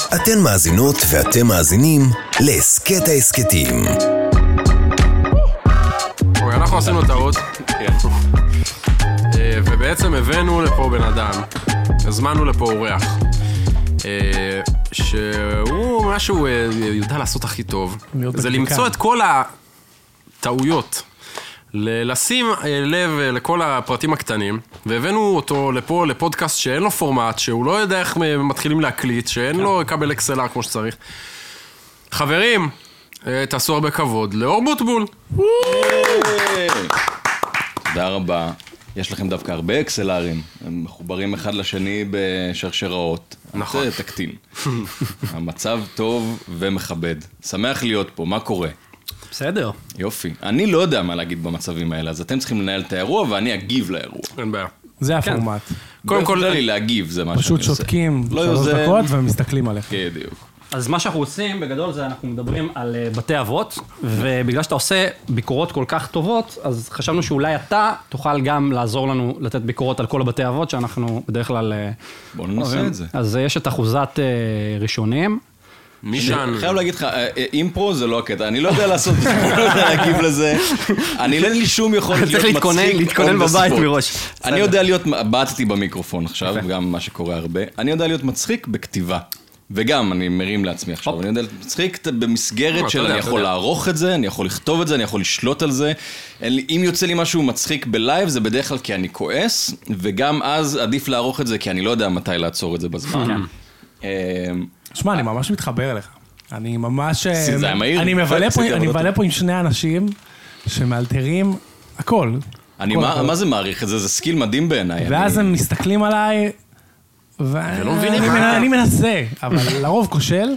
אתן מאזינות ואתם מאזינים להסכת ההסכתים. אנחנו עשינו טעות, ובעצם הבאנו לפה בן אדם, הזמנו לפה אורח, שהוא מה שהוא יודע לעשות הכי טוב, זה למצוא את כל הטעויות, לשים לב לכל הפרטים הקטנים, והבאנו אותו לפה לפודקאסט שאין לו פורמט, שהוא לא יודע איך מתחילים להקליט, שאין לו קבל אקסלר כמו שצריך. חברים, תעשו הרבה כבוד לאור בוטבול. תודה רבה. יש לכם דווקא הרבה אקסלרים, הם מחוברים אחד לשני בשרשראות. נכון. זה תקטין. המצב טוב ומכבד. שמח להיות פה, מה קורה? בסדר. יופי. אני לא יודע מה להגיד במצבים האלה, אז אתם צריכים לנהל את האירוע ואני אגיב לאירוע. אין בעיה. זה הפורמט. קודם כל לי להגיב, זה מה שאני עושה. פשוט שותקים 3 דקות ומסתכלים עליך. בדיוק. אז מה שאנחנו עושים בגדול זה אנחנו מדברים על בתי אבות, ובגלל שאתה עושה ביקורות כל כך טובות, אז חשבנו שאולי אתה תוכל גם לעזור לנו לתת ביקורות על כל הבתי אבות שאנחנו בדרך כלל... בואו ננסה את זה. אז יש את אחוזת ראשונים. אני חייב להגיד לך, אימפרו זה לא הקטע, אני לא יודע לעשות את זה, אני לא יודע להגיב לזה, אני לא לי שום יכולת להיות מצחיק. צריך להתכונן בבית מראש. אני יודע להיות, בעטתי במיקרופון עכשיו, גם מה שקורה הרבה, אני יודע להיות מצחיק בכתיבה. וגם, אני מרים לעצמי עכשיו, אני יודע מצחיק במסגרת של אני יכול לערוך את זה, אני יכול לכתוב את זה, אני יכול לשלוט על זה. אם יוצא לי משהו מצחיק בלייב, זה בדרך כלל כי אני כועס, וגם אז עדיף לערוך את זה, כי אני לא יודע מתי לעצור את זה בזמן. שמע, אני ממש מתחבר אליך. אני ממש... זה היה מהיר. אני מבלה פה עם 2 אנשים שמאלתרים הכל. מה זה מעריך את זה? זה סקיל מדהים בעיניי. ואז הם מסתכלים עליי... ואני מנסה, אבל לרוב כושל,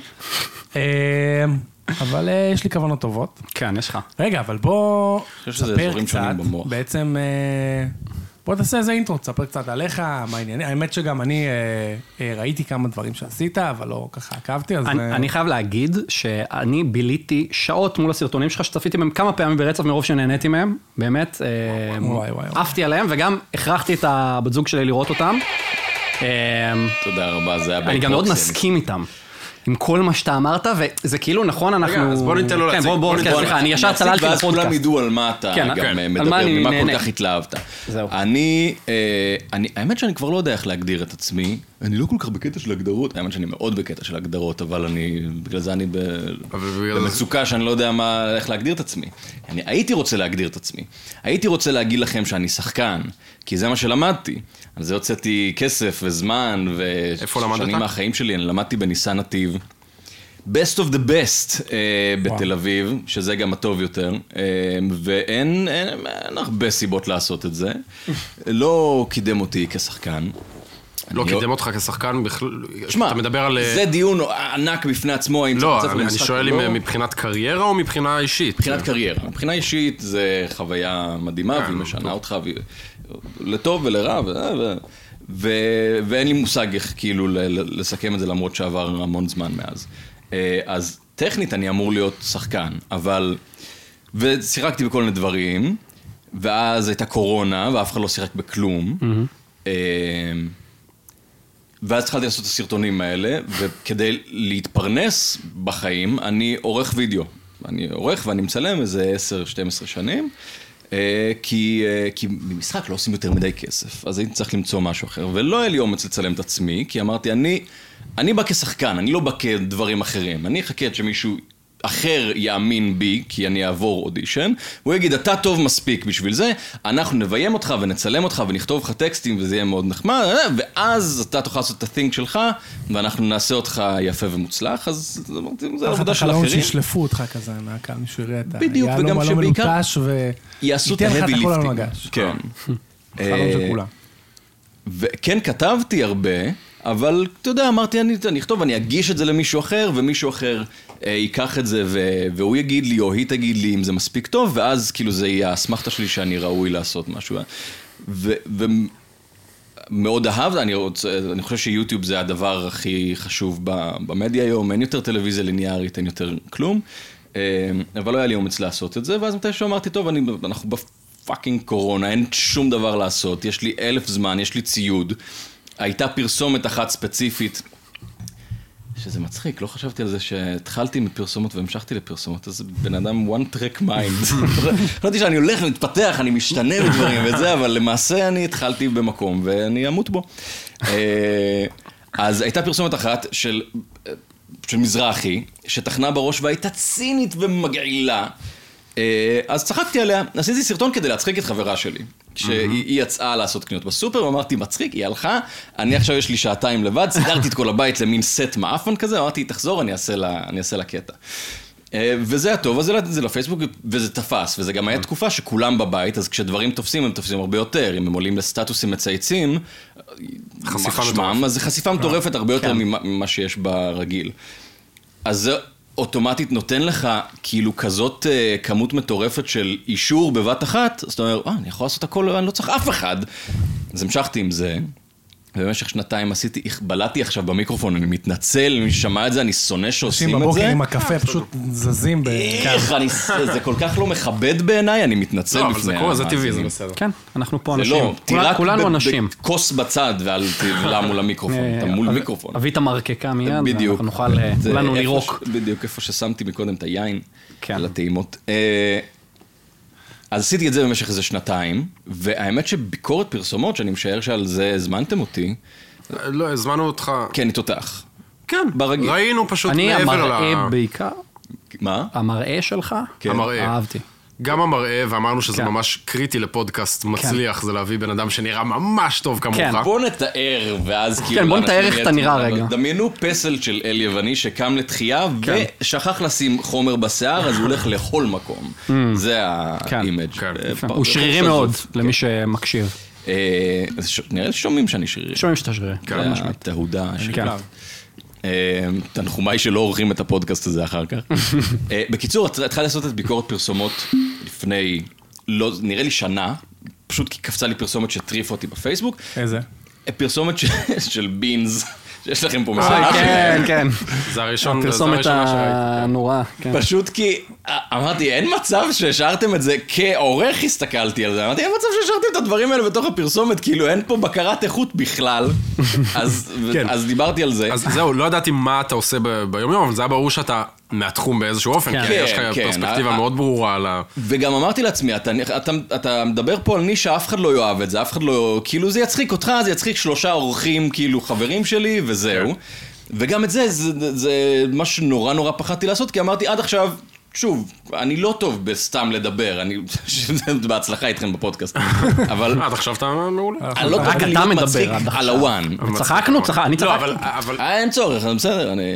אבל יש לי כוונות טובות. כן, יש לך. רגע, אבל בוא תספר קצת, בעצם, בוא תעשה איזה אינטרו, תספר קצת עליך, מה העניינים. האמת שגם אני ראיתי כמה דברים שעשית, אבל לא ככה עקבתי, אז... אני חייב להגיד שאני ביליתי שעות מול הסרטונים שלך, שצפיתי מהם כמה פעמים ברצף מרוב שנהניתי מהם, באמת, עפתי עליהם, וגם הכרחתי את הבת זוג שלי לראות אותם. תודה רבה, זה היה אני גם מאוד מסכים איתם, עם כל מה שאתה אמרת, וזה כאילו נכון, אנחנו... רגע, אז בוא ניתן לו להציג. בוא, סליחה, אני ישר צללתי לפודקאסט. ואז כולם ידעו על מה אתה גם מדבר, ומה כל כך התלהבת. זהו. האמת שאני כבר לא יודע איך להגדיר את עצמי, אני לא כל כך בקטע של הגדרות, האמת שאני מאוד בקטע של הגדרות, אבל בגלל זה אני במצוקה שאני לא יודע איך להגדיר את עצמי. אני הייתי רוצה להגדיר את עצמי, הייתי רוצה להגיד לכם שאני שחקן, כי זה מה שלמדתי. על זה הוצאתי כסף וזמן ושנים מהחיים שלי, אני למדתי בניסן נתיב. Best of the best בתל אביב, שזה גם הטוב יותר, ואין הרבה סיבות לעשות את זה. לא קידם אותי כשחקן. לא קידם אותך כשחקן, אתה מדבר על... זה דיון ענק בפני עצמו. לא, אני שואל אם מבחינת קריירה או מבחינה אישית? מבחינת קריירה. מבחינה אישית זה חוויה מדהימה, והיא משנה אותך לטוב ולרע, ואין לי מושג איך כאילו לסכם את זה למרות שעבר המון זמן מאז. אז טכנית אני אמור להיות שחקן, אבל... ושיחקתי בכל מיני דברים, ואז הייתה קורונה, ואף אחד לא שיחק בכלום. ואז התחלתי לעשות את הסרטונים האלה, וכדי להתפרנס בחיים, אני עורך וידאו. אני עורך ואני מצלם איזה 10-12 שנים, כי במשחק לא עושים יותר מדי כסף, אז הייתי צריך למצוא משהו אחר, ולא היה לי אומץ לצלם את עצמי, כי אמרתי, אני בא כשחקן, אני לא בא כדברים אחרים, אני אחכה עד שמישהו אחר יאמין בי, כי אני אעבור אודישן, והוא יגיד, אתה טוב מספיק בשביל זה, אנחנו נביים אותך ונצלם אותך ונכתוב לך טקסטים וזה יהיה מאוד נחמד, ואז אתה תוכל לעשות את ה-thing שלך, ואנחנו נעשה אותך יפה ומוצלח, אז זה עבודה של אחרים. החלום שישלפו אותך כזה, מהקהל מישהו יראה את בדיוק, וגם שבעיקר יעשו את ה-heavy lifting. כן. חלום של כולם. וכן כתבתי הרבה, אבל אתה יודע, אמרתי, אני אכתוב, אני אגיש את זה למישהו אחר, ומישהו אחר ייקח את זה, והוא יגיד לי, או היא תגיד לי אם זה מספיק טוב, ואז כאילו זה יהיה האסמכתה שלי שאני ראוי לעשות משהו. ומאוד אהב, אני חושב שיוטיוב זה הדבר הכי חשוב במדיה היום, אין יותר טלוויזיה ליניארית, אין יותר כלום, אבל לא היה לי אומץ לעשות את זה, ואז מתישהו אמרתי, טוב, אנחנו בפאקינג קורונה, אין שום דבר לעשות, יש לי 1000 זמן, יש לי ציוד, הייתה פרסומת אחת ספציפית, שזה מצחיק, לא חשבתי על זה שהתחלתי מפרסומות והמשכתי לפרסומות, אז בן אדם one track mind. חשבתי שאני הולך ומתפתח, אני משתנה בדברים וזה, אבל למעשה אני התחלתי במקום ואני אמות בו. אז הייתה פרסומת אחת של מזרחי, שתכנה בראש והייתה צינית ומגעילה. אז צחקתי עליה, עשיתי סרטון כדי להצחיק את חברה שלי. כשהיא יצאה לעשות קניות בסופר, אמרתי, מצחיק, היא הלכה, אני עכשיו יש לי שעתיים לבד, סידרתי את כל הבית למין סט מאפן כזה, אמרתי, תחזור, אני אעשה לה קטע. וזה היה טוב, אז זה לפייסבוק, וזה תפס, וזה גם היה תקופה שכולם בבית, אז כשדברים תופסים, הם תופסים הרבה יותר, אם הם עולים לסטטוסים מצייצים, אז זה חשיפה מטורפת הרבה יותר ממה שיש ברגיל. אז זה אוטומטית נותן לך כאילו כזאת כמות מטורפת של אישור בבת אחת, אז אתה אומר, אני יכול לעשות הכל, אני לא צריך אף אחד. אז המשכתי עם זה, ובמשך שנתיים בלעתי עכשיו במיקרופון, אני מתנצל, מי ששמע את זה, אני שונא שעושים את זה. בבוקר עם הקפה פשוט זזים זה כל כך לא מכבד בעיניי, אני מתנצל בפני. אבל זה טבעי, זה בסדר. כן, אנחנו פה אנשים. כולנו אנשים. כוס בצד ואל תבלע מול המיקרופון, אתה מול מיקרופון. אביא את המרקקה מיד, ואנחנו נוכל כולנו לירוק. בדיוק, איפה ששמתי מקודם את היין, על הטעימות. אז עשיתי את זה במשך איזה שנתיים, והאמת שביקורת פרסומות, שאני משער שעל זה הזמנתם אותי. לא, הזמנו אותך. כן, אני תותח. כן, ברגיל. ראינו פשוט אני מעבר המראה בעיקר. מה? המראה שלך? המראה. אהבתי. גם המראה, ואמרנו שזה ממש קריטי לפודקאסט מצליח, זה להביא בן אדם שנראה ממש טוב כמוך. בוא נתאר, ואז כאילו... כן, בוא נתאר איך אתה נראה רגע. דמיינו פסל של אל יווני שקם לתחייה, ושכח לשים חומר בשיער, אז הוא הולך לכל מקום. זה האימג'. הוא שרירי מאוד, למי שמקשיב. נראה לי שומעים שאני שרירי. שומעים שאתה שרירי. זה התהודה שלי. תנחומיי שלא עורכים את הפודקאסט הזה אחר כך. בקיצור, התחלתי לעשות את ביקורת פרסומות לפני, נראה לי שנה, פשוט כי קפצה לי פרסומת שטריפה אותי בפייסבוק. איזה? פרסומת של בינז, שיש לכם פה מסעדה. כן, כן. זה הראשון, הפרסומת הנורא. פשוט כי אמרתי, אין מצב שהשארתם את זה, כעורך הסתכלתי על זה, אמרתי, אין מצב שהשארתם את הדברים האלה בתוך הפרסומת, כאילו אין פה בקרת איכות בכלל, אז דיברתי על זה. אז זהו, לא ידעתי מה אתה עושה ביום יום, אבל זה היה ברור שאתה מהתחום באיזשהו אופן, כי יש לך פרספקטיבה מאוד ברורה על ה... וגם אמרתי לעצמי, אתה מדבר פה על נישה, אף אחד לא יאהב את זה, אף אחד לא... כאילו זה יצחיק אותך, זה יצחיק 3 אורחים, כאילו חברים שלי, וזהו. וגם את זה, זה מה שנורא נורא פחדתי לעשות, כי אמרתי עד עכשיו, שוב, אני לא טוב בסתם לדבר, אני... בהצלחה איתכם בפודקאסט, אבל... עד עכשיו אתה מעולה. רק אתה מדבר עד עכשיו. על הוואן. צחקנו, אני צחקתי. אין צורך, בסדר, אני...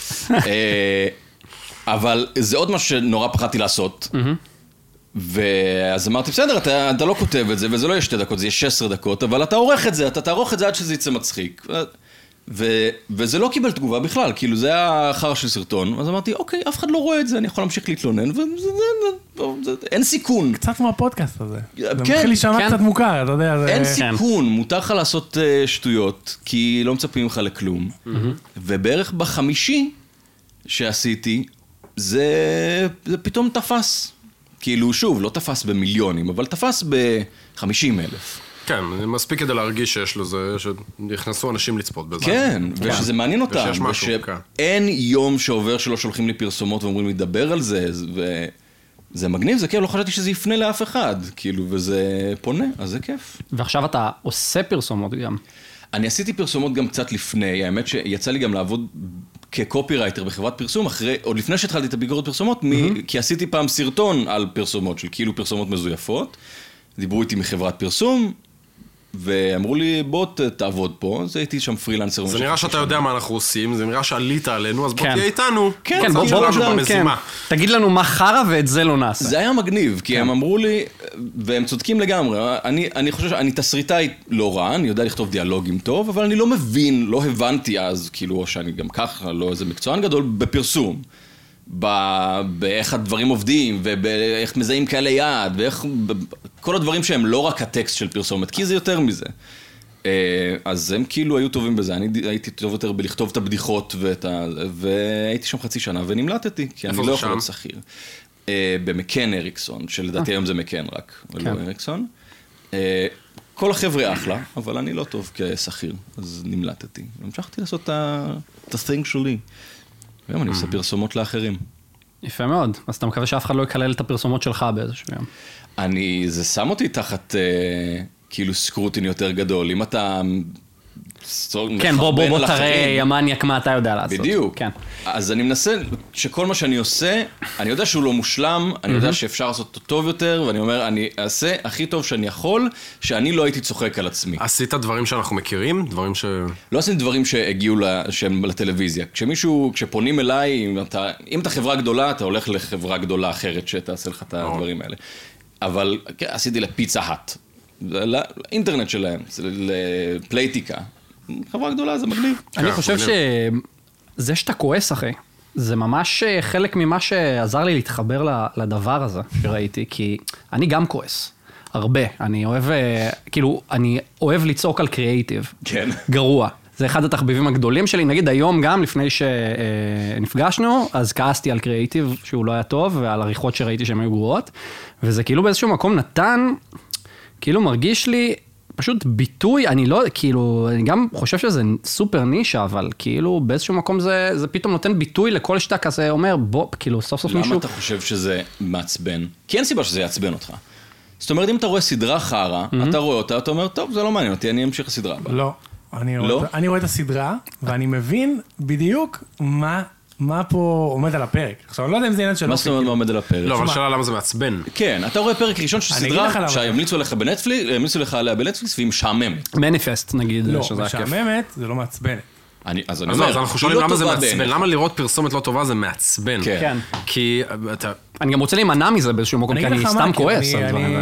אבל זה עוד משהו שנורא פחדתי לעשות, ואז אמרתי, בסדר, אתה לא כותב את זה, וזה לא יהיה 2 דקות, זה יהיה 16 דקות, אבל אתה עורך את זה, אתה תערוך את זה עד שזה יצא מצחיק. וזה לא קיבל תגובה בכלל, כאילו זה היה אחר של סרטון, אז אמרתי, אוקיי, אף אחד לא רואה את זה, אני יכול להמשיך להתלונן, ואין סיכון. קצת כמו הפודקאסט הזה. זה מתחיל להישמע קצת מוכר, אתה יודע. אין סיכון, מותר לך לעשות שטויות, כי לא מצפים לך לכלום. ובערך בחמישי שעשיתי, זה פתאום תפס. כאילו, שוב, לא תפס במיליונים, אבל תפס ב50,000. כן, מספיק כדי להרגיש שיש לזה, שנכנסו אנשים לצפות בזה. כן, ושזה מעניין אותם, ושאין יום שעובר שלא שולחים לי פרסומות ואומרים לי, דבר על זה, וזה מגניב, זה כיף, לא חשבתי שזה יפנה לאף אחד, כאילו, וזה פונה, אז זה כיף. ועכשיו אתה עושה פרסומות גם. אני עשיתי פרסומות גם קצת לפני, האמת שיצא לי גם לעבוד כקופירייטר בחברת פרסום, עוד לפני שהתחלתי את הביקורת פרסומות, כי עשיתי פעם סרטון על פרסומות, של כאילו פרסומות מזויפות, דיברו איתי מחברת פרסום, ואמרו לי, בוא תעבוד פה, אז הייתי שם פרילנסר. זה נראה שאתה יודע מה אנחנו עושים, זה נראה שעלית עלינו, אז בוא תהיה איתנו. כן, בוא תגיד לנו מה חרה ואת זה לא נעשה. זה היה מגניב, כי הם אמרו לי, והם צודקים לגמרי, אני חושב שאני תסריטאי לא רע, אני יודע לכתוב דיאלוגים טוב, אבל אני לא מבין, לא הבנתי אז, כאילו, שאני גם ככה לא איזה מקצוען גדול, בפרסום. באיך הדברים עובדים, ובאיך מזהים כאלה יעד, ואיך... כל הדברים שהם לא רק הטקסט של פרסומת, כי זה יותר מזה. אז הם כאילו היו טובים בזה, אני הייתי טוב יותר בלכתוב את הבדיחות, והייתי שם חצי שנה ונמלטתי, כי אני לא יכול להיות שכיר. במקן אריקסון, שלדעתי היום זה מקן רק, ולא אריקסון. כל החבר'ה אחלה, אבל אני לא טוב כשכיר, אז נמלטתי. המשכתי לעשות את ה-thing שלי. היום אני עושה פרסומות לאחרים. יפה מאוד. אז אתה מקווה שאף אחד לא יקלל את הפרסומות שלך באיזשהו יום. זה שם אותי תחת כאילו סקרוטין יותר גדול. אם אתה כן, בוא תראה המניאק מה אתה יודע לעשות. בדיוק. כן. אז אני מנסה שכל מה שאני עושה, אני יודע שהוא לא מושלם, אני יודע שאפשר לעשות אותו טוב יותר, ואני אומר, אני אעשה הכי טוב שאני יכול, שאני לא הייתי צוחק על עצמי. עשית דברים שאנחנו מכירים? דברים לא עשיתי דברים שהגיעו לטלוויזיה. כשפונים אליי, אם אתה חברה גדולה, אתה הולך לחברה גדולה אחרת שתעשה לך את הדברים האלה. אבל עשיתי לפיצה האט. לאינטרנט שלהם, לפלייטיקה. חברה גדולה, זה מגניב. אני חושב שזה שאתה כועס אחי, זה ממש חלק ממה שעזר לי להתחבר לדבר הזה שראיתי, כי אני גם כועס. הרבה. אני אוהב לצעוק על קריאייטיב. כן. גרוע. זה אחד התחביבים הגדולים שלי. נגיד היום גם, לפני שנפגשנו, אז כעסתי על קריאייטיב שהוא לא היה טוב, ועל עריכות שראיתי שהן היו גרועות. וזה כאילו באיזשהו מקום נתן, כאילו מרגיש לי פשוט ביטוי, אני גם חושב שזה סופר נישה, אבל כאילו באיזשהו מקום זה פתאום נותן ביטוי לכל שאתה כזה אומר, בוא, כאילו סוף סוף מישהו... למה אתה חושב שזה מעצבן? כי אין סיבה שזה יעצבן אותך. זאת אומרת, אם אתה רואה סדרה חרה, אתה רואה אותה, אתה אומר, טוב, זה לא מעניין אותי, אני אמשיך לסדרה הבאה. לא. אני רואה את הסדרה, ואני מבין בדיוק מה פה עומד על הפרק. עכשיו, אני לא יודע אם זה עניין שלא... מה זאת אומרת מה עומד על הפרק? לא, אבל שאלה למה זה מעצבן. כן, אתה רואה פרק ראשון של סדרה שהמליצו לך עליה בנטפליקס, והיא משעממת. מניפסט, נגיד. לא, משעממת, זה לא מעצבנת. אז אני אומר, אז אנחנו שואלים למה זה מעצבן. למה לראות פרסומת לא טובה זה מעצבן? כן. כי אתה... אני גם רוצה להימנע מזה באיזשהו מקום, כי אני סתם כועס. אני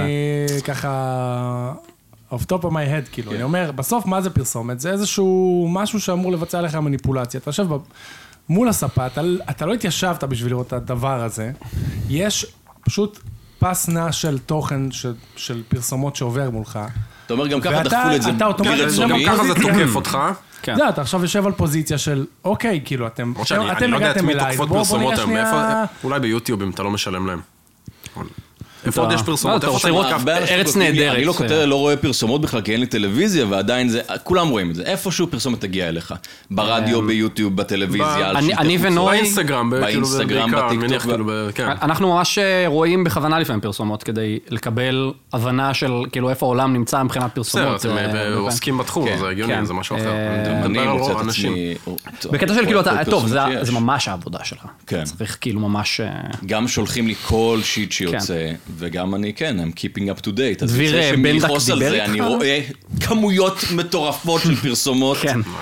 ככה... off top of my head, כאילו. אני אומר, בסוף מה זה פרסומת? זה איזשהו משהו שאמור לבצע לך מניפולציה. אתה יושב מול הספה, אתה לא התיישבת בשביל לראות את הדבר הזה. יש פשוט פס נע של תוכן של פרסומות שעובר מולך. אתה אומר, גם ככה דחפו את זה. גם ככה זה תוקף אותך. זה, אתה עכשיו יושב על פוזיציה של, אוקיי, כאילו, אתם הגעתם אליי, בוא נראה שנייה... אולי ביוטיוב, אם אתה לא משלם להם. איפה עוד יש פרסומות? ארץ נהדרת. אני לא רואה פרסומות בכלל, כי אין לי טלוויזיה, ועדיין זה, כולם רואים את זה. איפשהו פרסומת תגיע אליך. ברדיו, ביוטיוב, בטלוויזיה. אני ונוי... באינסטגרם, בטיקטוק. אנחנו ממש רואים בכוונה לפעמים פרסומות, כדי לקבל הבנה של כאילו איפה העולם נמצא מבחינת פרסומות. בסדר, אתם עוסקים בתחום, זה הגיוני, זה משהו אחר. אני מוצא את עצמי... בקטע של כאילו, טוב, זה ממש העבודה שלך. צריך כאילו ממש... גם שולחים לי כל שיט שיוצא. וגם אני, כן, I'm keeping up to date. אז דביר בנדק דיבר איתך? אני רואה כמויות מטורפות של פרסומות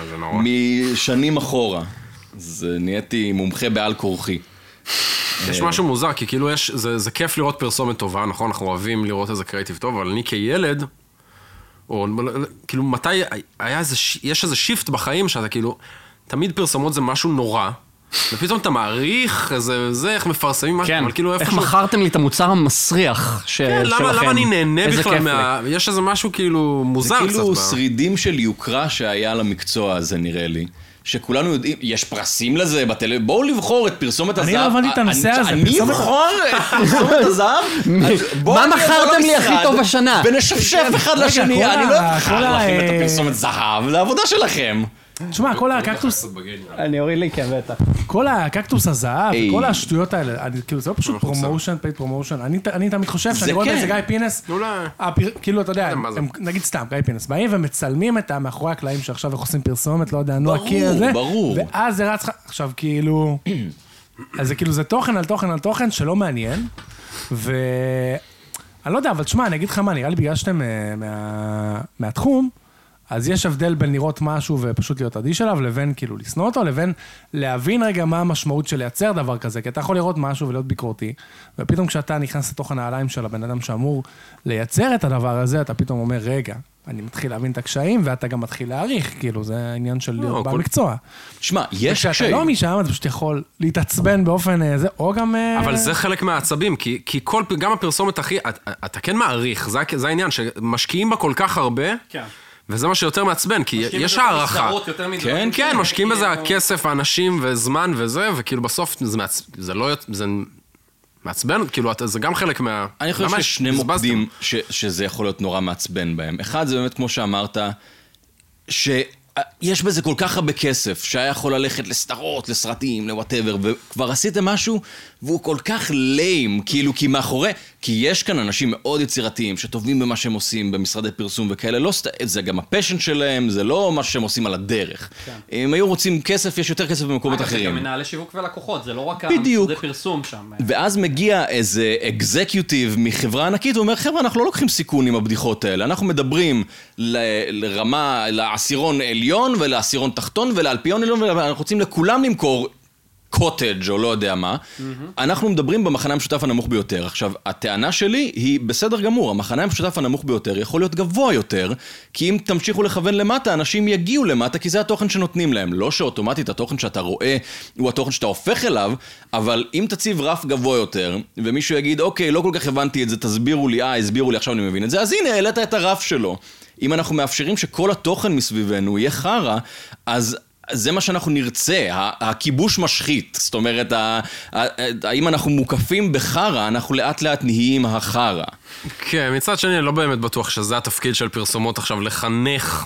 משנים אחורה. אז נהייתי מומחה בעל כורחי. יש משהו מוזר, כי כאילו זה כיף לראות פרסומת טובה, נכון? אנחנו אוהבים לראות איזה קריאטיב טוב, אבל אני כילד, או כאילו מתי יש איזה שיפט בחיים שאתה כאילו, תמיד פרסומות זה משהו נורא, ופתאום אתה מעריך, זה איך מפרסמים משהו, אבל כאילו איך מכרתם לי את המוצר המסריח שלכם. כן, למה אני נהנה בכלל יש איזה משהו כאילו מוזר קצת. זה כאילו שרידים של יוקרה שהיה למקצוע הזה נראה לי. שכולנו יודעים, יש פרסים לזה בטלוויזיה, בואו לבחור את פרסומת הזהב. אני לא הבנתי את הנושא הזה. אני אבחור את פרסומת הזהב? מה מכרתם לי הכי טוב השנה? ונשפשף אחד לשני, אני לא אבחר לכם את הפרסומת זהב, זה עבודה שלכם. תשמע, כל הקקטוס... אני אוריד לי כבטח. כל הקקטוס הזהב, כל השטויות האלה, כאילו זה לא פשוט פרומושן, פייד פרומושן, אני תמיד חושב שאני רואה איזה גיא פינס, כאילו אתה יודע, נגיד סתם, גיא פינס, באים ומצלמים את מאחורי הקלעים שעכשיו איך עושים פרסומת, לא יודע, נועה קיר הזה, ואז זה רץ, עכשיו כאילו, אז זה כאילו זה תוכן על תוכן על תוכן שלא מעניין, ואני לא יודע, אבל תשמע, אני אגיד לך מה, נראה לי בגלל שאתם מהתחום, אז יש הבדל בין לראות משהו ופשוט להיות אדיש עליו, לבין כאילו לסנוע אותו, לבין להבין רגע מה המשמעות של לייצר דבר כזה, כי אתה יכול לראות משהו ולהיות ביקורתי, ופתאום כשאתה נכנס לתוך הנעליים של הבן אדם שאמור לייצר את הדבר הזה, אתה פתאום אומר, רגע, אני מתחיל להבין את הקשיים, ואתה גם מתחיל להעריך, כאילו, זה העניין של להיות במקצוע. תשמע, יש קשיים. וכשאתה לא משם, אתה פשוט יכול להתעצבן באופן זה, או גם... אבל זה חלק מהעצבים, כי גם הפרסומת הכי, אתה כן מעריך, זה העניין, שמשקיעים בה כל כך הרבה, וזה מה שיותר מעצבן, כי יש הערכה. כן, כן, משקיעים בזה הכסף, האנשים וזמן וזה, וכאילו בסוף זה לא... מעצבן, כאילו, זה גם חלק מה... אני חושב שיש שני מוקדים שזה יכול להיות נורא מעצבן בהם. אחד, זה באמת כמו שאמרת, שיש בזה כל כך הרבה כסף, שהיה יכול ללכת לסדרות, לסרטים, לוואטאבר, וכבר עשיתם משהו, והוא כל כך ליים, כאילו, כי מאחורי... כי יש כאן אנשים מאוד יצירתיים, שטובים במה שהם עושים במשרדי פרסום וכאלה, לא, זה גם הפשן שלהם, זה לא מה שהם עושים על הדרך. אם היו רוצים כסף, יש יותר כסף במקומות אחרים. זה גם מנהלי שיווק ולקוחות, זה לא רק המשרדי פרסום שם. ואז מגיע איזה אקזקיוטיב מחברה ענקית, הוא אומר, חבר'ה, אנחנו לא לוקחים סיכון עם הבדיחות האלה, אנחנו מדברים לרמה, לעשירון עליון ולעשירון תחתון ולאלפיון עליון, ואנחנו רוצים לכולם למכור קוטג' או לא יודע מה, אנחנו מדברים במחנה המשותף הנמוך ביותר. עכשיו, הטענה שלי היא בסדר גמור, המחנה המשותף הנמוך ביותר יכול להיות גבוה יותר, כי אם תמשיכו לכוון למטה, אנשים יגיעו למטה, כי זה התוכן שנותנים להם. לא שאוטומטית התוכן שאתה רואה הוא התוכן שאתה הופך אליו, אבל אם תציב רף גבוה יותר, ומישהו יגיד, אוקיי, לא כל כך הבנתי את זה, תסבירו לי, הסבירו לי, עכשיו אני מבין את זה, אז הנה, העלית את הרף שלו. אם אנחנו מאפשרים שכל התוכן מסביבנו יהיה חרה, אז זה מה שאנחנו נרצה, הכיבוש משחית. זאת אומרת, האם אנחנו מוקפים בחרה, אנחנו לאט לאט נהיים החרה. כן, מצד שני, אני לא באמת בטוח שזה התפקיד של פרסומות עכשיו, לחנך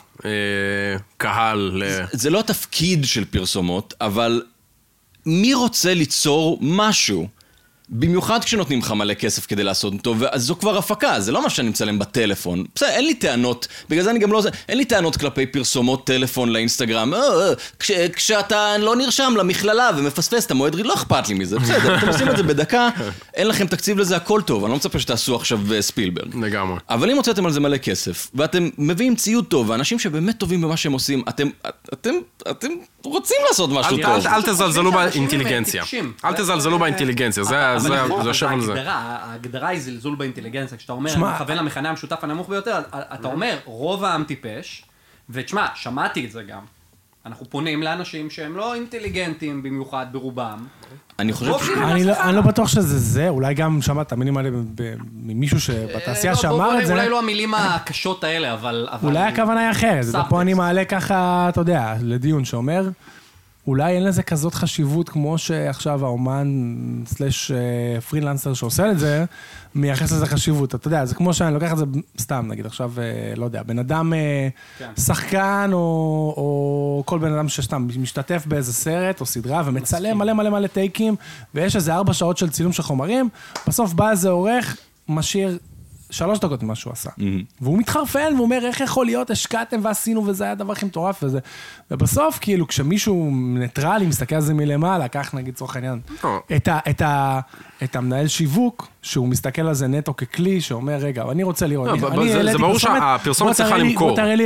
קהל. זה לא התפקיד של פרסומות, אבל מי רוצה ליצור משהו? במיוחד כשנותנים לך מלא כסף כדי לעשות אותו, אז זו כבר הפקה, זה לא מה שאני מצלם בטלפון. בסדר, אין לי טענות, בגלל זה אני גם לא... אין לי טענות כלפי פרסומות טלפון לאינסטגרם. כשאתה לא נרשם למכללה ומפספס את המועד, לא אכפת לי מזה. בסדר, אתם עושים את זה בדקה, אין לכם תקציב לזה, הכל טוב. אני לא מצפה שתעשו עכשיו ספילברג. לגמרי. אבל אם הוצאתם על זה מלא כסף, ואתם מביאים ציוד טוב, ואנשים שבאמת טובים במה שהם עושים, אתם רוצים לעשות משהו טוב. אל תזלזלו באינטליגנציה. אל תזלזלו באינטליגנציה. זה יושב על זה. ההגדרה היא זלזול באינטליגנציה. כשאתה אומר, אני מכוון למכנה המשותף הנמוך ביותר, אתה אומר, רוב העם טיפש, ותשמע, שמעתי את זה גם. אנחנו פונים לאנשים שהם לא אינטליגנטים במיוחד ברובם. אני חושב אני לא בטוח שזה זה, אולי גם שמעת את המילים האלה ממישהו שבתעשייה שאמר את זה. אולי לא המילים הקשות האלה, אבל... אולי הכוונה היא אחרת. ופה אני מעלה ככה, אתה יודע, לדיון שאומר, אולי אין לזה כזאת חשיבות כמו שעכשיו האומן סלש פרילנסר שעושה את זה, מייחס לזה חשיבות. אתה יודע, זה כמו שאני לוקח את זה סתם, נגיד עכשיו, לא יודע, בן אדם שחקן או כל בן אדם שסתם משתתף באיזה סרט או סדרה ומצלם מלא מלא מלא טייקים, ויש איזה 4 שעות של צילום של חומרים, בסוף בא איזה עורך, משאיר 3 דקות ממה שהוא עשה. והוא מתחרפן ואומר, איך יכול להיות, השקעתם ועשינו, וזה היה הדבר הכי מטורף וזה. ובסוף, כאילו, כשמישהו ניטרלי, מסתכל על זה מלמעלה, כך נגיד צורך העניין, את המנהל שיווק, שהוא מסתכל על זה נטו ככלי, שאומר, רגע, אני רוצה לראות. זה ברור שהפרסומת צריכה למכור. בוא תראה לי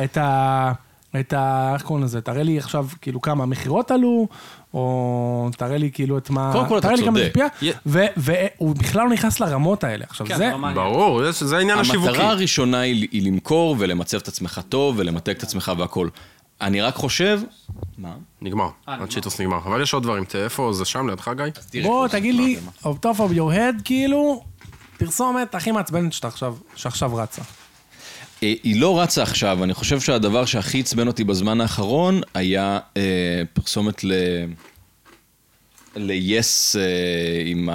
איך קוראים לזה, תראה לי עכשיו כאילו כמה המחירות עלו, או תראה לי כאילו את מה... קודם כל אתה צודק. והוא בכלל לא נכנס לרמות האלה. עכשיו זה... ברור, זה העניין השיווקי. המטרה הראשונה היא למכור ולמצב את עצמך טוב ולמתג את עצמך והכל. אני רק חושב... מה? נגמר, הצ'יטוס נגמר. אבל יש עוד דברים, איפה זה שם לידך גיא? בוא תגיד לי, on top of your head, כאילו, פרסומת הכי מעצבנת שעכשיו רצה. היא לא רצה עכשיו, אני חושב שהדבר שהכי עצבן אותי בזמן האחרון היה פרסומת ל-yes עם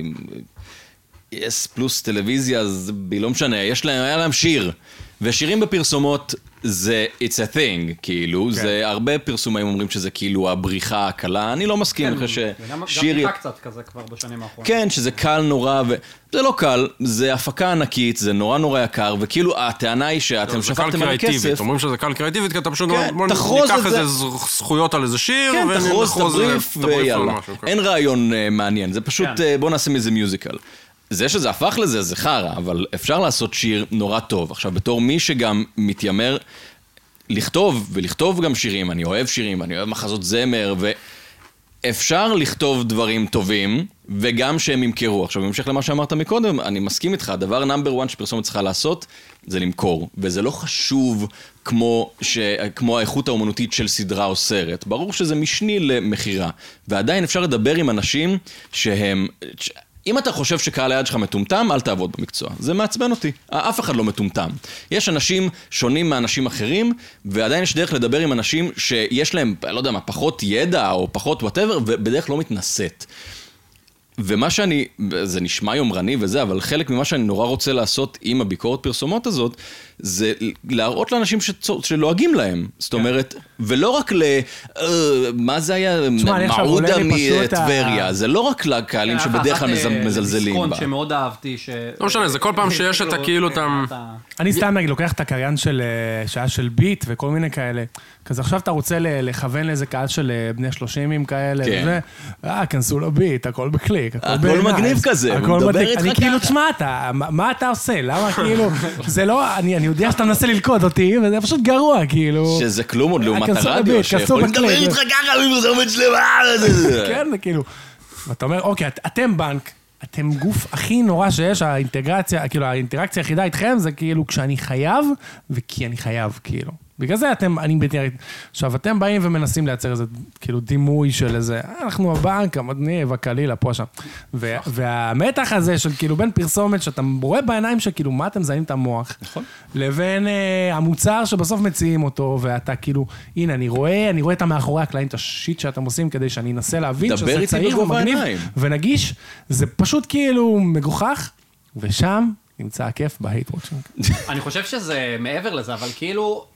yes פלוס טלוויזיה, זה לא משנה, היה להם שיר, ושירים בפרסומות זה it's a thing, כאילו, זה הרבה פרסומאים אומרים שזה כאילו הבריחה הקלה, אני לא מסכים, אני חושב ששיר... גם בריחה קצת כזה כבר בשנים האחרונות. כן, שזה קל נורא, זה לא קל, זה הפקה ענקית, זה נורא נורא יקר, וכאילו הטענה היא שאתם שפכתם על הכסף. אומרים שזה קל קריאטיבית, כי אתה פשוט ניקח איזה זכויות על איזה שיר, כן, תחרוז את הבריף ויאללה. אין רעיון מעניין, זה פשוט בוא נעשה מזה מיוזיקל. זה שזה הפך לזה, זה חרה, אבל אפשר לעשות שיר נורא טוב. עכשיו, בתור מי שגם מתיימר לכתוב, ולכתוב גם שירים, אני אוהב שירים, אני אוהב מחזות זמר, ואפשר לכתוב דברים טובים, וגם שהם ימכרו. עכשיו, בהמשך למה שאמרת מקודם, אני מסכים איתך, הדבר נאמבר 1 שפרסומת צריכה לעשות, זה למכור. וזה לא חשוב כמו האיכות האומנותית של סדרה או סרט. ברור שזה משני למחירה. ועדיין אפשר לדבר עם אנשים שהם... אם אתה חושב שקהל היד שלך מטומטם, אל תעבוד במקצוע. זה מעצבן אותי. אף אחד לא מטומטם. יש אנשים שונים מאנשים אחרים, ועדיין יש דרך לדבר עם אנשים שיש להם, לא יודע מה, פחות ידע או פחות whatever, ובדרך לא מתנשאת. ומה שאני, זה נשמע יומרני וזה, אבל חלק ממה שאני נורא רוצה לעשות עם הביקורת פרסומות הזאת, זה להראות לאנשים שלועגים להם. זאת אומרת, ולא רק מה זה היה, מעודה מטבריה, זה לא רק לקהלים שבדרך כלל מזלזלים בה. דיסקונט שמאוד אהבתי. לא משנה, זה כל פעם שיש את הכאילו אותם... אני סתם נגיד, לוקח את הקריין שהיה של ביט וכל מיני כאלה, כזה עכשיו אתה רוצה לכוון לאיזה קהל של בני 30 כאלה, וזה, כנסו לביט, הכל בקליק, הכל מגניב כזה, הוא מדבר איתך ככה. אני כאילו, תשמע, מה אתה עושה? למה כאילו, זה לא, אני יודע שאתה מנסה ללכוד אותי, וזה פשוט גרוע, כאילו. שזה כלום עוד לעומת הרדיו, שיכולים לדבר איתך ככה, בפרסומת שלמה. כן, זה כאילו, ואתה אומר, אוקיי, אתם בנק, אתם גוף הכי נורא שיש, האינטגרציה, כאילו, האינטראקציה היחידה איתכם, זה כאילו כשאני חייב, וכי אני חייב, כאילו. בגלל זה עכשיו, אתם באים ומנסים לייצר איזה, כאילו, דימוי של איזה, אנחנו הבנק, המדניב, הקליל, פה שם. והמתח הזה של, כאילו, בין פרסומת, שאתה רואה בעיניים שכאילו, מה אתם זיינים את המוח, לבין המוצר שבסוף מציעים אותו, ואתה כאילו, הנה, אני רואה את המאחורי הקלעים, את השיט שאתם עושים, כדי שאני אנסה להבין שזה צעיר ומגניב, ונגיש, זה פשוט כאילו מגוחך, ושם נמצא הכיף בהייט וואצ'ינג. אני חושב שזה מעבר לזה, אבל כאילו,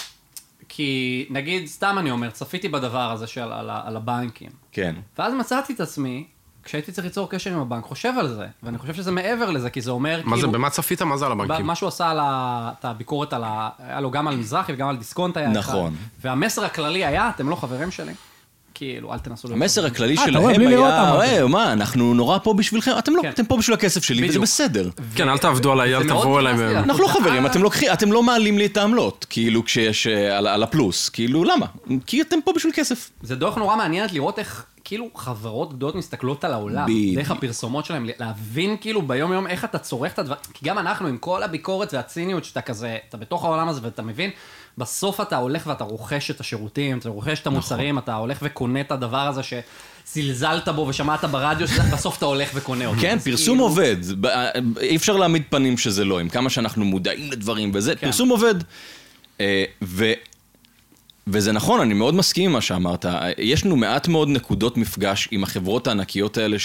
כי נגיד, סתם אני אומר, צפיתי בדבר הזה על הבנקים. כן. ואז מצאתי את עצמי, כשהייתי צריך ליצור קשר עם הבנק, חושב על זה, ואני חושב שזה מעבר לזה, כי זה אומר מה זה, במה צפית? מה זה על הבנקים? מה שהוא עשה את הביקורת היה לו גם על מזרחי וגם על דיסקונט היה. נכון. והמסר הכללי היה, אתם לא חברים שלי. כאילו, אל תנסו... המסר הכללי שלהם היה, מה, אנחנו נורא פה בשבילכם, אתם פה בשביל הכסף שלי, וזה בסדר. כן, אל תעבדו עליי, אל תבואו אליי. אנחנו לא חברים, אתם לא מעלים לי את העמלות, כאילו כשיש על הפלוס, כאילו למה? כי אתם פה בשביל כסף. זה דוח נורא מעניינת לראות איך, כאילו, חברות גדולות מסתכלות על העולם, דרך הפרסומות שלהם, להבין כאילו ביום יום איך אתה צורך את הדבר, כי גם אנחנו עם כל הביקורת והציניות שאתה כזה, אתה בתוך העולם הזה ואתה מבין, בסוף אתה הולך ואתה רוכש את השירותים, אתה רוכש את המוצרים, אתה הולך וקונה את הדבר הזה שזלזלת בו ושמעת ברדיו, בסוף אתה הולך וקונה אותו. כן, פרסום עובד. אי אפשר להעמיד פנים שזה לא, עם כמה שאנחנו מודעים לדברים וזה, פרסום עובד. וזה נכון, אני מאוד מסכים עם מה שאמרת. יש לנו מעט מאוד נקודות מפגש עם החברות הענקיות האלה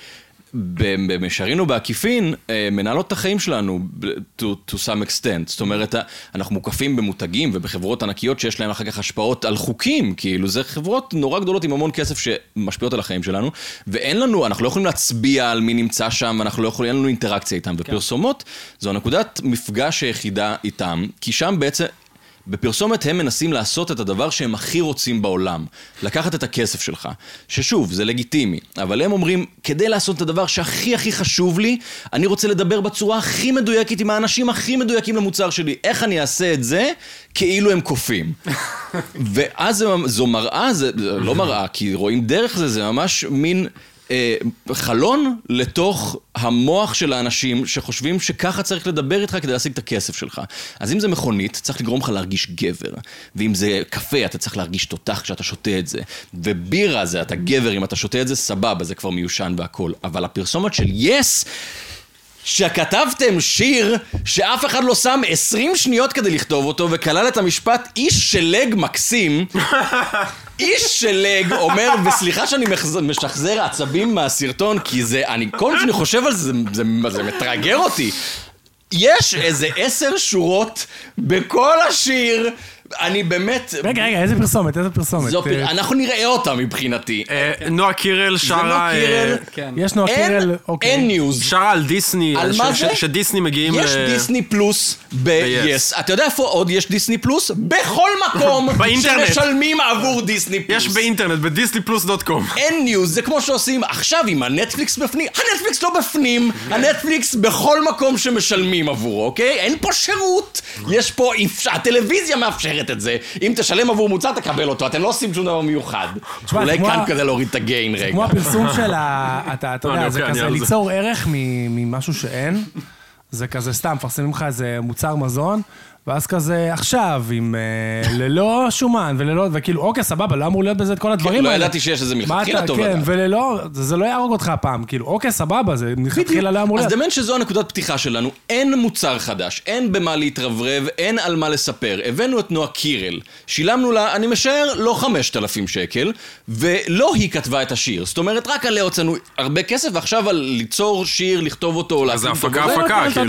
במישרין או בעקיפין, מנהלות את החיים שלנו to some extent. זאת אומרת, אנחנו מוקפים במותגים ובחברות ענקיות שיש להם אחר כך השפעות על חוקים, כאילו זה חברות נורא גדולות עם המון כסף שמשפיעות על החיים שלנו, ואין לנו, אנחנו לא יכולים להצביע על מי נמצא שם, אנחנו לא יכולים, אין לנו אינטראקציה איתם, ופרסומות זו הנקודת מפגש היחידה איתם, כי שם בעצם בפרסומת הם מנסים לעשות את הדבר שהם הכי רוצים בעולם, לקחת את הכסף שלך, ששוב, זה לגיטימי, אבל הם אומרים, כדי לעשות את הדבר שהכי הכי חשוב לי, אני רוצה לדבר בצורה הכי מדויקת עם האנשים הכי מדויקים למוצר שלי, איך אני אעשה את זה, כאילו הם קופים. ואז זו מראה, זה לא מראה, כי רואים דרך זה, זה ממש מין חלון לתוך המוח של האנשים שחושבים שככה צריך לדבר איתך כדי להשיג את הכסף שלך. אז אם זה מכונית, צריך לגרום לך להרגיש גבר. ואם זה קפה, אתה צריך להרגיש תותח כשאתה שותה את זה. ובירה זה, אתה גבר, אם אתה שותה את זה, סבבה, זה כבר מיושן והכל. אבל הפרסומת של יס, שכתבתם שיר שאף אחד לא שם 20 שניות כדי לכתוב אותו, וכלל את המשפט איש שלג מקסים, איש שלג אומר, וסליחה שאני משחזר עצבים מהסרטון, כי זה, כל מה שאני חושב על זה, זה מתרגר אותי. יש איזה 10 שורות בכל השיר, אני באמת... רגע, איזה פרסומת? אנחנו נראה אותה מבחינתי. נועה קירל שרה... יש נועה קירל, אוקיי. אין ניוז. שרה על דיסני, שדיסני מגיעים יש דיסני פלוס ב-yes. אתה יודע איפה עוד יש דיסני פלוס? בכל מקום שמשלמים עבור דיסני פלוס. יש באינטרנט, בדיסניפלוס.com. אין ניוז, זה כמו שעושים עכשיו עם הנטפליקס בפנים. הנטפליקס לא בפנים, הנטפליקס בכל מקום שמשלמים עבורו, אוקיי? אין פה שירות. יש פה... הטלוויזיה מאפשרת את זה. אם תשלם עבור מוצר, תקבל אותו. אתם לא עושים שום דבר מיוחד. אולי כאן כדי להוריד את הגיין רגע. כמו הפרסום של אתה יודע, זה כזה ליצור ערך ממשהו שאין. זה כזה סתם, פרסמים לך איזה מוצר מזון, ואז כזה, עכשיו, עם ללא שומן וללא, וכאילו, אוקיי, סבבה, לא אמור להיות בזה את כל הדברים האלה. לא ידעתי שיש איזה מלכתחילה טוב לדעת. כן, וללא, זה לא יהרוג אותך הפעם, כאילו, אוקיי, סבבה, זה מלכתחילה לא אמור להיות. אז דמיין שזו הנקודת פתיחה שלנו, אין מוצר חדש, אין במה להתרברב, אין על מה לספר. הבאנו את נועה קירל, שילמנו לה, אני משער, לא 5,000 שקל, ולא היא כתבה את השיר. זאת אומרת, רק עליה הוצאנו הרבה כסף, ועכשיו על ליצור שיר, לכתוב אותו, זה הפקה, כאילו,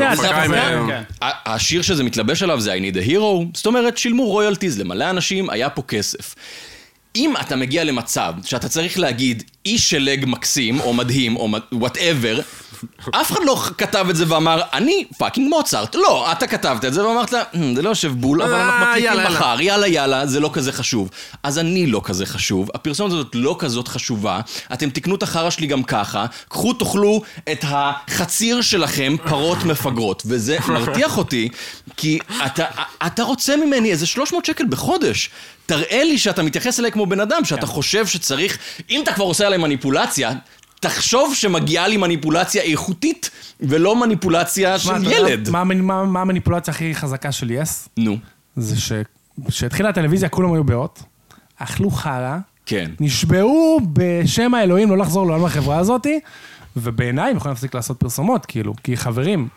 השיר שזה מתלבש עליו זה I need a hero, זאת אומרת, שילמו רויאלטיז למלא אנשים, היה פה כסף. אם אתה מגיע למצב שאתה צריך להגיד איש שלג מקסים, או מדהים, או whatever, אף אחד לא כתב את זה ואמר, אני פאקינג מוצרט. לא, אתה כתבת את זה ואמרת לה, זה לא יושב בול, אבל אנחנו מקליטים מחר, יאללה, זה לא כזה חשוב. אז אני לא כזה חשוב, הפרסומת הזאת לא כזאת חשובה, אתם תקנו את החרא שלי גם ככה, קחו תאכלו את החציר שלכם פרות מפגרות, וזה מרתיח אותי, כי אתה רוצה ממני איזה 300 שקל בחודש. תראה לי שאתה מתייחס אליי כמו בן אדם, שאתה חושב שצריך, אם אתה כבר עושה עליי מניפולציה, תחשוב שמגיעה לי מניפולציה איכותית, ולא מניפולציה של ילד. מה המניפולציה הכי חזקה של יס? נו. זה שהתחילה הטלוויזיה, כולם היו באות, אכלו חרה, כן. נשבעו בשם האלוהים לא לחזור לעולם החברה הזאת, ובעיניי הם יכולים להפסיק לעשות פרסומות, כאילו, כי חברים,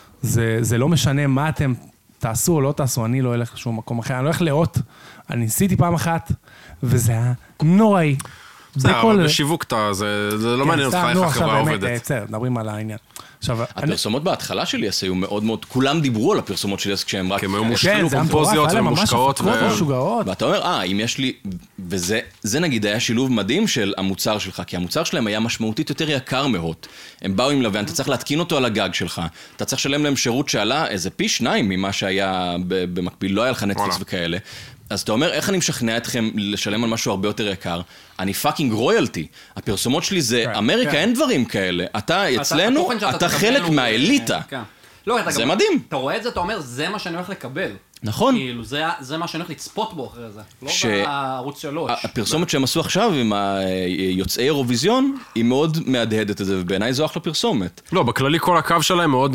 זה לא משנה מה אתם תעשו או לא תעשו, אני לא אלך לשום מקום אחר, אני לא הולך לאות, אני ניסיתי פעם אחת, וזה היה נוראי. אבל בשיווק זה לא מעניין אותך איך החברה עובדת. מדברים על העניין. הפרסומות בהתחלה של יס היו מאוד מאוד, כולם דיברו על הפרסומות של יס כשהם רק... כי הם היו קומפוזיות ומושקעות. ואתה אומר, אם יש לי... וזה נגיד היה שילוב מדהים של המוצר שלך, כי המוצר שלהם היה משמעותית יותר יקר מהוט. הם באו עם לוויין, אתה צריך להתקין אותו על הגג שלך, אתה צריך לשלם להם שירות שעלה איזה פי 2 ממה שהיה במקביל, לא היה לך נטפליקס וכאלה. אז אתה אומר, איך אני משכנע אתכם לשלם על משהו הרבה יותר יקר? אני פאקינג רויאלטי. הפרסומות שלי זה, אמריקה אין דברים כאלה. אתה אצלנו, אתה חלק מהאליטה. זה מדהים. אתה רואה את זה, אתה אומר, זה מה שאני הולך לקבל. נכון. כאילו, זה מה שאני הולך לצפות בו אחרי זה. לא בערוץ 3. הפרסומת שהם עשו עכשיו עם היוצאי אירוויזיון, היא מאוד מהדהדת את זה, ובעיניי זו אחלה פרסומת. לא, בכללי כל הקו שלהם מאוד...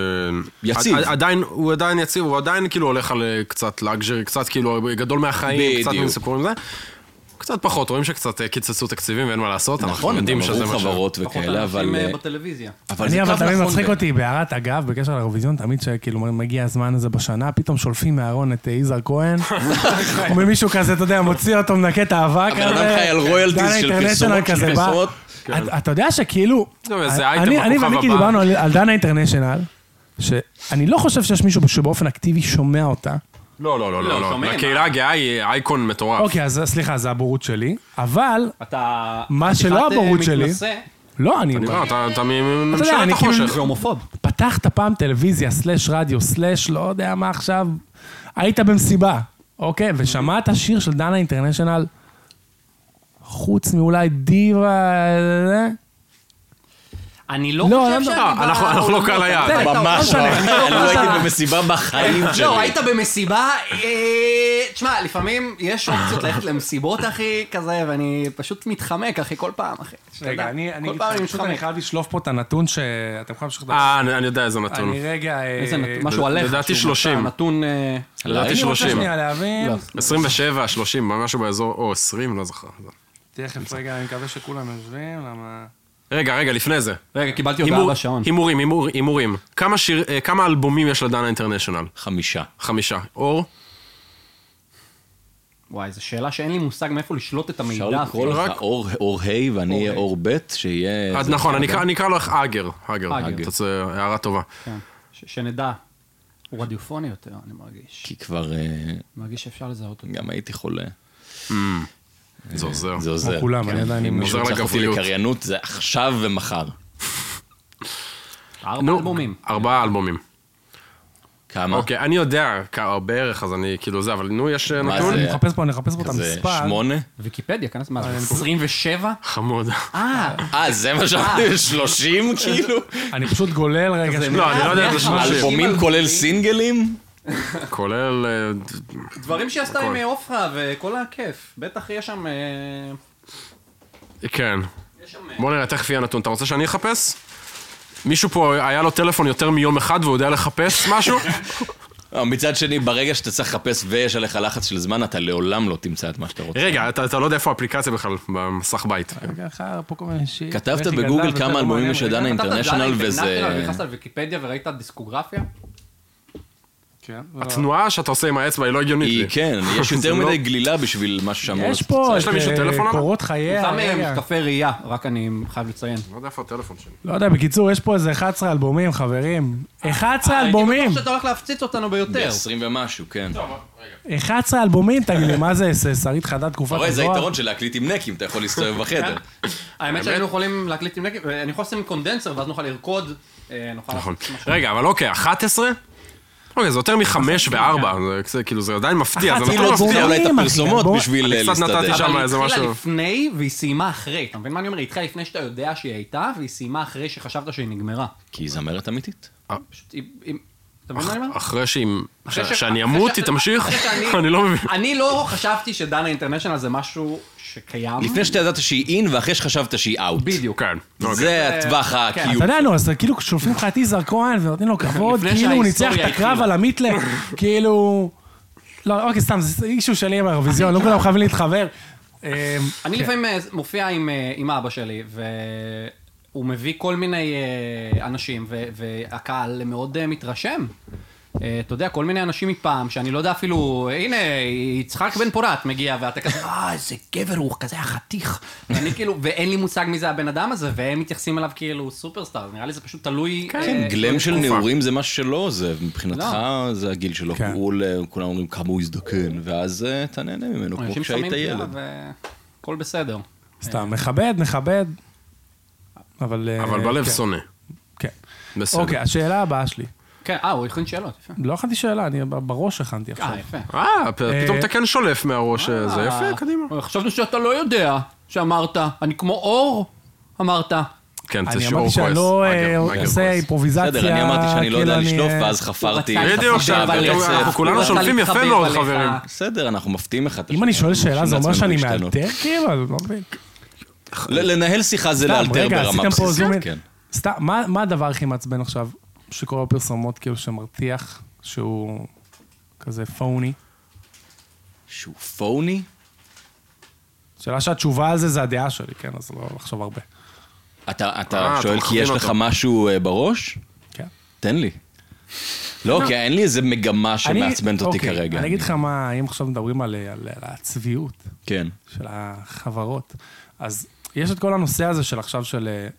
יציב. הוא עדיין יציב, הוא עדיין כאילו הולך על קצת לאגז'רי, קצת כאילו גדול מהחיים, קצת מסיפורים זה. קצת פחות, רואים שקצת קיצצו תקציבים ואין מה לעשות, אנחנו יודעים שזה מה חברות וכאלה, אבל... פחות אנשים בטלוויזיה. אני אבל תמיד מצחיק אותי, בהערת אגב, בקשר לאירוויזיון, תמיד שכאילו מגיע הזמן הזה בשנה, פתאום שולפים מהארון את יזהר כהן, ומישהו כזה, אתה יודע, מוציא אותו, מנקה את האבק, אבל אדם חי על רויאלטיז של פרסומות. אתה יודע שכאילו... אני ומיקי דיברנו על דנה אינטרנשיונל, שאני לא חושב שיש מישהו שבאופן אקטיבי שומע אותה. לא. הקהילה הגאה היא אייקון מטורף. אוקיי, אז סליחה, זה הבורות שלי, אבל מה שלא הבורות שלי... לא, אני... אתה מממשלה, אתה חושב. זה הומופוב. פתחת פעם טלוויזיה, סלש רדיו, סלש לא יודע מה עכשיו, היית במסיבה, אוקיי? ושמעת שיר של דנה אינטרנשיונל, חוץ מאולי דיבה... אני לא חושב אנחנו לא קל היד. ממש לא. אני לא הייתי במסיבה בחיים שלי. לא, היית במסיבה, תשמע, לפעמים יש אופציות ללכת למסיבות, אחי, כזה, ואני פשוט מתחמק, אחי, כל פעם, אחי. רגע, אני חייב לשלוף פה את הנתון שאתם יכולים לשכת... אני יודע איזה נתון. אני רגע... משהו עליך. לדעתי 30. נתון... לדעתי 30. אני רוצה שנייה להבין. 27, 30, משהו באזור, או 20, לא זוכר. תכף רגע, אני מקווה שכולם יושבים, למה... רגע, לפני זה. רגע, קיבלתי הודעה בשעון. הימורים. כמה אלבומים יש לדנה אינטרנשיונל? 5. אור? וואי, זו שאלה שאין לי מושג מאיפה לשלוט את המידע. אפשר לקרוא לך אור ה' ואני אהיה אור ב' שיהיה... נכון, אני אקרא לך אגר. זו הערה טובה. שנדע. הוא רדיופוני יותר, אני מרגיש. כי כבר... מרגיש שאפשר לזהות אותו. גם הייתי חולה. זה עוזר. זה עוזר. כולם, אני עדיין... אם מישהו צריך אותי לקריינות, זה עכשיו ומחר. 4 אלבומים. 4 אלבומים. כמה? אוקיי, אני יודע בערך, אז אני כאילו זה, אבל נו, יש נתון. אני מחפש פה את המספר. 8? ויקיפדיה, כנס מה, 27? חמוד. זה מה שאומרים, 30 כאילו? אני פשוט גולל רגע. לא, אני לא יודע את 30. אלבומים כולל סינגלים? כולל... דברים שעשתה עם אופרה וכל הכיף. בטח יש שם... כן. בוא נראה, תכף יהיה נתון. אתה רוצה שאני אחפש? מישהו פה היה לו טלפון יותר מיום אחד והוא יודע לחפש משהו? מצד שני, ברגע שאתה צריך לחפש ויש עליך לחץ של זמן, אתה לעולם לא תמצא את מה שאתה רוצה. רגע, אתה לא יודע איפה האפליקציה בכלל, במסך בית. כתבת בגוגל כמה אלבומים יש לדנה אינטרנשיונל וזה... נכנסת על ויקיפדיה וראית דיסקוגרפיה? התנועה שאתה עושה עם האצבע היא לא הגיונית לי. כן, יש יותר מדי גלילה בשביל משהו שאמור... יש פה קורות חיי... שם משקפי ראייה, רק אני חייב לציין. לא יודע איפה הטלפון שלי. לא יודע, בקיצור, יש פה איזה 11 אלבומים, חברים. 11 אלבומים! אני בטוח שאתה הולך להפציץ אותנו ביותר. ב-20 ומשהו, כן. 11 אלבומים, תגיד לי, מה זה, שרית חדה תקופת הזוהר? זה היתרון של להקליט עם נקים, אתה יכול להסתובב בחדר. האמת שהיינו יכולים להקליט עם נקים, אני יכול לשים קונדנסר, ואז נוכל לרקוד, רגע, אבל אוקיי, 11? אוקיי, זה יותר מ5 ו4, כאילו זה עדיין מפתיע, זה לא מפתיע, אולי את הפרסומות בשביל להסתדר. קצת נתתי שם איזה משהו. היא התחילה לפני והיא סיימה אחרי, אתה מבין מה אני אומר? היא התחילה לפני שאתה יודע שהיא הייתה, והיא סיימה אחרי שחשבת שהיא נגמרה. כי היא זמרת אמיתית. אתה מבין מה אני אומר? אחרי שאני אמות, היא תמשיך? אני לא מבין. אני לא חשבתי שדנה אינטרנשיונל זה משהו שקיים. לפני שאתה ידעת שהיא אין, ואחרי שחשבת שהיא אאוט. בדיוק. זה הטווח הקיום. אתה יודע, נו, אז כאילו שולפים לך את יזהר כהן ונותנים לו כבוד, כאילו הוא ניצח את הקרב על המיטלה, כאילו... לא, אוקיי, סתם, זה אישו שלי עם האירוויזיון, לא כולם חייבים להתחבר. אני לפעמים מופיע עם אבא שלי, והוא מביא כל מיני אנשים, והקהל מאוד מתרשם. אתה יודע, כל מיני אנשים מפעם, שאני לא יודע אפילו, הנה, יצחק בן פורת מגיע, ואתה כזה, איזה גבר הוא, כזה החתיך. ואני כאילו, ואין לי מוצג מי זה הבן אדם הזה, והם מתייחסים אליו כאילו סופרסטאר. נראה לי זה פשוט תלוי... כן, גלם של נעורים זה משהו שלא, זה מבחינתך, זה הגיל שלו. כולם אומרים כמה הוא יזדקן, ואז אתה נהנה ממנו, כמו כשהיית ילד. הכל בסדר. סתם, מכבד, אבל בלב שונא. כן. בסדר. אוקיי, השאלה הבאה שלי. כן, הוא הכין שאלות, יפה. לא הכנתי שאלה, אני בראש הכנתי עכשיו. יפה. פתאום אתה כן שולף מהראש, זה יפה, קדימה. חשבנו שאתה לא יודע, שאמרת, אני כמו אור, אמרת. כן, אני אמרתי שאני לא עושה אימפרוביזציה. בסדר, אני אמרתי שאני לא יודע לשלוף, ואז חפרתי. בדיוק, אנחנו כולנו שולפים יפה מאוד, חברים. בסדר, אנחנו מפתיעים אחד. אם אני שואל שאלה, זה אומר שאני מאלתר, כאילו, אני לא מבין. לנהל שיחה זה לאלתר ברמה בסיסית. סתם, מה הדבר הכי מעצבן עכשיו? שקורא פרסומות כאילו שמרתיח, שהוא כזה פוני. שהוא פוני? שאלה שהתשובה על זה הדעה שלי, כן, אז לא לחשוב הרבה. אתה שואל כי יש לך משהו בראש? כן. תן לי. לא, כי אין לי איזה מגמה שמעצבנת אותי כרגע. אני אגיד לך מה, אם עכשיו מדברים על הצביעות של החברות, אז יש את כל הנושא הזה של עכשיו,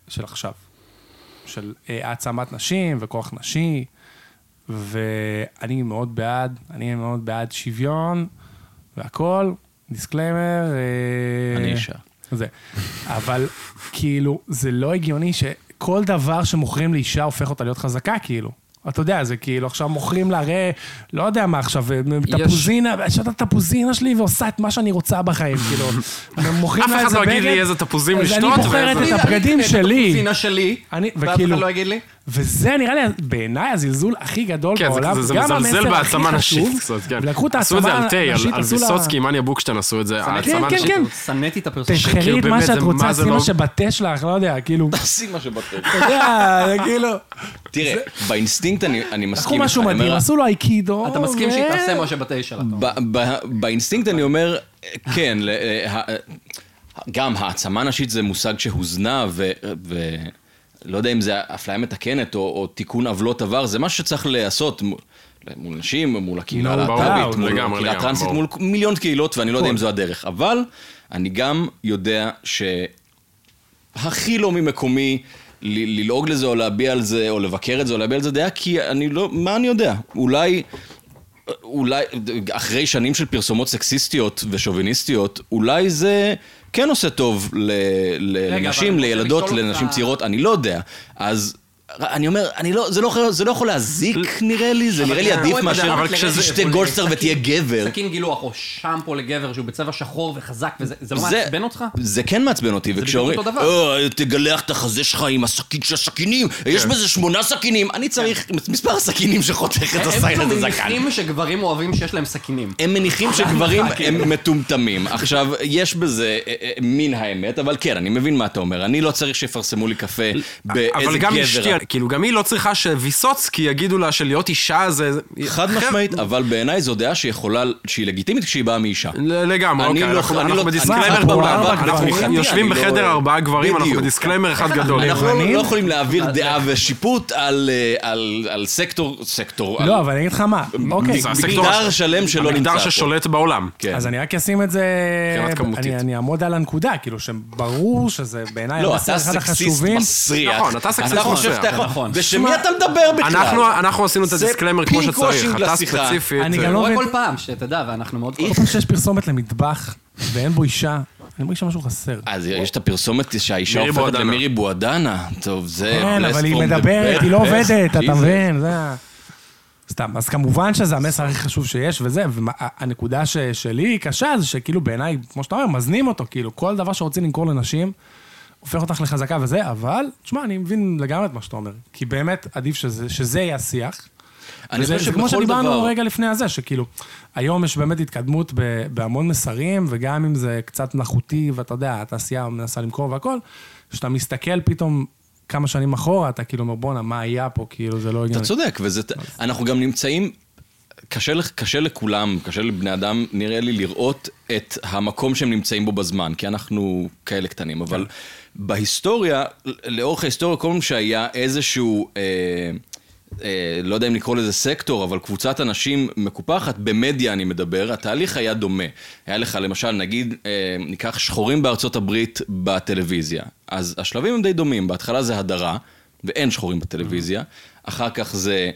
של העצמת נשים וכוח נשי, ואני מאוד בעד שוויון והכל, דיסקליימר. אני אישה. אבל כאילו, זה לא הגיוני שכל דבר שמוכרים לאישה הופך אותה להיות חזקה, כאילו. אתה יודע, זה כאילו עכשיו מוכרים לה, לא יודע מה עכשיו, תפוזינה, שאת התפוזינה שלי ועושה את מה שאני רוצה בחיים, כאילו. אף אחד לא יגיד לי איזה תפוזים לשתות. אז אני בוחרת את הבגדים שלי. התפוזינה שלי, ואף אחד לא יגיד לי. וזה נראה לי בעיניי הזלזול הכי גדול בעולם. כן, זה מזלזל בעצמה נשית קצת, כן. ולקחו את עשו את זה על תה, נשית, על ויסוצקי, מניה בוקשטיין עשו את זה, העצמה נשית. כן. סנתי את הפרסום. תבחרי את מה שאת רוצה, שים מה שבתה שלך, לא יודע, כאילו. תעשי מה שבתה. אתה יודע, כאילו. תראה, באינסטינקט אני מסכים. לקחו משהו מדהים, עשו לו אייקידו. אתה מסכים שהיא תעשה מה שבתה שלה. באינסטינקט אני אומר, כן, גם העצמה נשית זה מושג שהוזנה לא יודע אם זה אפליה מתקנת או תיקון עוולות עבר, זה משהו שצריך לעשות מול נשים, מול הקהילה הלהט"בית, מול הקהילה הטרנסית, מול מיליון קהילות, ואני לא יודע אם זו הדרך. אבל אני גם יודע שהכי לא ממקומי ללעוג לזה או להביע על זה, או לבקר את זה או להביע על זה דעה, כי אני לא, מה אני יודע? אולי אחרי שנים של פרסומות סקסיסטיות ושוביניסטיות, לא זה כן עושה טוב לנשים, לילדות, לנשים צעירות, אני לא יודע. אז אני אומר, זה לא יכול להזיק נראה לי, זה נראה לי עדיף מאשר שתי גולדסטר ותהיה גבר. סכין גילוח או שמפו לגבר שהוא בצבע שחור וחזק, וזה לא מעצבן אותך? זה כן מעצבן אותי, וכשאומרים, תגלח את החזה שלך עם הסכין של הסכינים, יש בזה 8 סכינים, אני צריך מספר הסכינים שחותך את הסיין הזה זקן. הם מניחים שגברים אוהבים שיש להם סכינים. הם מניחים שגברים הם מטומטמים. עכשיו, יש בזה מין האמת, אבל כן, אני מבין מה אתה אומר. אני לא צריך שיפרסמו לי קפה באיזה גבר כאילו גם היא לא צריכה שוויסוצקי יגידו לה שלהיות אישה זה... חד משמעית, אבל בעיניי זו דעה שהיא לגיטימית כשהיא באה מאישה. לגמרי, אוקיי, אנחנו בדיסקליימר כולם, אנחנו יושבים בחדר 4 גברים, אנחנו בדיסקליימר אחד גדול. אנחנו לא יכולים להעביר דעה ושיפוט על סקטור. לא, אבל אני אגיד לך מה, אוקיי. מגדר שלם שלא נמצא פה. המגדר ששולט בעולם. אז אני רק אשים את זה, אני אעמוד על הנקודה, כאילו שברור שזה בעיניי לא, אתה סקסיסט מסריח. נכון, אתה סקסיסט מסריח. ושמי אתה מדבר בכלל? אנחנו עשינו את הדיסקליימר כמו שצריך, אתה ספציפית. אני גם לא רואה כל פעם, שתדע, ואנחנו מאוד... כל פעם שיש פרסומת למטבח, ואין בו אישה, אין בו אישה משהו חסר. אז יש את הפרסומת שהאישה הופכת למירי בועדנה. טוב, זה... כן, אבל היא מדברת, היא לא עובדת, אתה מבין, זה... סתם, אז כמובן שזה המסר הכי חשוב שיש, וזה, והנקודה שלי היא קשה, זה שכאילו בעיניי, כמו שאתה אומר, מזנים אותו, כאילו, כל דבר שרוצים למכור לנשים, הופך אותך לחזקה וזה, אבל, תשמע, אני מבין לגמרי את מה שאתה אומר, כי באמת עדיף שזה יהיה השיח. זה כמו שדיברנו רגע לפני הזה, שכאילו, היום יש באמת התקדמות בהמון מסרים, וגם אם זה קצת מלאכותי, ואתה יודע, התעשייה מנסה למכור והכל, שאתה מסתכל פתאום כמה שנים אחורה, אתה כאילו אומר, בונה, מה היה פה, כאילו, זה לא הגיוני. אתה צודק, אנחנו גם נמצאים, קשה לכולם, קשה לבני אדם, נראה לי לראות את המקום שהם נמצאים בו בזמן, כי אנחנו כאלה קטנים, אבל בהיסטוריה, לאורך ההיסטוריה, כל פעם שהיה איזשהו, לא יודע אם לקרוא לזה סקטור, אבל קבוצת אנשים מקופחת, במדיה אני מדבר, התהליך היה דומה. היה לך למשל, נגיד, ניקח שחורים בארצות הברית בטלוויזיה. אז השלבים הם די דומים, בהתחלה זה הדרה, ואין שחורים בטלוויזיה, אחר כך זה...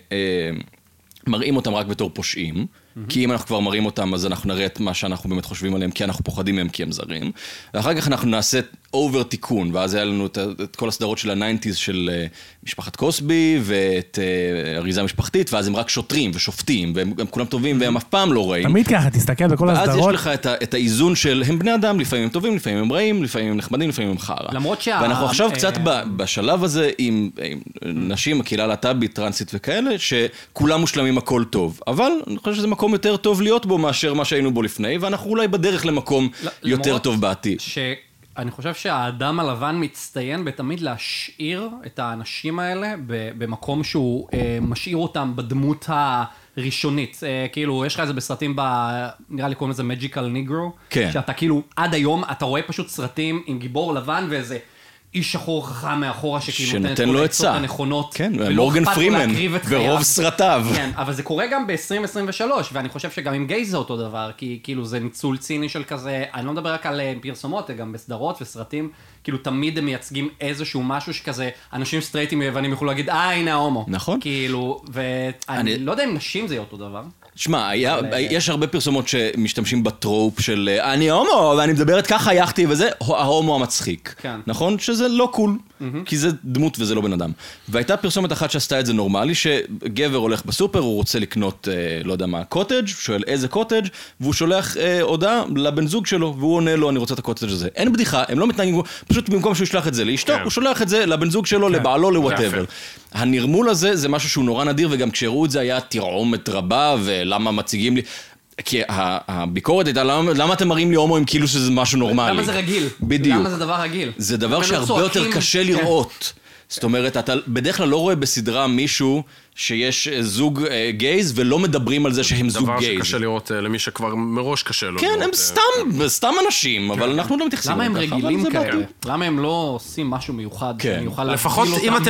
מראים אותם רק בתור פושעים, כי אם אנחנו כבר מראים אותם, אז אנחנו נראה את מה שאנחנו באמת חושבים עליהם, כי אנחנו פוחדים מהם, כי הם זרים. ואחר כך אנחנו נעשה אובר תיקון, ואז היה לנו את כל הסדרות של ה-90s של משפחת קוסבי, ואת אריזה משפחתית, ואז הם רק שוטרים ושופטים, והם כולם טובים, והם אף פעם לא רעים. תמיד ככה, תסתכל בכל הסדרות. ואז יש לך את האיזון של, הם בני אדם, לפעמים הם טובים, לפעמים הם רעים, לפעמים הם נחמדים, לפעמים הם חרא. למרות ואנחנו עכשיו קצת בשלב הזה, עם נשים, הקהילה הלהט"בית, טרנסית וכאלה, שכולם מושלמים הכל טוב. אבל אני חושב שזה מקום יותר טוב להיות בו מאשר מה שהיינו בו לפני, ואנחנו אולי בדרך למקום יותר טוב בעתיד. אני חושב שהאדם הלבן מצטיין בתמיד להשאיר את האנשים האלה במקום שהוא משאיר אותם בדמות הראשונית. כאילו, יש לך איזה בסרטים, נראה לי קוראים לזה Magical Negro, שאתה כאילו, עד היום, אתה רואה פשוט סרטים עם גיבור לבן ואיזה איש שחור חכם מאחורה שכאילו נותן לו עצה. הנכונות. כן, מורגן פרימן, ברוב סרטיו. כן, אבל זה קורה גם ב-2023, ואני חושב שגם עם גייז זה אותו דבר, כי כאילו זה ניצול ציני של כזה, אני לא מדבר רק על פרסומות, גם בסדרות וסרטים, כאילו תמיד הם מייצגים איזשהו משהו שכזה, אנשים סטרייטים ואני יכולו להגיד, הנה ההומו. נכון. כאילו, ואני לא יודע אם נשים זה אותו דבר. שמע, יש הרבה פרסומות שמשתמשים בטרופ של אני הומו, ואני מדברת ככה, יחתי וזה, ההומו המצחיק. נכון? שזה לא קול, כי זה דמות וזה לא בן אדם. והייתה פרסומת אחת שעשתה את זה נורמלי, שגבר הולך בסופר, הוא רוצה לקנות, לא יודע מה, קוטג', שואל איזה קוטג', והוא שולח הודעה לבן זוג שלו, והוא עונה לו, אני רוצה את הקוטג' הזה. אין בדיחה, הם לא מתנהגים, פשוט במקום שהוא ישלח את זה לאשתו, הוא שולח את זה לבן זוג שלו, לבעלו, לוואטאבר. הנרמול הזה זה משהו שהוא נורא נדיר, וגם כשהראו את זה היה תרעומת רבה, ולמה מציגים לי... כי הביקורת הייתה, למה אתם מראים לי הומואים כאילו שזה משהו נורמלי? למה זה רגיל? בדיוק. למה זה דבר רגיל? זה דבר שהרבה יותר קשה לראות. זאת אומרת, אתה בדרך כלל לא רואה בסדרה מישהו שיש זוג גייז, ולא מדברים על זה שהם זוג גייז. דבר שקשה לראות למי שכבר מראש קשה לו. כן, הם סתם אנשים, אבל אנחנו לא מתייחסים. למה הם רגילים כאלה? למה הם לא עושים משהו מיוחד? לפחות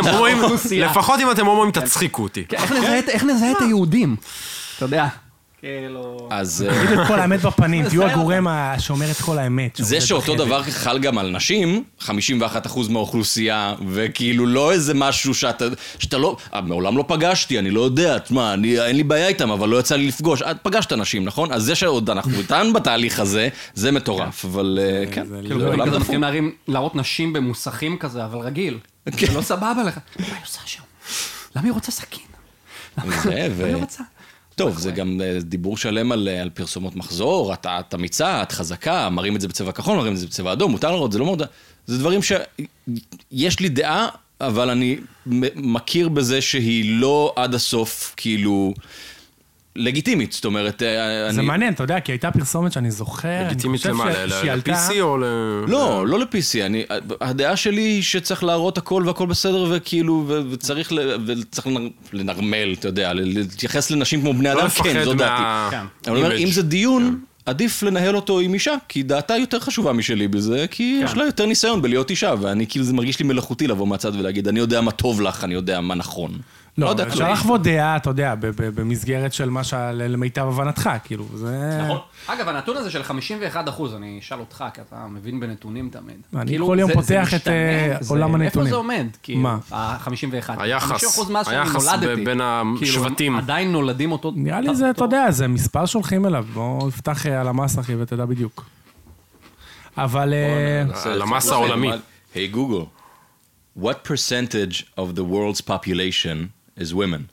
אם אתם הומואים, תצחיקו אותי. איך נזהה את היהודים? אתה יודע. כאילו... אז... תגיד את כל האמת בפנים, תהיו הגורם שאומר את כל האמת. זה שאותו דבר חל גם על נשים, 51% מהאוכלוסייה, וכאילו לא איזה משהו שאתה לא... מעולם לא פגשתי, אני לא יודע, תשמע, אין לי בעיה איתם, אבל לא יצא לי לפגוש. את פגשת אנשים, נכון? אז זה שעוד אנחנו איתן בתהליך הזה, זה מטורף, אבל כן. כאילו, כזה מתחילים להראות נשים במוסכים כזה, אבל רגיל. זה לא סבבה לך. מה היא עושה שם? למה היא רוצה סכין? למה היא רוצה? טוב, זה גם דיבור שלם על פרסומות מחזור, את אמיצה, את חזקה, מראים את זה בצבע כחול, מראים את זה בצבע אדום, מותר לראות, זה לא מאוד... זה דברים שיש לי דעה, אבל אני מכיר בזה שהיא לא עד הסוף, כאילו... לגיטימית, זאת אומרת... זה מעניין, אתה יודע, כי הייתה פרסומת שאני זוכר, לגיטימית למה? ל-PC או ל... לא ל-PC, הדעה שלי היא שצריך להראות הכל והכל בסדר, וכאילו, וצריך לנרמל, אתה יודע, להתייחס לנשים כמו בני אדם, כן, זו דעתי. אבל אומר, אם זה דיון, עדיף לנהל אותו עם אישה, כי דעתה יותר חשובה משלי בזה, כי יש לה יותר ניסיון בלהיות אישה, ואני כאילו, זה מרגיש לי מלאכותי לבוא מהצד ולהגיד, אני יודע מה טוב לך, אני יודע מה נכון. לא, אפשר לחוות דעה, אתה יודע, במסגרת של מה שלמיטב הבנתך, כאילו, זה... נכון. אגב, הנתון הזה של 51%, אני אשאל אותך, כי אתה מבין בנתונים תמיד. אני כל יום פותח את עולם הנתונים. איפה זה עומד? מה? ה-51. היחס 50% מאז שאני נולדתי. בין השבטים. עדיין נולדים אותו... נראה לי זה, אתה יודע, זה מספר שהולכים אליו. בוא נפתח על המס, אחי, ותדע בדיוק. אבל... על המס העולמי. היי גוגל, what percentage of the world's population is women?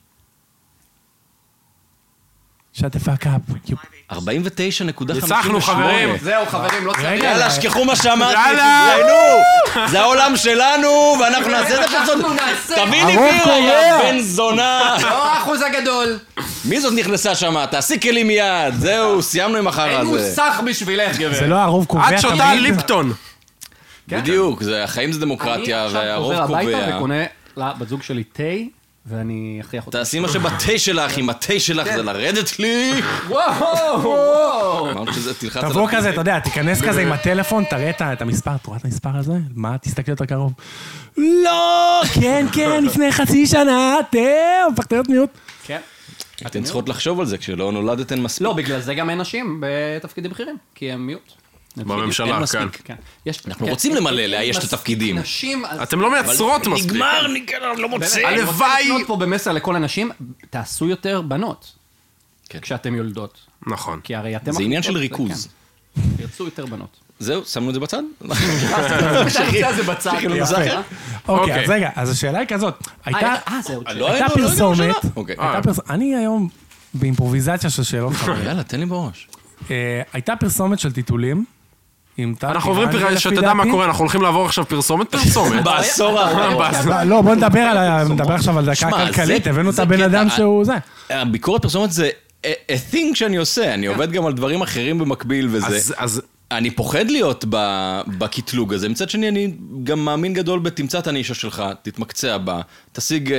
shut the fuck up. 49.58. ניצחנו חברים. זהו חברים, לא צריך. יאללה, שכחו מה שאמרתי. יאללה! זה העולם שלנו, ואנחנו נעשה את זה פרסות. תביא לי בירה, יא בן זונה. לא האחוז הגדול. מי זאת נכנסה שם? תעשי כלים מיד. זהו, סיימנו עם החרא אין הזה. מוסך בשבילך, גבר. זה לא הרוב קובע את שותה ליפטון. בדיוק, החיים זה דמוקרטיה, והרוב אני עכשיו חוזר קובע. הביתה וקונה לבת זוג שלי תה, ואני אכריח אותה. תעשי מה שבתה שלך, אם התה שלך זה לרדת לי. וואו! אמרת שזה תלחץ על... תבוא כזה, אתה יודע, תיכנס כזה עם הטלפון, תראה את המספר, תראה את המספר הזה? מה? תסתכל יותר קרוב. לא! כן, לפני חצי שנה, הפכת להיות מיעוט. כן. אתן צריכות לחשוב על זה, כשלא נולדתן מספיק. לא, בגלל זה גם אין נשים בתפקידים בכירים, כי הם מיעוט. בממשלה, כן. אנחנו רוצים למלא, לאייש את התפקידים. אתם לא מייצרות מספיק. נגמר, לא מוצא. אני רוצה לפנות פה במסר לכל הנשים, תעשו יותר בנות. כשאתם יולדות. נכון. כי הרי אתם... זה עניין של ריכוז. תרצו יותר בנות. זהו, שמנו את זה בצד? זה בצד. אוקיי, אז רגע, אז השאלה היא כזאת. הייתה פרסומת. אני היום באימפרוביזציה של שאלות חברים. יאללה, תן לי בראש. הייתה פרסומת של טיטולים. אנחנו עוברים פרסומת, שאתה יודע מה קורה, אנחנו הולכים לעבור עכשיו פרסומת. בעשור האחרון. לא, בוא נדבר עכשיו על דקה כלכלית, הבאנו את הבן אדם שהוא זה. הביקורת פרסומת זה a thing שאני עושה, אני עובד גם על דברים אחרים במקביל וזה. אני פוחד להיות בקטלוג הזה, מצד שני אני גם מאמין גדול בתמצא את הנישה שלך, תתמקצע בה, תשיג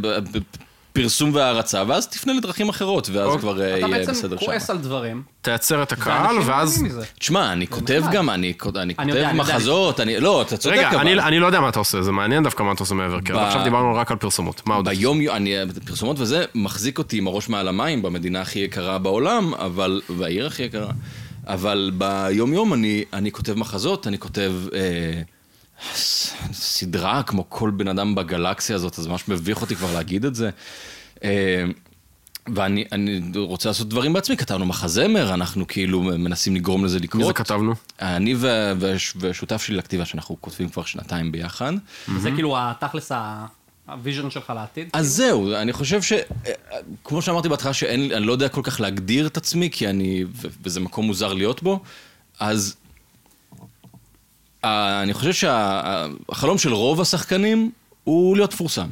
פרסום והערצה, ואז תפנה לדרכים אחרות, ואז כבר יהיה בסדר שם. אתה בעצם כועס על דברים. תייצר את הקהל, ואז... תשמע, אני כותב גם, אני כותב מחזות, לא, אתה צודק אבל. רגע, אני לא יודע מה אתה עושה, זה מעניין דווקא מה אתה עושה מעבר, כי עכשיו דיברנו רק על פרסומות. מה עוד? פרסומות וזה מחזיק אותי עם הראש מעל המים, במדינה הכי יקרה בעולם, והעיר הכי יקרה. אבל ביום אני כותב מחזות, אני כותב סדרה כמו כל בן אדם בגלקסיה הזאת, אז ממש מביך אותי כבר להגיד את זה. ואני רוצה לעשות דברים בעצמי, כתבנו מחזמר, אנחנו כאילו מנסים לגרום לזה לקרות. מי זה כתבנו? אני ושותף שלי לכתיבה, שאנחנו כותבים כבר 2 ביחד. זה כאילו התכלס הוויז'ן שלך לעתיד? אז זהו, אני חושב כמו שאמרתי בהתחלה, שאני לא יודע כל כך להגדיר את עצמי, כי וזה מקום מוזר להיות בו, אז אני חושב שהחלום של רוב השחקנים הוא להיות פורסם.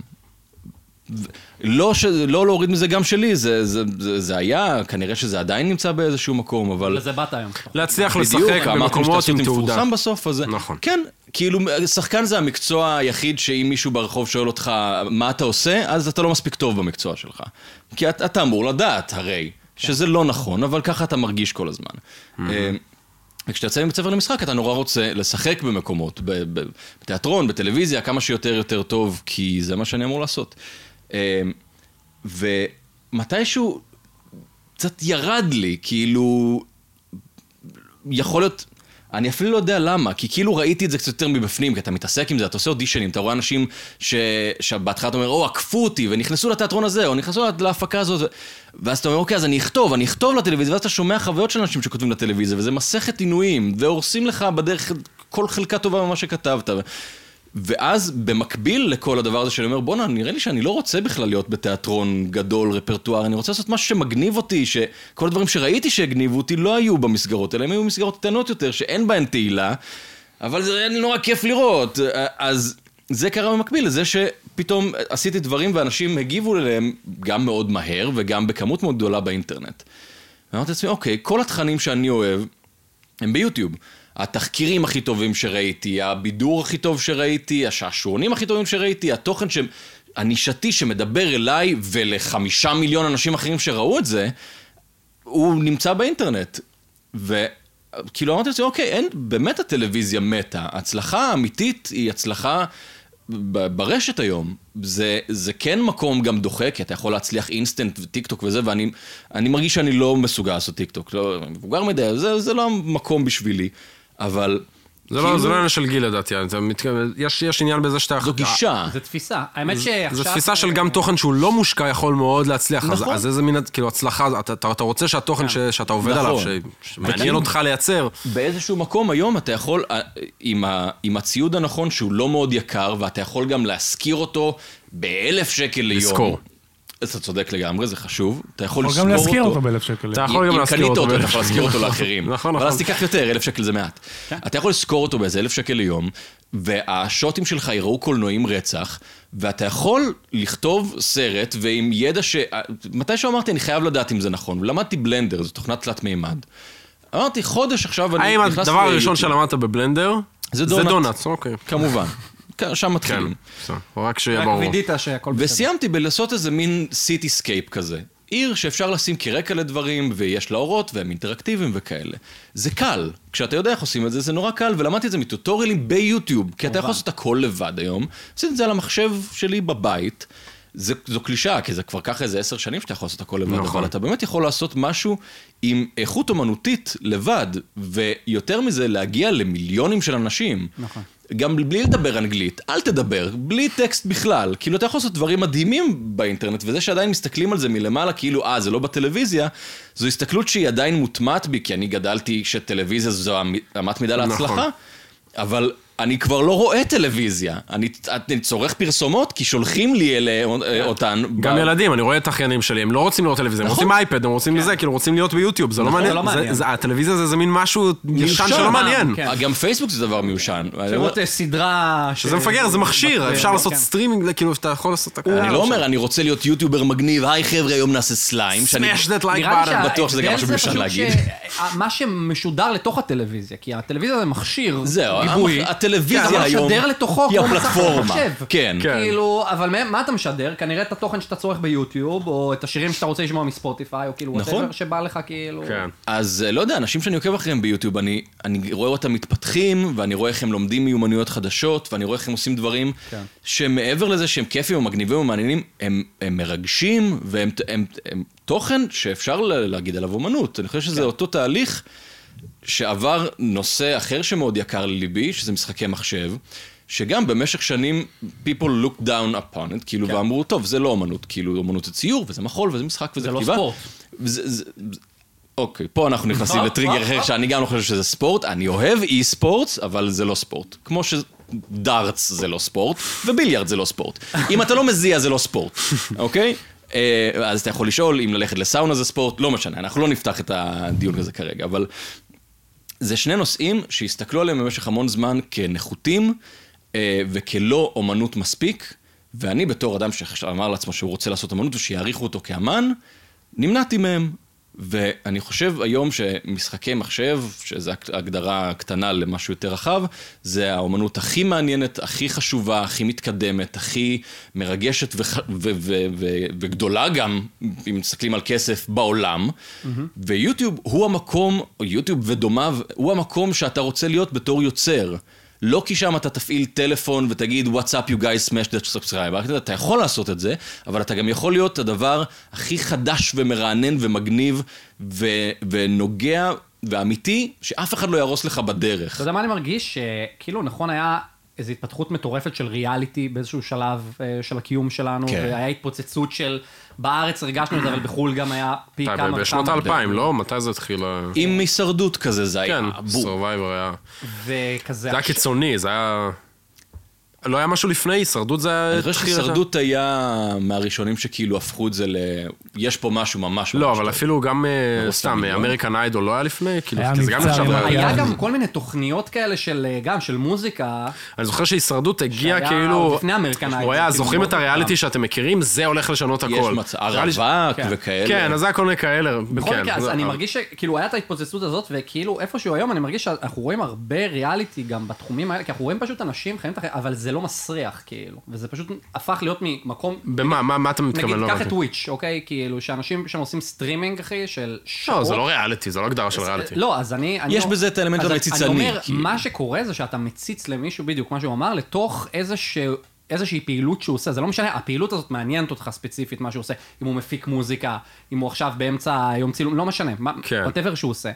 לא להוריד מזה גם שלי, זה היה, כנראה שזה עדיין נמצא באיזשהו מקום, אבל... לזה באת היום. להצליח לשחק במקומות עם תעודה. פורסם בסוף הזה. נכון. כן, כאילו, שחקן זה המקצוע היחיד שאם מישהו ברחוב שואל אותך מה אתה עושה, אז אתה לא מספיק טוב במקצוע שלך. כי אתה אמור לדעת, הרי, שזה לא נכון, אבל ככה אתה מרגיש כל הזמן. וכשאתה יוצא מבית ספר למשחק, אתה נורא רוצה לשחק במקומות, בתיאטרון, בטלוויזיה, כמה שיותר יותר טוב, כי זה מה שאני אמור לעשות. ומתישהו קצת ירד לי, כאילו, יכול להיות, אני אפילו לא יודע למה, כי כאילו ראיתי את זה קצת יותר מבפנים, כי אתה מתעסק עם זה, אתה עושה אודישנים, אתה רואה אנשים שבהתחלה אתה אומר, עקפו אותי, ונכנסו לתיאטרון הזה, או נכנסו להפקה הזאת, ואז אתה אומר, אוקיי, אז אני אכתוב לטלוויזיה, ואז אתה שומע חוויות של אנשים שכותבים לטלוויזיה, וזה מסכת עינויים, והורסים לך בדרך כל חלקה טובה ממה שכתבת. ואז במקביל לכל הדבר הזה שאני אומר, בוא'נה, נראה לי שאני לא רוצה בכלל להיות בתיאטרון גדול, רפרטואר, אני רוצה לעשות משהו שמגניב אותי, שכל הדברים שראיתי שהגניבו אותי לא היו במסגרות, אלא הם היו מסגרות קטנות יותר, שאין בהן תהילה, אבל זה נורא כיף לראות. אז זה קרה במקביל לזה פתאום עשיתי דברים ואנשים הגיבו אליהם גם מאוד מהר וגם בכמות מאוד גדולה באינטרנט. ואמרתי לעצמי, אוקיי, כל התכנים שאני אוהב הם ביוטיוב. התחקירים הכי טובים שראיתי, הבידור הכי טוב שראיתי, השעשועונים הכי טובים שראיתי, התוכן הנישתי שמדבר אליי ול5 מיליון אנשים אחרים שראו את זה, הוא נמצא באינטרנט. וכאילו אמרתי לעצמי, אוקיי, אין, באמת הטלוויזיה מתה. ההצלחה האמיתית היא הצלחה ברשת היום. זה כן מקום גם דוחה, כי אתה יכול להצליח אינסטנט וטיקטוק וזה, ואני מרגיש שאני לא מסוגל לעשות טיקטוק. לא, מבוגר מדי, זה לא מקום בשבילי, אבל... זה לא עניין של גיל לדעתי, יש עניין בזה שאתה... זו גישה. זה תפיסה. האמת שעכשיו... זו תפיסה של גם תוכן שהוא לא מושקע יכול מאוד להצליח. נכון. אז איזה מין, כאילו, הצלחה, אתה רוצה שהתוכן שאתה עובד עליו, שמעניין אותך לייצר. באיזשהו מקום היום אתה יכול, עם הציוד הנכון שהוא לא מאוד יקר, ואתה יכול גם להשכיר אותו ב1,000 שקל ליום. לזכור. אתה צודק לגמרי, זה חשוב. אתה יכול גם להשכיר אותו ב1,000 שקל. אתה יכול גם להשכיר אותו אתה יכול להשכיר אותו לאחרים. נכון. אבל אז תיקח יותר, 1,000 שקל זה מעט. אתה יכול לזכור אותו באיזה 1,000 שקל ליום, והשוטים שלך יראו קולנועים רצח, ואתה יכול לכתוב סרט, ועם ידע מתי שאמרתי, אני חייב לדעת אם זה נכון. ולמדתי בלנדר, זו תוכנת תלת מימד. אמרתי, חודש עכשיו אני נכנס... האם הדבר הראשון שלמדת בבלנדר? זה דונאטס, אוקיי. כמובן. שם מתחילים. רק שיהיה ברור. רק וידית שהכל בסדר. וסיימתי בלעשות איזה מין סיטי-סקייפ כזה. עיר שאפשר לשים כרקע לדברים, ויש לה אורות, והם אינטראקטיביים וכאלה. זה קל. כשאתה יודע איך עושים את זה, זה נורא קל, ולמדתי את זה מטוטוריאלים ביוטיוב, כי אתה יכול לעשות הכל לבד היום. עשיתי את זה על המחשב שלי בבית. זו קלישה, כי זה כבר ככה איזה 10 שנים שאתה יכול לעשות הכל לבד, אבל אתה באמת יכול לעשות משהו עם איכות אומנותית לבד, ויותר מזה להגיע למיליונים של אנשים. נכון. גם בלי לדבר אנגלית, אל תדבר, בלי טקסט בכלל. כאילו אתה יכול לעשות דברים מדהימים באינטרנט, וזה שעדיין מסתכלים על זה מלמעלה, כאילו, זה לא בטלוויזיה, זו הסתכלות שהיא עדיין מוטמעת בי, כי אני גדלתי שטלוויזיה זו אמת מידה להצלחה, אבל אני כבר לא רואה טלוויזיה. אני צורך פרסומות, כי שולחים לי אותן. גם ילדים, אני רואה את האחיינים שלי, הם לא רוצים לראות טלוויזיה, הם רוצים אייפד, הם רוצים לזה, כאילו רוצים להיות ביוטיוב, זה לא מעניין. הטלוויזיה זה מין משהו ישן שלא מעניין. גם פייסבוק זה דבר מיושן. לראות סדרה... שזה מפגר, זה מכשיר, אפשר לעשות סטרימינג, כאילו אתה יכול לעשות... אני לא אומר, אני רוצה להיות יוטיובר מגניב, היי חבר'ה, היום נעשה סליים. Smash that like button. בטוח שזה גם משהו מיושן להגיד. מה שמשודר לתוך הטלוויזיה, כי הטלוויזיה זה מכשיר, זהו, הטלוויזיה היום משדר לתוכו היא הפלטפורמה. כן. כאילו, אבל מה אתה משדר? כנראה את התוכן שאתה צורך ביוטיוב, או את השירים שאתה רוצה לשמוע מספוטיפיי, או כאילו, whatever שבא לך כאילו... אז לא יודע, אנשים שאני עוקב אחריהם ביוטיוב, אני רואה אותם מתפתחים, ואני רואה איך הם לומדים מיומנויות חדשות, ואני רואה איך הם עושים דברים שמעבר לזה שהם כיפים ומגניבים ומעניינים, הם מרגשים, והם תוכן שאפשר להגיד עליו אומנות. אני חושב שזה אותו תהליך שעבר נושא אחר שמאוד יקר לליבי, שזה משחקי מחשב, שגם במשך שנים people look down upon it, כאילו, ואמרו, טוב, זה לא אומנות, כאילו, אומנות זה ציור, וזה מחול, וזה משחק, וזה כתיבה. זה לא ספורט. אוקיי, פה אנחנו נכנסים לטריגר אחר, שאני גם לא חושב שזה ספורט, אני אוהב אי-ספורט, אבל זה לא ספורט. כמו שדארטס זה לא ספורט, וביליארד זה לא ספורט. אם אתה לא מזיע, זה לא ספורט, אוקיי? אז אתה יכול לשאול אם ללכת לסאונה זה ספורט, לא משנה, אנחנו לא נפתח את הדיון הזה כרגע, אבל זה שני נושאים שהסתכלו עליהם במשך המון זמן כנחותים וכלא אומנות מספיק, ואני בתור אדם שאמר לעצמו שהוא רוצה לעשות אומנות ושיעריכו אותו כאמן, נמנעתי מהם. ואני חושב היום שמשחקי מחשב, שזו הגדרה קטנה למשהו יותר רחב, זה האומנות הכי מעניינת, הכי חשובה, הכי מתקדמת, הכי מרגשת וגדולה גם, אם מסתכלים על כסף בעולם. ויוטיוב הוא המקום, או יוטיוב ודומיו, הוא המקום שאתה רוצה להיות בתור יוצר. לא כי שם אתה תפעיל טלפון ותגיד, what's up you guys, smash that subscribe. אתה יכול לעשות את זה, אבל אתה גם יכול להיות הדבר הכי חדש ומרענן ומגניב ונוגע ואמיתי, שאף אחד לא ירוס לך בדרך. אתה יודע מה אני מרגיש? שכאילו נכון היה איזו התפתחות מטורפת של ריאליטי באיזשהו שלב של הקיום שלנו, והיה התפוצצות של... בארץ הרגשנו את זה, אבל בחול גם היה פי כמה. בשנות 2000, לא? מתי זה התחיל? עם הישרדות כזה, זה היה... כן, סורווייבר היה... וכזה... זה היה קיצוני, זה היה... לא היה משהו לפני, הישרדות זה... אני חושב שהישרדות היה מהראשונים שכאילו הפכו את זה יש פה משהו ממש... לא, אבל אפילו גם, סתם, אמריקן איידול לא היה לפני, כאילו, זה גם עכשיו... היה גם כל מיני תוכניות כאלה גם של מוזיקה. אני זוכר שהישרדות הגיע כאילו... לפני אמריקן איידול. הוא היה, זוכרים את הריאליטי שאתם מכירים, זה הולך לשנות הכל. יש הרווק וכאלה. כן, אז זה הכל מיני כאלה. בכל מקרה, אז אני מרגיש שכאילו היה את ההתפוצצות הזאת, וכאילו איפשהו היום אני מרגיש שאנחנו רואים הרבה ריאליטי גם בתחומים האלה, כי אנחנו רואים פשוט אנשים חיים תחת, אבל זה לא מסריח, כאילו, וזה פשוט הפך להיות ממקום... במה? מה אתה מתכוון? נגיד, קח את וויץ', אוקיי? כאילו, שאנשים שם עושים סטרימינג, אחי, של שעות... לא, זה לא ריאליטי, זה לא הגדרה של ריאליטי. לא, אז אני... יש בזה את האלמנט המציצני. אני אומר, מה שקורה זה שאתה מציץ למישהו בדיוק, מה שהוא אמר, לתוך איזושהי פעילות שהוא עושה, זה לא משנה, הפעילות הזאת מעניינת אותך ספציפית, מה שהוא עושה, אם הוא מפיק מוזיקה, אם הוא עכשיו באמצע יום צילום, לא משנה, whatever שהוא עושה.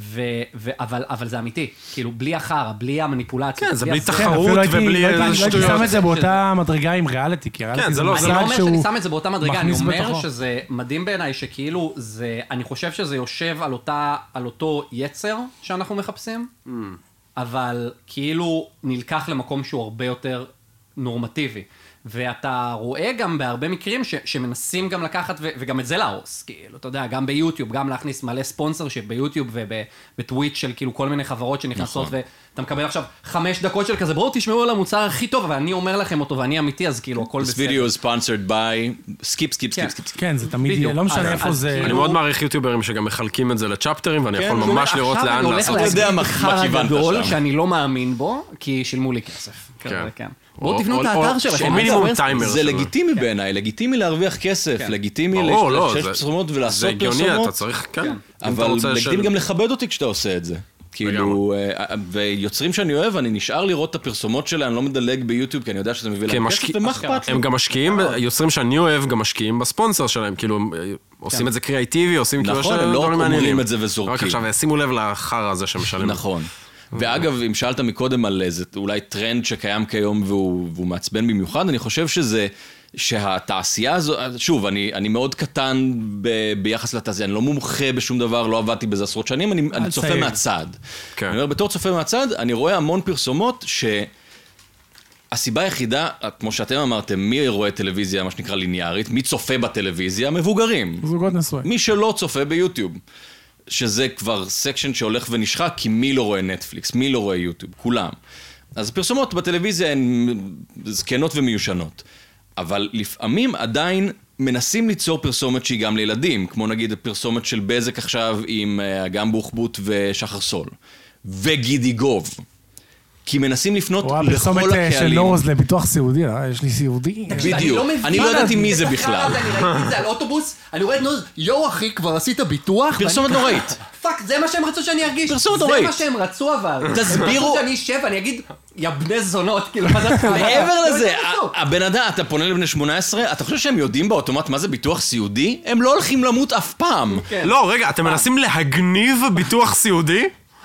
אבל זה אמיתי, כאילו, בלי החרא, בלי המניפולציה. כן, זה בלי תחרות ובלי שטויות. אני שם את זה באותה מדרגה עם ריאליטי, כי ריאליטי זה מושג שהוא... אני לא אומר שאני שם את זה באותה מדרגה, אני אומר שזה מדהים בעיניי, שכאילו, אני חושב שזה יושב על אותו יצר שאנחנו מחפשים, אבל כאילו נלקח למקום שהוא הרבה יותר נורמטיבי. ואתה רואה גם בהרבה מקרים שמנסים גם לקחת וגם את זה להרוס, כאילו, אתה יודע, גם ביוטיוב, גם להכניס מלא ספונסר שביוטיוב ובטוויץ' של כאילו כל מיני חברות שנכנסות, ואתה מקבל עכשיו 5 דקות של כזה, בואו תשמעו על המוצר הכי טוב, אבל אני אומר לכם אותו ואני אמיתי, אז כאילו הכל בסדר. This video is sponsored by, skip. כן, זה תמיד, לא משנה איפה זה... אני מאוד מעריך יוטיוברים שגם מחלקים את זה לצ'פטרים, ואני יכול ממש לראות לאן לעשות את זה. עכשיו אני הולך להגיד גדול שאני לא מאמין בו, כי שילמו לי כסף. כן. בואו תבנו את האתר שלכם. זה לגיטימי בעיניי, לגיטימי להרוויח כסף, לגיטימי לשש פרסומות ולעשות פרסומות, אבל לגיטימי גם לכבד אותי כשאתה עושה את זה. כאילו, ויוצרים שאני אוהב, אני נשאר לראות את הפרסומות שלה, אני לא מדלג ביוטיוב, כי אני יודע שזה מביא להם כסף, ומה אכפת לי? הם גם משקיעים, יוצרים שאני אוהב, גם משקיעים בספונסר שלהם, כאילו, עושים את זה קריאטיבי, עושים כאילו... נכון, הם לא אומרים את זה וזורקים. רק עכשיו, שימו לב לחרא הזה שמשלם. נכון. ואגב, אם שאלת מקודם על איזה אולי טרנד שקיים כיום והוא מעצבן במיוחד, אני חושב שהתעשייה הזו, שוב, אני מאוד קטן ביחס לתעשייה, אני לא מומחה בשום דבר, לא עבדתי בזה עשרות שנים, אני צופה מהצד. אני אומר, בתור צופה מהצד, אני רואה המון פרסומות שהסיבה היחידה, כמו שאתם אמרתם, מי רואה טלוויזיה, מה שנקרא ליניארית, מי צופה בטלוויזיה? מבוגרים. זוגות נשואים. מי שלא צופה ביוטיוב. שזה כבר סקשן שהולך ונשחק, כי מי לא רואה נטפליקס, מי לא רואה יוטיוב, כולם. אז פרסומות בטלוויזיה הן זקנות ומיושנות. אבל לפעמים עדיין מנסים ליצור פרסומת שהיא גם לילדים, כמו נגיד הפרסומת של בזק עכשיו עם גם בוחבוט ושחר סול. וגידי גוב. כי מנסים לפנות לכל הקהלים. פרסומת של נורוז לביטוח סיעודי, יש לי סיעודי. בדיוק. אני לא ידעתי מי זה בכלל. אני ראיתי את זה על אוטובוס, אני רואה את נורוז, יואו אחי, כבר עשית ביטוח? פרסומת נוראית. פאק, זה מה שהם רצו שאני ארגיש. פרסומת נוראית. זה מה שהם רצו אבל. תסבירו. הם רצו שאני אשב ואני אגיד, יא בני זונות, כאילו, מעבר לזה, הבן אדם, אתה פונה לבני 18, אתה חושב שהם יודעים באוטומט מה זה ביטוח סיעודי? הם לא הולכים למות אף פעם. לא, רגע, אתם מנסים להגניב ביטוח סיעודי?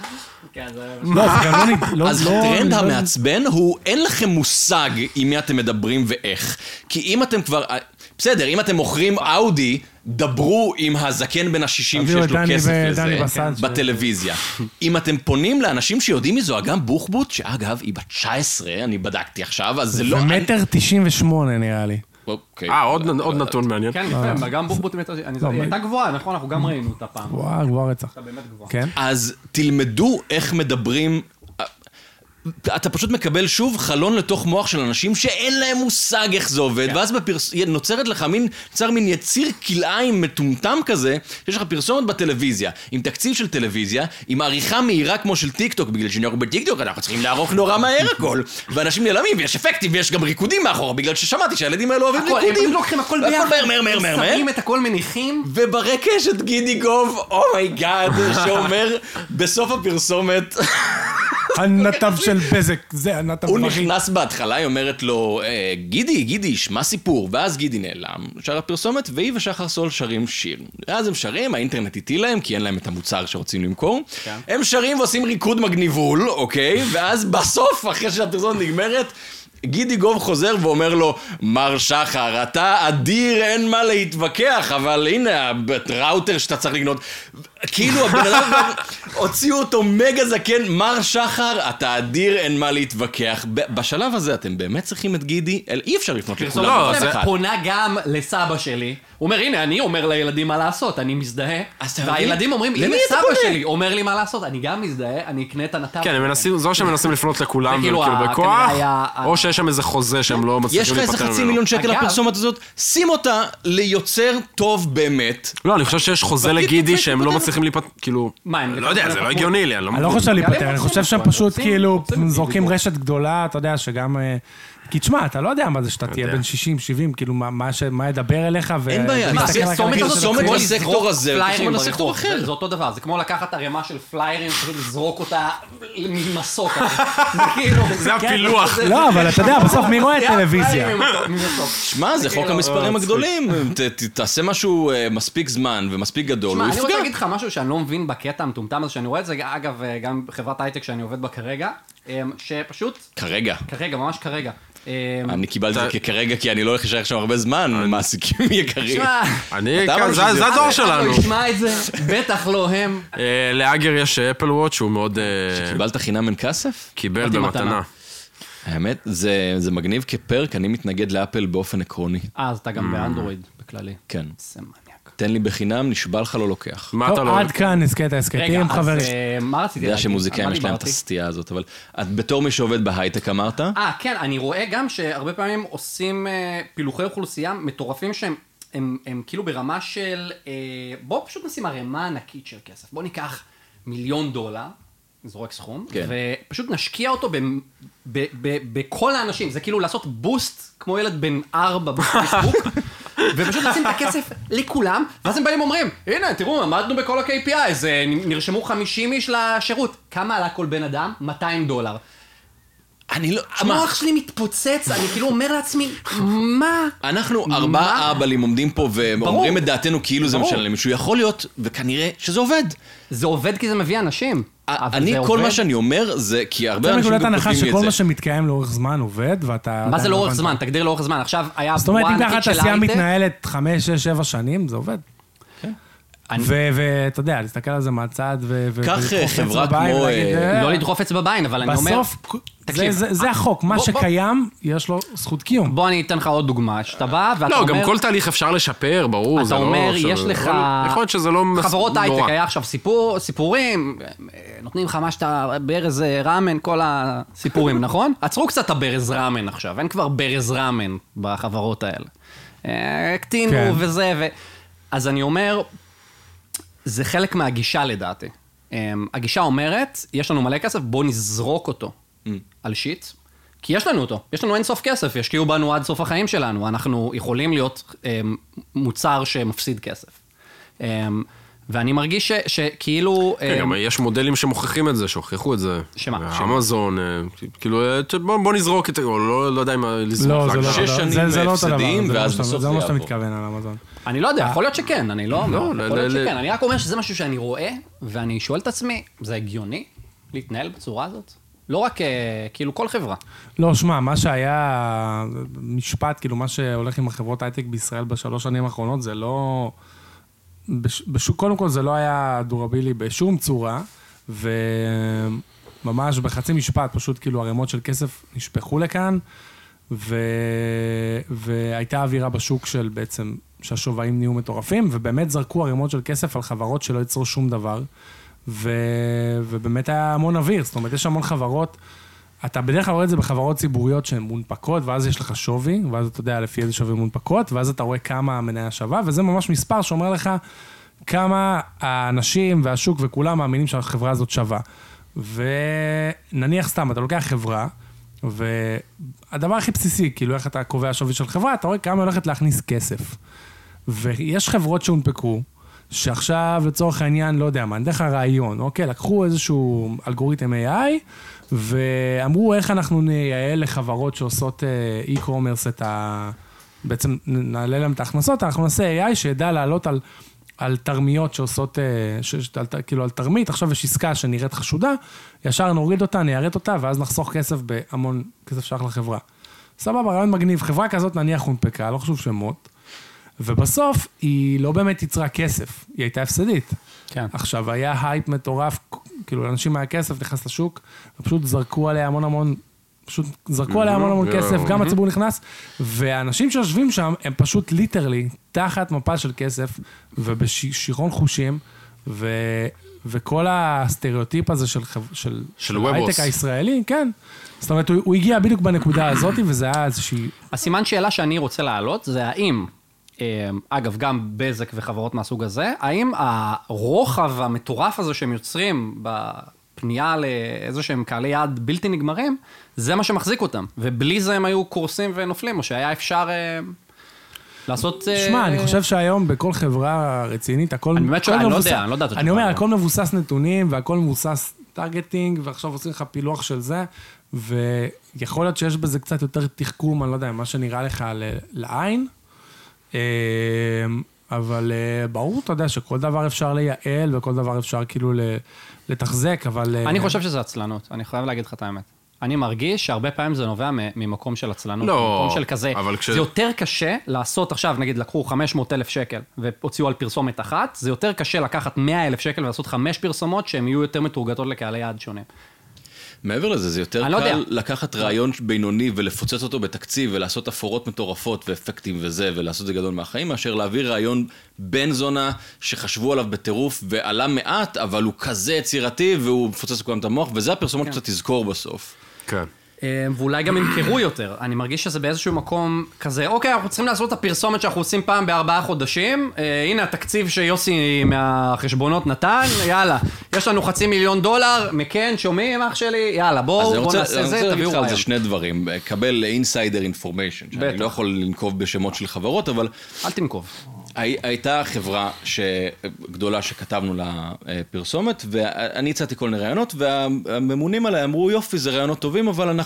אז הטרנד המעצבן הוא, אין לכם מושג עם מי אתם מדברים ואיך. כי אם אתם כבר, בסדר, אם אתם מוכרים אאודי, דברו עם הזקן בין ה-60 שיש לו כסף לזה, בטלוויזיה. אם אתם פונים לאנשים שיודעים מזו, גם בוחבוט, שאגב, היא בת 19, אני בדקתי עכשיו, אז זה לא... ומטר 98 נראה לי. עוד נתון מעניין. כן, יפה, גם בוחבוט היא הייתה גבוהה, נכון? אנחנו גם ראינו אותה פעם. גבוהה רצח. הייתה באמת גבוהה. אז תלמדו איך מדברים... אתה פשוט מקבל שוב חלון לתוך מוח של אנשים שאין להם מושג איך זה עובד, ואז נוצרת לך מין יציר כלאיים מטומטם כזה, שיש לך פרסומת בטלוויזיה, עם תקציב של טלוויזיה, עם עריכה מהירה כמו של טיקטוק, בגלל שאנחנו בטיקטוק אנחנו צריכים לערוך נורא מהר הכל, ואנשים נעלמים, ויש אפקטים, ויש גם ריקודים מאחור, בגלל ששמעתי שהילדים האלה אוהבים ריקודים. הם לוקחים הכל ביחד, שמים את הכל מניחים, וברקע יש את גידי גוב, אומייגאד, שאומר בסוף הפרסומת הנתב של בזק, זה הנתב. הוא נכנס בהתחלה, היא אומרת לו, גידי, מה סיפור? ואז גידי נעלם, שר הפרסומת, והיא ושחר סול שרים שיר. ואז הם שרים, האינטרנט איתי להם, כי אין להם את המוצר שרוצים למכור. הם שרים ועושים ריקוד מגניבול, אוקיי? ואז בסוף, אחרי שהפרסומת נגמרת, גידי גוב חוזר ואומר לו, מר שחר, אתה אדיר, אין מה להתווכח, אבל הנה, הראוטר שאתה צריך לקנות. כאילו הבן אדם הוציאו אותו מגה זקן, מר שחר, אתה אדיר, אין מה להתווכח. בשלב הזה אתם באמת צריכים את גידי, אי אפשר לפנות לכולם. זה פונה גם לסבא שלי, הוא אומר, הנה, אני אומר לילדים מה לעשות, אני מזדהה, והילדים אומרים, הנה סבא שלי אומר לי מה לעשות, אני גם מזדהה, אני אקנה את הנתב. כן, זו שהם מנסים לפנות לכולם, כאילו בכוח, או שיש שם איזה חוזה שהם לא מצליחים יש לך איזה $500,000 לפרסומת הזאת, שים אותה ליוצר טוב באמת. לא, אני חושב שיש חוזה לגידי שהם לא מצליחים להיפטר, כאילו, לא יודע, זה לא הגיוני לי, אני לא חושב להיפטר, אני חושב שהם פשוט כאילו זורקים רשת גדולה, אתה יודע, שגם... כי תשמע, אתה לא יודע מה זה שאתה תהיה בין 60, 70, כאילו מה ידבר אליך אין בעיה, פרסומת לסקטור הזה, פרסומת לסקטור אחר. זה אותו דבר, זה כמו לקחת ערימה של פליירים, פשוט לזרוק אותה ממסוק. זה הפילוח. לא, אבל אתה יודע, בסוף מי רואה טלוויזיה? שמע, זה חוק המספרים הגדולים, תעשה משהו מספיק זמן ומספיק גדול, הוא יפגע. אני רוצה להגיד לך משהו שאני לא מבין בקטע המטומטם הזה, שאני רואה את זה, אגב, גם בחברת הייטק שאני עובד בה כרגע, שפשוט... כרגע, ממש כרגע. אני קיבלתי את זה כרגע, כי אני לא הולך לשייך שם הרבה זמן, מעסיקים יקרים. זה הדור שלנו. נשמע את זה, בטח לא הם. לאגר יש אפל וואץ' שהוא מאוד... שקיבלת חינם אין כסף? קיבל במתנה. האמת, זה מגניב כפרק, אני מתנגד לאפל באופן עקרוני. אז אתה גם באנדרואיד בכללי. כן. תן לי בחינם, נשבע לך לא לוקח. עד כאן נזכה את ההסקטים, חברים. מה רציתי להגיד? יודע שמוזיקאים יש להם את הסטייה הזאת, אבל את בתור מי שעובד בהייטק אמרת? כן, אני רואה גם שהרבה פעמים עושים פילוחי אוכלוסייה מטורפים שהם כאילו ברמה של, בוא פשוט נשים ערימה ענקית של כסף. בוא ניקח $1,000,000, זורק סכום, ופשוט נשקיע אותו בכל האנשים. זה כאילו לעשות בוסט כמו ילד בן 4 בפייסבוק, ופשוט לשים את הכסף לכולם, ואז הם באים אומרים, הנה, תראו, עמדנו בכל ה-KPI, נרשמו 50 איש לשירות. כמה עלה כל בן אדם? $200. אני לא... המוח שלי מתפוצץ, אני כאילו אומר לעצמי, מה? אנחנו 4 אבלים עומדים פה ואומרים את דעתנו כאילו זה משנה למישהו. יכול להיות, וכנראה שזה עובד. זה עובד כי זה מביא אנשים. כל מה שאני אומר זה כי הרבה אנשים כותבים את זה. זה מנקודת הנחה שכל מה שמתקיים לאורך זמן עובד, ואתה... מה זה לאורך זמן? תגדיר לאורך זמן. עכשיו היה... זאת אומרת, אם ככה התעשייה מתנהלת 5, 6, 7 שנים, זה עובד. ואתה יודע, להסתכל על זה מהצד כך חברה כמו... לא לדחוף אצבע בעין, אבל אני אומר... בסוף, זה החוק, מה שקיים, יש לו זכות קיום. בוא אני אתן לך עוד דוגמה, שאתה בא ואתה אומר... לא, גם כל תהליך אפשר לשפר, ברור, אתה אומר, יש לך... יכול להיות שזה לא נורא. חברות הייטק, היה עכשיו סיפורים, נותנים לך מה שאתה ברז ראמן, כל הסיפורים, נכון? עצרו קצת הברז ראמן עכשיו, אין כבר ברז ראמן בחברות האלה. הקטינו וזה, אז אני אומר... זה חלק מהגישה לדעתי. הגישה אומרת, יש לנו מלא כסף, בוא נזרוק אותו על שיט, כי יש לנו אותו, יש לנו אין סוף כסף, ישקיעו בנו עד סוף החיים שלנו, אנחנו יכולים להיות מוצר שמפסיד כסף. ואני מרגיש שכאילו... גם יש מודלים שמוכיחים את זה, שהוכיחו את זה. שמה? אמזון, כאילו, בוא נזרוק את זה, או לא יודע אם לזרוק. לא, זה לא אותו דבר, זה לא שאתה יעבור. מתכוון על אמזון. אני לא יודע, יכול להיות שכן, אני לא... יכול להיות שכן, אני רק אומר שזה משהו שאני רואה, ואני שואל את עצמי, זה הגיוני להתנהל בצורה הזאת? לא רק, כאילו, כל חברה. לא, שמע, מה שהיה משפט, כאילו, מה שהולך עם החברות הייטק בישראל ב3 שנים האחרונות, זה לא... קודם כל זה לא היה דורבילי בשום צורה, וממש בחצי משפט, פשוט כאילו ערימות של כסף נשפכו לכאן, והייתה אווירה בשוק של בעצם, שהשווים נהיו מטורפים, ובאמת זרקו ערימות של כסף על חברות שלא יצרו שום דבר, ובאמת היה המון אוויר, זאת אומרת, יש המון חברות, אתה בדרך כלל רואה את זה בחברות ציבוריות שהן מונפקות, ואז יש לך שווי, ואז אתה יודע לפי איזה שווי מונפקות, ואז אתה רואה כמה המניה שווה, וזה ממש מספר שאומר לך כמה האנשים והשוק וכולם מאמינים שהחברה הזאת שווה. ונניח סתם, אתה לוקח חברה, והדבר הכי בסיסי, כאילו איך אתה קובע שווי של חברה, אתה רואה כמה הולכת להכניס כסף. ויש חברות שהונפקו, שעכשיו לצורך העניין, לא יודע מה, דרך הרעיון, אוקיי, לקחו איזשהו אלגוריתם AI, ואמרו איך אנחנו נייעל לחברות שעושות e-commerce בעצם נעלה להם את ההכנסות, אנחנו נעשה AI שידע לעלות על תרמיות שעושות, כאילו על תרמית, עכשיו יש עסקה שנראית חשודה, ישר נוריד אותה, ניירט אותה, ואז נחסוך כסף בהמון כסף שייך לחברה. סבבה, רעיון מגניב, חברה כזאת נניח הונפקה, לא חשוב שמות, ובסוף היא לא באמת יצרה כסף, היא הייתה הפסדית. כן. עכשיו, היה הייפ מטורף, כאילו, לאנשים היה כסף, נכנס לשוק, ופשוט זרקו עליה המון כסף, גם הציבור נכנס, והאנשים שיושבים שם, הם פשוט ליטרלי, תחת מפל של כסף, ובשירון חושים, וכל הסטריאוטיפ הזה של ההייטק הישראלי, כן. זאת אומרת, הוא הגיע בדיוק בנקודה הזאת, וזה היה איזושהי... הסימן שאלה שאני רוצה להעלות, זה האם, אגב, גם בזק וחברות מהסוג הזה, האם הרוחב המטורף הזה שהם יוצרים בפנייה לאיזה שהם קהלי יעד בלתי נגמרים, זה מה שמחזיק אותם. ובלי זה הם היו קורסים ונופלים, או שהיה אפשר לעשות... שמע, אני חושב שהיום בכל חברה רצינית, הכל... אני באמת שואל, אני לא יודע. אני אומר, הכל מבוסס נתונים, והכל מבוסס טרגטינג, ועכשיו עושים לך פילוח של זה, ויכול להיות שיש בזה קצת יותר תחכום, אני לא יודע, מה שנראה לך לעין, אבל ברור, אתה יודע, שכל דבר אפשר לייעל, וכל דבר אפשר כאילו לתחזק, אבל... אני חושב שזה עצלנות, אני חייב להגיד לך את האמת. אני מרגיש שהרבה פעמים זה נובע ממקום של עצלנות, ממקום של כזה. זה יותר קשה לעשות עכשיו, נגיד לקחו 500,000 שקל והוציאו על פרסומת אחת, זה יותר קשה לקחת 100,000 שקל ולעשות 5 פרסומות שהן יהיו יותר מתורגתות לקהלי יעד שונים. מעבר לזה, זה יותר קל לקחת רעיון בינוני ולפוצץ אותו בתקציב ולעשות אפורות מטורפות ואפקטים וזה, ולעשות זה גדול מהחיים, מאשר להעביר רעיון בן זונה שחשבו עליו בטירוף ועלה מעט, אבל הוא כזה יצירתי והוא מפוצץ לכולם את המוח, וזה הפרסומות שאתה תזכור בסוף. כן. ואולי גם ימכרו יותר. אני מרגיש שזה באיזשהו מקום כזה, אוקיי, אנחנו צריכים לעשות את הפרסומת שאנחנו עושים פעם ב4 חודשים, הנה התקציב שיוסי מהחשבונות נתן, יאללה, יש לנו $500,000, מכן, שומעים אח שלי, יאללה, בואו נעשה זה, תביאו רעיון. זה שני דברים, קבל insider information, שאני לא יכול לנקוב בשמות של חברות, אבל... אל תנקוב. הייתה חברה גדולה שכתבנו לה פרסומת, ואני הצעתי כל מיני רעיונות, והממונים עליי אמרו, יופי, זה רעיונות טובים, אבל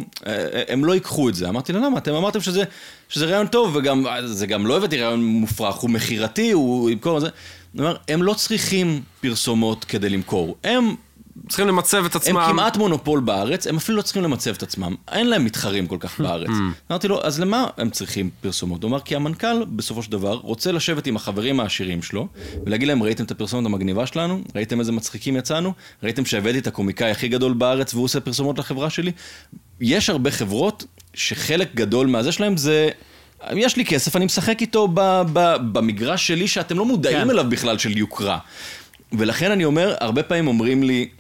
הם לא ייקחו את זה. אמרתי לה, למה? אתם אמרתם שזה רעיון טוב, וגם, זה גם לא הבאתי רעיון מופרך, הוא מחירתי, הוא ימכור את זה. הם לא צריכים פרסומות כדי למכור. הם צריכים למצב את עצמם. הם כמעט מונופול בארץ, הם אפילו לא צריכים למצב את עצמם. אין להם מתחרים כל כך בארץ. אמרתי לו, אז למה הם צריכים פרסומות? הוא אמר, כי המנכ"ל בסופו של דבר רוצה לשבת עם החברים העשירים שלו, ולהגיד להם, ראיתם את הפרסומת המגניבה שלנו? ראיתם איזה מצחיקים יצאנו? ראיתם שהבאתי את הקומיקאי הכי גדול בארץ והוא עושה פרסומות לחברה שלי? יש הרבה חברות שחלק גדול מהזה שלהם זה... יש לי כסף, אני משחק איתו במגרש שלי שאתם לא מודעים אליו בכלל של יוקרה. ולכן אני אומר, הרבה פעמים אומרים לי,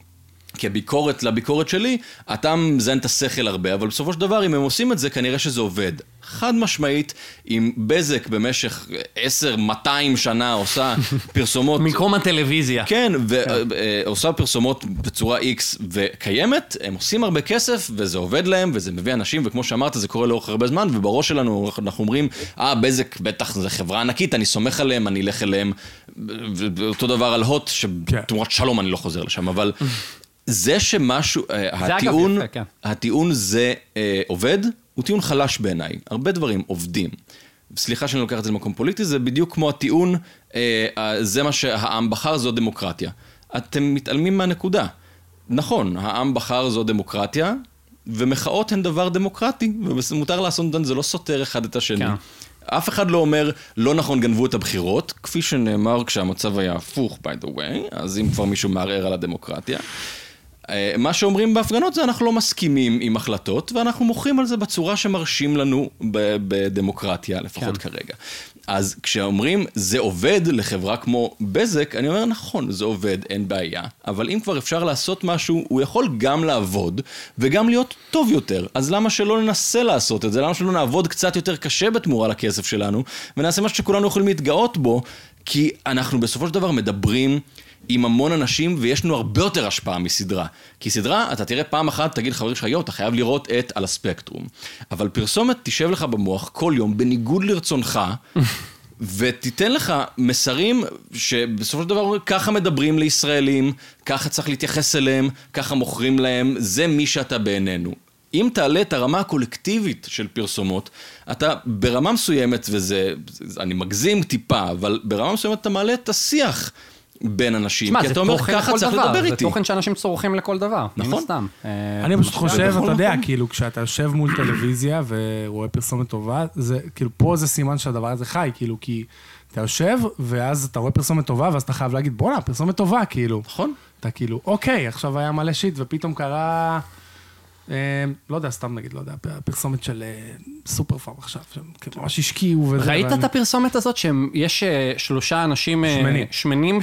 לביקורת שלי, אתה מזן את השכל הרבה, אבל בסופו של דבר, אם הם עושים את זה, כנראה שזה עובד. חד משמעית, אם בזק במשך 10-200 שנה עושה פרסומות... מקום הטלוויזיה. כן, ועושה פרסומות בצורה X וקיימת, הם עושים הרבה כסף, וזה עובד להם, וזה מביא אנשים, וכמו שאמרת, זה קורה לאורך הרבה זמן, ובראש שלנו אנחנו אומרים, בזק בטח זה חברה ענקית, אני סומך עליהם, אני אלך אליהם, ואותו דבר על הוט, שתמורת שלום אני לא חוזר לשם, אבל... זה שמשהו, הטיעון זה עובד, הוא טיעון חלש בעיניי. הרבה דברים עובדים. סליחה שאני לוקח את זה למקום פוליטי, זה בדיוק כמו הטיעון, זה מה שהעם בחר, זו דמוקרטיה. אתם מתעלמים מהנקודה. נכון, העם בחר זו דמוקרטיה, ומחאות הן דבר דמוקרטי, ומותר לעשות אותן, זה לא סותר אחד את השני. כן. אף אחד לא אומר, לא נכון, גנבו את הבחירות, כפי שנאמר כשהמצב היה הפוך, by the way, אז אם כבר מישהו מערער על הדמוקרטיה. מה שאומרים בהפגנות זה אנחנו לא מסכימים עם החלטות, ואנחנו מוכרים על זה בצורה שמרשים לנו בדמוקרטיה, לפחות כרגע. אז כשאומרים זה עובד לחברה כמו בזק, אני אומר נכון, זה עובד, אין בעיה, אבל אם כבר אפשר לעשות משהו, הוא יכול גם לעבוד וגם להיות טוב יותר. אז למה שלא ננסה לעשות את זה? למה שלא נעבוד קצת יותר קשה בתמורה לכסף שלנו, ונעשה משהו שכולנו יכולים להתגאות בו, כי אנחנו בסופו של דבר מדברים עם המון אנשים, ויש לנו הרבה יותר השפעה מסדרה. כי סדרה, אתה תראה פעם אחת, תגיד חברים שלך, אתה חייב לראות את על הספקטרום. אבל פרסומת תשב לך במוח כל יום, בניגוד לרצונך, ותיתן לך מסרים שבסופו של דבר ככה מדברים לישראלים, ככה צריך להתייחס אליהם, ככה מוכרים להם, זה מי שאתה בעינינו. אם תעלה את הרמה הקולקטיבית של פרסומות, אתה ברמה מסוימת, וזה, אני מגזים טיפה, אבל ברמה מסוימת אתה מעלה את השיח, בין אנשים, כי אתה אומר, ככה צריך לדבר איתי. זה תוכן שאנשים צורכים לכל דבר, נכון. סתם. אני פשוט חושב, אתה יודע, כאילו, כשאתה יושב מול טלוויזיה ורואה פרסומת טובה, כאילו, פה זה סימן שהדבר הזה חי, כאילו, כי אתה יושב, ואז אתה רואה פרסומת טובה, ואז אתה חייב להגיד, בוא'נה, פרסומת טובה, כאילו. נכון. אתה כאילו, אוקיי, עכשיו היה מלא שיט, ופתאום קרה, לא יודע, סתם נגיד, לא יודע, פרסומת של סופר פארם עכשיו, שממש השקיעו וזה. ראית את הפרסומת הזאת, שיש 3 אנשים שמנים,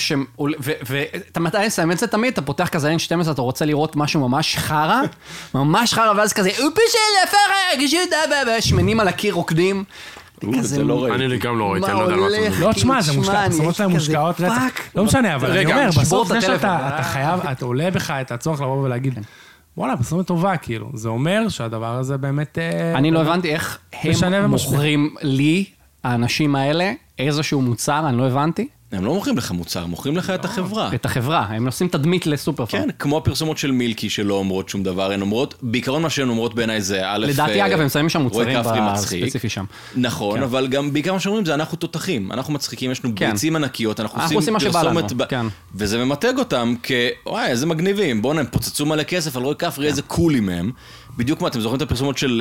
ואתה מתי מסיים את זה תמיד, אתה פותח כזה N12, אתה רוצה לראות משהו ממש חרה, ממש חרה, ואז כזה, אופשל לפרק, שמנים על הקיר רוקדים. זה לא ראיתי. אני גם לא ראיתי, אני לא יודע מה אתה אומר. לא, תשמע, זה מושקע, הפרסומות שלהם מושקעות רצח. לא משנה, אבל אני אומר, בסוף זה שאתה חייב, אתה עולה בך את הצורך לבוא ולהגיד, וואלה, פרסומת טובה, כאילו. זה אומר שהדבר הזה באמת... אני לא הבנתי איך הם מוכרים לי, האנשים האלה, איזשהו מוצר, אני לא הבנתי. הם לא מוכרים לך מוצר, הם מוכרים לך את החברה. את החברה, הם עושים תדמית לסופר פארם. כן, כמו הפרסומות של מילקי שלא אומרות שום דבר, הן אומרות, בעיקרון מה שהן אומרות בעיניי זה א', לדעתי אגב, הם שמים שם מוצרים בספציפי שם. נכון, אבל גם בעיקר מה שאומרים זה אנחנו תותחים, אנחנו מצחיקים, יש לנו ביצים ענקיות, אנחנו עושים מה שבא לנו, וזה ממתג אותם וואי, איזה מגניבים, בואו הם פוצצו מלא כסף, על רואי כף, ראה איזה קולים הם. בדיוק מה, אתם זוכרים את הפרסומות של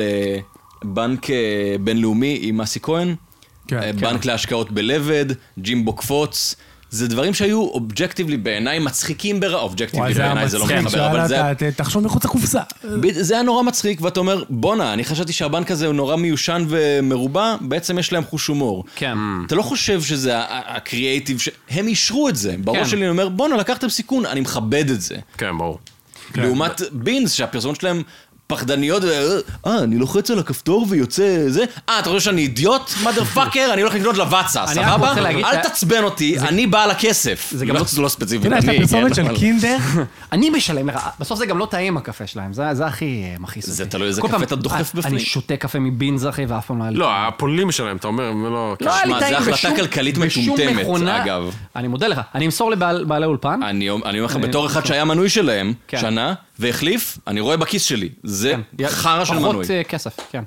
בנק בינלאומי עם מסי כהן? בנק להשקעות בלבד, ג'ימבו קפוץ, זה דברים שהיו אובג'קטיבלי בעיניי מצחיקים אובג'קטיבלי בעיניי זה לא מתחבר, אבל זה... תחשוב מחוץ לקופסה. זה היה נורא מצחיק, ואתה אומר, בונה, אני חשבתי שהבנק הזה הוא נורא מיושן ומרובע, בעצם יש להם חוש הומור. כן. אתה לא חושב שזה הקריאייטיב, הם אישרו את זה. בראש שלי אני אומר, בונה, לקחתם סיכון, אני מכבד את זה. כן, ברור. לעומת בינס, שהפרסומות שלהם... פחדניות, אני לוחץ על הכפתור ויוצא זה, אתה חושב שאני אידיוט? מotherfucker, אני הולך לקנות לבצה, סבבה? אל תצבן אותי, אני בעל הכסף. זה גם לא ספציפית. יש לה פרסומת של קינדר. אני משלם לך, בסוף זה גם לא טעים הקפה שלהם, זה הכי מכעיס אותי. זה תלוי איזה קפה אתה דוחף בפנים. אני שותה קפה מבינז אחי, ואף פעם לא היה לי. לא, הפולים שלהם, אתה אומר, לא... שמע, זה החלטה כלכלית מטומטמת, אגב. אני מודה לך, אני אמסור לבעלי אולפן. אני אומר לך, בתור אחד שהיה מנוי שלהם, שנה, והחליף, אני רואה בכיס שלי. זה חרה של מנוי. פחות כסף, כן.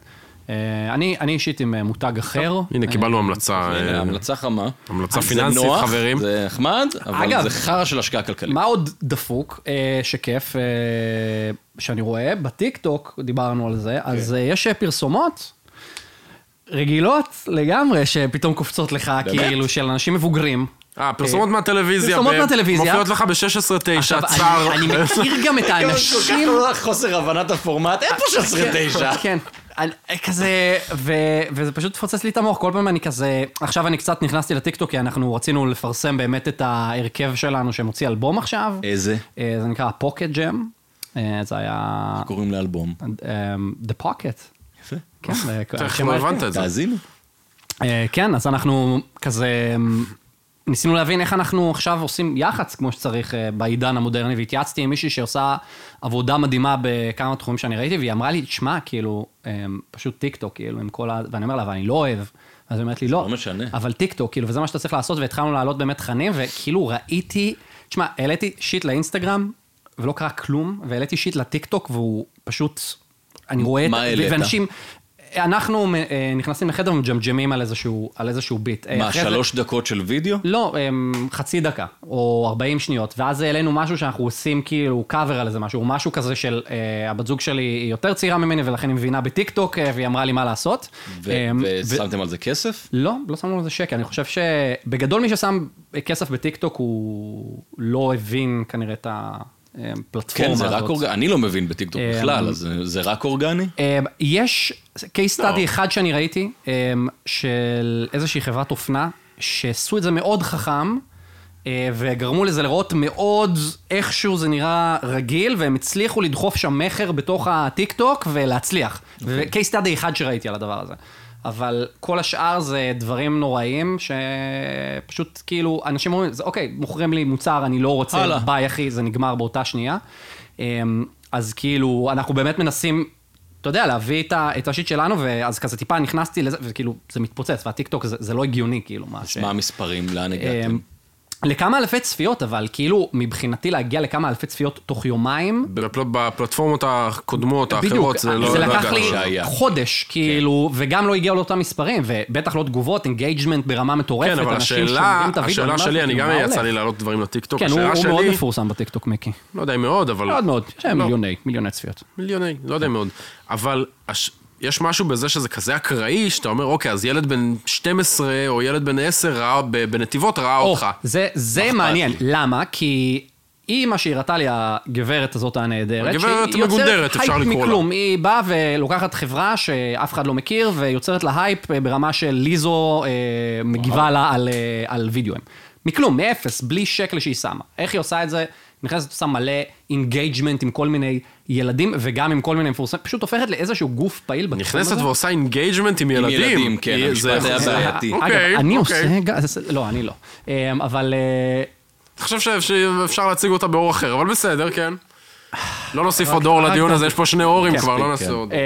אני אישית עם מותג אחר. הנה, קיבלנו המלצה. המלצה חמה. המלצה פיננסית, חברים. זה נחמד, אבל זה חרה של השקעה כלכלית. מה עוד דפוק, שכיף, שאני רואה, בטיק-טוק, דיברנו על זה, אז יש פרסומות רגילות לגמרי, שפתאום קופצות לך, כאילו, של אנשים מבוגרים. פרסומות מהטלוויזיה. פרסומות מהטלוויזיה. מופיעות לך ב-16-9, צר. אני מכיר גם את האנשים. כל כך חוסר הבנת הפורמט, אין פה 16-9. כן. כזה, וזה פשוט תפוצץ לי את המוח, כל פעם אני כזה, עכשיו אני קצת נכנסתי לטיקטוק, כי אנחנו רצינו לפרסם באמת את ההרכב שלנו שמוציא אלבום עכשיו. איזה? זה נקרא פוקט ג'ם. זה היה... קוראים לאלבום? The Pocket. יפה. כן. איך לא הבנת את זה? תאזינו. כן, אז אנחנו כזה... ניסינו להבין איך אנחנו עכשיו עושים יח"צ כמו שצריך בעידן המודרני, והתייעצתי עם מישהי שעושה עבודה מדהימה בכמה תחומים שאני ראיתי, והיא אמרה לי, תשמע, כאילו, פשוט טיקטוק, כאילו, עם כל ואני אומר לה, אבל אני לא אוהב. אז היא אומרת לי, לא, אבל טיקטוק, כאילו, וזה מה שאתה צריך לעשות, והתחלנו לעלות באמת תכנים, וכאילו ראיתי, תשמע, העליתי שיט לאינסטגרם, ולא קרה כלום, והעליתי שיט לטיקטוק, והוא פשוט, אני רואה, מה העלית? ואנשים... אנחנו נכנסים לחדר ומג'מג'מים על איזשהו ביט. מה, 3 דקות של וידאו? לא, חצי דקה, או 40 שניות, ואז העלינו משהו שאנחנו עושים כאילו קאבר על איזה משהו, משהו כזה של, הבת זוג שלי היא יותר צעירה ממני, ולכן היא מבינה בטיקטוק, והיא אמרה לי מה לעשות. ושמתם על זה כסף? לא, לא שמנו על זה שקל, אני חושב שבגדול מי ששם כסף בטיקטוק, הוא לא הבין כנראה את הפלטפורמה הזאת. כן, זה רק אורגני, אני לא מבין בטיקטוק בכלל, אז זה רק אורגני? יש case study אחד שאני ראיתי, של איזושהי חברת אופנה, שעשו את זה מאוד חכם, וגרמו לזה לראות מאוד איכשהו זה נראה רגיל, והם הצליחו לדחוף שם מחר בתוך הטיק-טוק ולהצליח. ו-case study אחד שראיתי על הדבר הזה. אבל כל השאר זה דברים נוראים, שפשוט כאילו, אנשים אומרים, אוקיי, מוכרים לי מוצר, אני לא רוצה, ביי אחי, זה נגמר באותה שנייה. אז כאילו, אנחנו באמת מנסים, אתה יודע, להביא את השיט שלנו, ואז כזה טיפה נכנסתי לזה, וכאילו, זה מתפוצץ, והטיקטוק זה לא הגיוני, כאילו. מה המספרים? לאן הגעתם? לכמה אלפי צפיות, אבל כאילו מבחינתי להגיע לכמה אלפי צפיות תוך יומיים. בפלטפורמות הקודמות, האחרות, זה לא... זה לקח לי חודש, כאילו, וגם לא הגיעו לאותם מספרים, ובטח לא תגובות, אינגייג'מנט ברמה מטורפת. כן, אבל השאלה שלי, אני גם יצא לי לעלות דברים לטיקטוק. כן, הוא מאוד מפורסם בטיקטוק, מיקי. לא יודע מאוד, אבל... מאוד מאוד, יש מיליוני צפיות. מיליוני, לא יודע מאוד. אבל... יש משהו בזה שזה כזה אקראי, שאתה אומר, אוקיי, אז ילד בן 12 או ילד בן 10 בנתיבות ראה אותך. זה מעניין. למה? כי אימא שהראתה לי הגברת הזאת הנהדרת, הגברת מגונדרת, אפשר לקרוא לה. מכלום. היא באה ולוקחת חברה שאף אחד לא מכיר, ויוצרת לה הייפ ברמה של ליזו מגיבה לה על וידאוים. מכלום, מאפס, בלי שקל שהיא שמה. איך היא עושה את זה? נכנסת עושה מלא אינגייג'מנט עם כל מיני ילדים, וגם עם כל מיני מפורסמים, פשוט הופכת לאיזשהו גוף פעיל בתחום הזה. נכנסת ועושה אינגייג'מנט עם ילדים. עם ילדים, כן, המשפט היה בעייתי. אגב, אני עושה... לא, אני לא. אבל... אני חושב שאפשר להציג אותה באור אחר, אבל בסדר, כן. לא נוסיף עוד אור לדיון הזה, יש פה שני אורים כבר, לא נעשה עוד.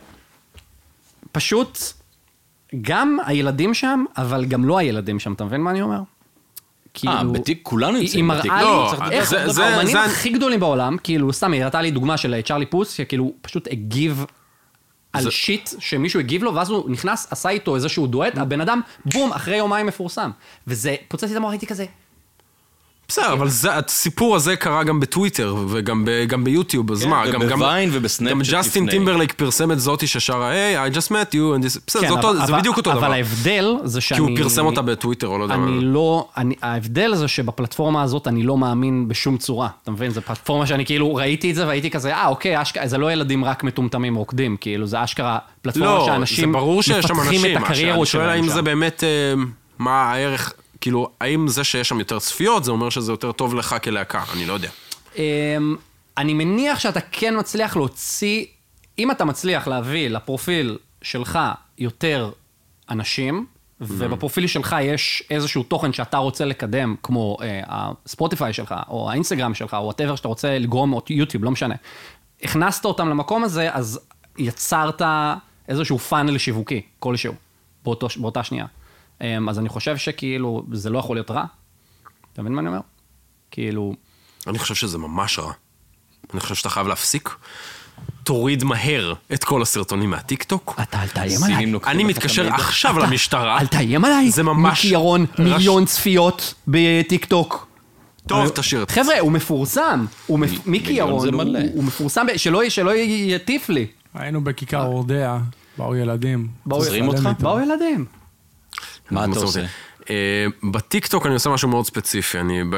פשוט, גם הילדים שם, אבל גם לא הילדים שם, אתה מבין מה אני אומר? בטיק כולנו נמצאים בטיק. היא מראה לי, איך האמנים הכי גדולים בעולם, כאילו, סתם, היא הראתה לי דוגמה של צ'רלי פוס, שכאילו פשוט הגיב על שיט שמישהו הגיב לו, ואז הוא נכנס, עשה איתו איזשהו דואט, הבן אדם, בום, אחרי יומיים מפורסם. וזה, פוצצתי את המוח, הייתי כזה... בסדר, אבל הסיפור הזה קרה גם בטוויטר, וגם ביוטיוב, אז מה, ובוויין ובסנאפצ'אט לפני. גם ג'סטין טימברלייק פרסם את זאתי ששרה, היי, I just met you, בסדר, זה בדיוק אותו דבר. אבל ההבדל זה שאני... כי הוא פרסם אותה בטוויטר, או לא יודע. אני לא... ההבדל זה שבפלטפורמה הזאת אני לא מאמין בשום צורה. אתה מבין? זו פלטפורמה שאני כאילו ראיתי את זה, והייתי כזה, אוקיי, זה לא ילדים רק מטומטמים רוקדים, כאילו, זה אשכרה פלטפורמה שאנשים מפתחים את הקריירות שלהם. האם זה באמת, מה הערך... כאילו, האם זה שיש שם יותר צפיות, זה אומר שזה יותר טוב לך כלהקה? אני לא יודע. אני מניח שאתה כן מצליח להוציא, אם אתה מצליח להביא לפרופיל שלך יותר אנשים, ובפרופיל שלך יש איזשהו תוכן שאתה רוצה לקדם, כמו הספוטיפיי שלך, או האינסטגרם שלך, או whatever שאתה רוצה לגרום, או יוטיוב, לא משנה. הכנסת אותם למקום הזה, אז יצרת איזשהו פאנל שיווקי, כלשהו, באותה שנייה. אז אני חושב שכאילו, זה לא יכול להיות רע. אתה מבין מה אני אומר? כאילו... אני חושב שזה ממש רע. אני חושב שאתה חייב להפסיק. תוריד מהר את כל הסרטונים מהטיקטוק. אתה אל תאיים עליי. אני מתקשר עכשיו למשטרה. אל תאיים עליי. זה ממש... מיקי ירון, מיליון צפיות בטיקטוק. טוב, תשאיר את זה. חבר'ה, הוא מפורסם. מיקי ירון, הוא מפורסם, שלא יטיף לי. היינו בכיכר אורדיה, באו ילדים. עוזרים אותך? באו ילדים. מה אתה עושה? בטיקטוק אני עושה משהו מאוד ספציפי,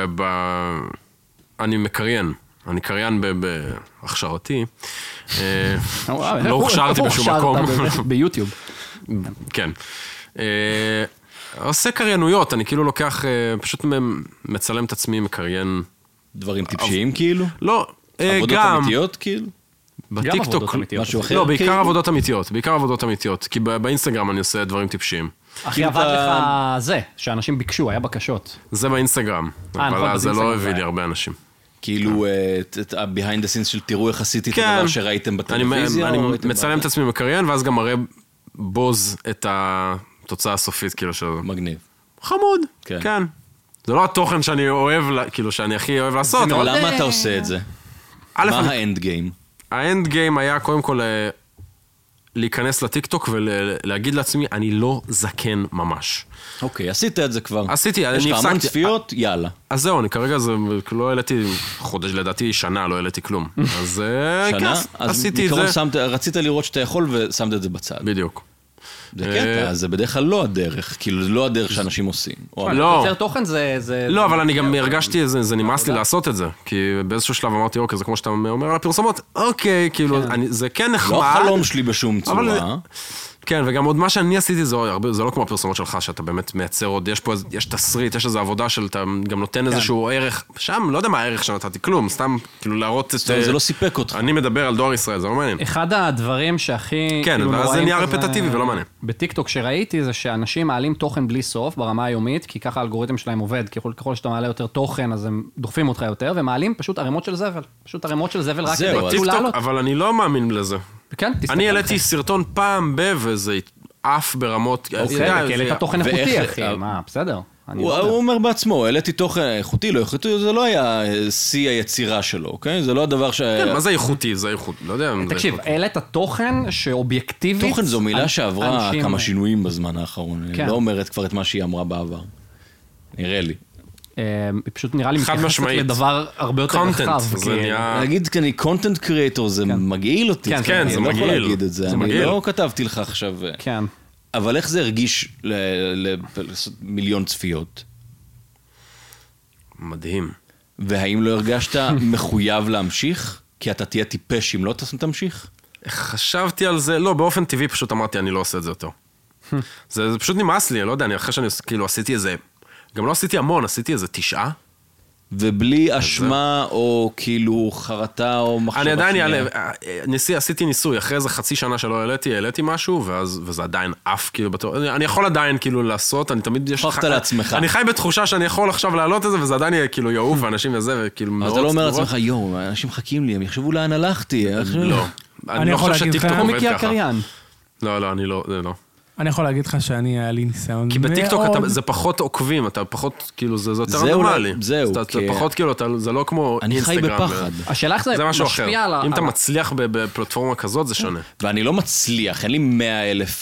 אני מקריין. אני קריין בהכשרתי. לא הוכשרתי בשום מקום. ביוטיוב. כן. עושה קריינויות, אני כאילו לוקח, פשוט מצלם את עצמי, מקריין. דברים טיפשיים כאילו? לא, גם. עבודות אמיתיות כאילו? בטיקטוק. משהו אחר? לא, בעיקר עבודות אמיתיות. בעיקר עבודות אמיתיות. כי באינסטגרם אני עושה דברים טיפשיים. אחי, עבד לך זה, שאנשים ביקשו, היה בקשות. זה באינסטגרם. אבל זה לא הביא לי הרבה אנשים. כאילו, behind the scenes של תראו איך עשיתי את הדבר שראיתם בטלוויזיה? אני מצלם את עצמי מקריין, ואז גם מראה בוז את התוצאה הסופית, כאילו של... מגניב. חמוד, כן. זה לא התוכן שאני אוהב, כאילו שאני הכי אוהב לעשות. למה אתה עושה את זה? מה האנד גיים? האנד גיים היה קודם כל להיכנס לטיקטוק ולהגיד לעצמי, אני לא זקן ממש. אוקיי, עשית את זה כבר. עשיתי, אני הפסקתי. יש לך המון צפיות, יאללה. אז זהו, אני כרגע לא העליתי חודש, לדעתי שנה, לא העליתי כלום. אז עשיתי את זה. אז מכרון רצית לראות שאתה יכול ושמת את זה בצד. בדיוק. זה קטע, זה בדרך כלל לא הדרך, כאילו זה לא הדרך שאנשים עושים. לא. יוצר תוכן זה... לא, אבל אני גם הרגשתי, זה נמאס לי לעשות את זה, כי באיזשהו שלב אמרתי, אוקיי, זה כמו שאתה אומר על הפרסומות, אוקיי, כאילו, זה כן נחמד. לא חלום שלי בשום צורה. כן, וגם עוד מה שאני עשיתי, זה לא כמו הפרסומות שלך, שאתה באמת מייצר עוד, יש תסריט, יש איזו עבודה שאתה גם נותן איזשהו ערך, שם, לא יודע מה הערך שנתתי, כלום, סתם, כאילו להראות את... זה לא סיפק אותך. אני מדבר על דואר ישראל, זה לא מעניין. אחד הדברים שהכי... כן, ואז זה נהיה רפטטיבי ולא מעניין. בטיקטוק שראיתי זה שאנשים מעלים תוכן בלי סוף ברמה היומית, כי ככה האלגוריתם שלהם עובד, ככל שאתה מעלה יותר תוכן, אז הם דוחפים אותך יותר, ומעלים פשוט ערימות של זבל. פשוט ערימות של זבל רק כדי כאילו לעלות. אבל אני לא מאמין לזה. אני העליתי סרטון פעם וזה עף ברמות... אוקיי, כי העלית תוכן איכותי, אחי, מה, בסדר. הוא אומר בעצמו, העליתי תוכן איכותי, לא איכותי, זה לא היה שיא היצירה שלו, אוקיי? זה לא הדבר כן, מה זה איכותי? זה איכותי, לא יודע. תקשיב, העלית תוכן שאובייקטיבית... תוכן זו מילה שעברה כמה שינויים בזמן האחרון, היא לא אומרת כבר את מה שהיא אמרה בעבר. נראה לי. פשוט נראה לי מתייחסת לדבר הרבה יותר רחב. להגיד כאן, קונטנט קריאטור, זה מגעיל אותי. כן, זה מגעיל. אני לא יכול להגיד את זה, אני לא כתבתי לך עכשיו. כן. אבל איך זה הרגיש לעשות מיליון צפיות? מדהים. והאם לא הרגשת מחויב להמשיך? כי אתה תהיה טיפש אם לא תמשיך? חשבתי על זה, לא, באופן טבעי פשוט אמרתי, אני לא עושה את זה יותר. זה פשוט נמאס לי, אני לא יודע, אחרי שאני כאילו עשיתי איזה, גם לא עשיתי המון, עשיתי איזה 9. ובלי אשמה או כאילו חרטה או מחשבה אני עדיין עשיתי ניסוי, אחרי איזה חצי שנה שלא העליתי משהו, וזה עדיין אף כאילו אני יכול עדיין כאילו לעשות, אני תמיד הוכחת לעצמך. אני חי בתחושה שאני יכול עכשיו להעלות את זה, וזה עדיין יהיה כאילו יעוף, ואנשים וזה, וכאילו מאוד סתורות. אז אתה לא אומר לעצמך, יואו, אנשים מחכים לי, הם יחשבו לאן הלכתי. לא. אני לא חושב שטיקטוק עובד ככה. לא, אני לא. אני יכול להגיד לך שאני היה לי ניסיון מאוד... כי בטיקטוק זה פחות עוקבים, אתה פחות, כאילו, זה יותר נורמלי. זהו. אתה פחות, כאילו, זה לא כמו אינסטגרם. אני חי בפחד. השאלה איך זה משפיע על... אם אתה מצליח בפלטפורמה כזאת, זה שונה. ואני לא מצליח, אין לי 100,000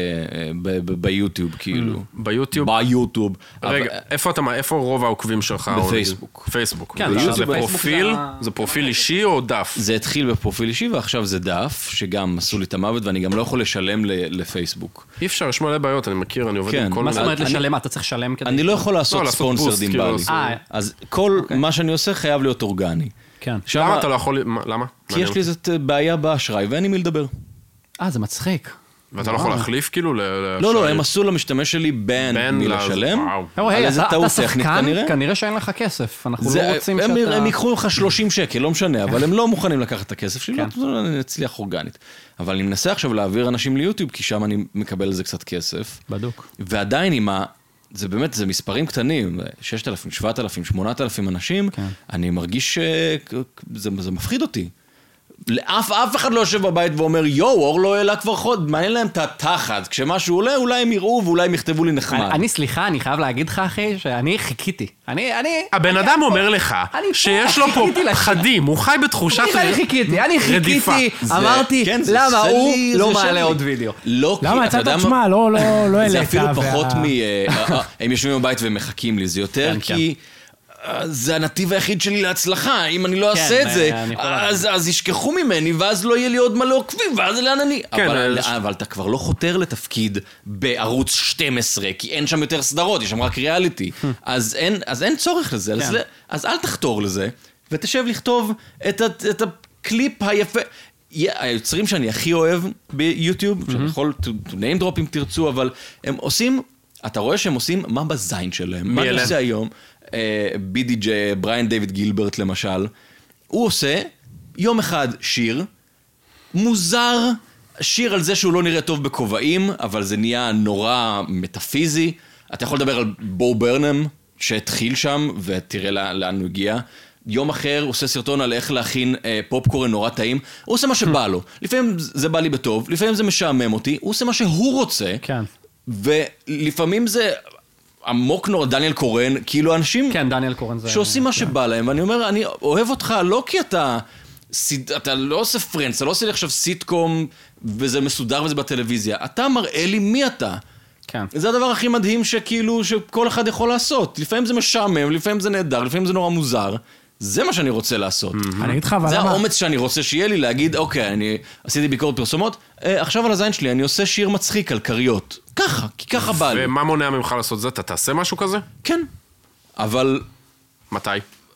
ביוטיוב, כאילו. ביוטיוב? ביוטיוב. רגע, איפה רוב העוקבים שלך? בפייסבוק. פייסבוק. כן, זה פרופיל אישי או דף? זה התחיל בפרופיל אישי, ועכשיו זה דף, שגם עשו לי את המוות, ואני גם לא יכול לשלם לפייסבוק. אי אפשר, יש מלא בעיות, אני מכיר, אני עובד עם כל... מה זאת אומרת לשלם? אתה צריך לשלם כדי... אני לא יכול לעשות ספונסרדים בעלי. אז כל מה שאני עושה חייב להיות אורגני. כן. למה אתה לא יכול... למה? כי יש לי איזו בעיה באשראי ואין לי מי לדבר. זה מצחיק. ואתה לא יכול להחליף כאילו? לא, הם עשו למשתמש שלי בן מלשלם. על איזה טעות טכנית כנראה? כנראה שאין לך כסף, אנחנו לא רוצים שאתה... הם ייקחו לך 30 שקל, לא משנה, אבל הם לא מוכנים לקחת את הכסף שלי, אני אצליח אורגנית. אבל אני מנסה עכשיו להעביר אנשים ליוטיוב, כי שם אני מקבל על זה קצת כסף. בדוק. ועדיין עם זה באמת, זה מספרים קטנים, 6,000, 7,000, 8,000 אנשים, אני מרגיש שזה מפחיד אותי. אף אחד לא יושב בבית ואומר, אור לא העלה כבר חוד, מעניין להם את התחת, כשמשהו עולה, אולי הם יראו ואולי הם יכתבו לי נחמד. סליחה, אני חייב להגיד לך, אחי, שאני חיכיתי. הבן אדם אומר לך, שיש לו פה פחדים, הוא חי בתחושת רדיפה. אמרתי, למה הוא לא מעלה עוד וידאו? למה יצאת תשמע, לא העלית. זה אפילו פחות הם יושבים בבית ומחכים לי, זה יותר כי... זה הנתיב היחיד שלי להצלחה, אם אני לא אעשה את זה, אז ישכחו ממני, ואז לא יהיה לי עוד מלא עוקבים, ואז לאן אני... אבל אתה כבר לא חותר לתפקיד בערוץ 12, כי אין שם יותר סדרות, יש שם רק ריאליטי, אז אין צורך לזה, אז אל תחתור לזה, ותשב לכתוב את הקליפ היפה. היוצרים שאני הכי אוהב ביוטיוב, שאני יכול to name drop אם תרצו, אבל הם עושים, אתה רואה שהם עושים מה בזין שלהם, מה אני עושה היום, BDJ, בריין דיוויד גילברט למשל, הוא עושה יום אחד שיר, מוזר, שיר על זה שהוא לא נראה טוב בכובעים, אבל זה נהיה נורא מטאפיזי, אתה יכול לדבר על בו ברנם, שהתחיל שם, ותראה לאן הוא הגיע, יום אחר הוא עושה סרטון על איך להכין פופקורן נורא טעים, הוא עושה מה שבא לו, לפעמים זה בא לי בטוב, לפעמים זה משעמם אותי, הוא עושה מה שהוא רוצה, ולפעמים זה... עמוק נורא, דניאל קורן, כאילו אנשים שעושים מה שבא להם, ואני אומר, אני אוהב אותך לא כי אתה לא עושה פרנדס, אתה לא עושה לי עכשיו סיטקום, וזה מסודר וזה בטלוויזיה, אתה מראה לי מי אתה. זה הדבר הכי מדהים שכאילו, שכל אחד יכול לעשות. לפעמים זה משעמם, לפעמים זה נהדר, לפעמים זה נורא מוזר. זה מה שאני רוצה לעשות. זה האומץ שאני רוצה שיהיה לי להגיד, אוקיי, אני עשיתי ביקורת פרסומות, עכשיו על הזין שלי אני עושה שיר מצחיק על קריות. ככה, כי ככה בא לי. ומה מונע ממך לעשות זה? אתה תעשה משהו כזה? כן, אבל... מתי?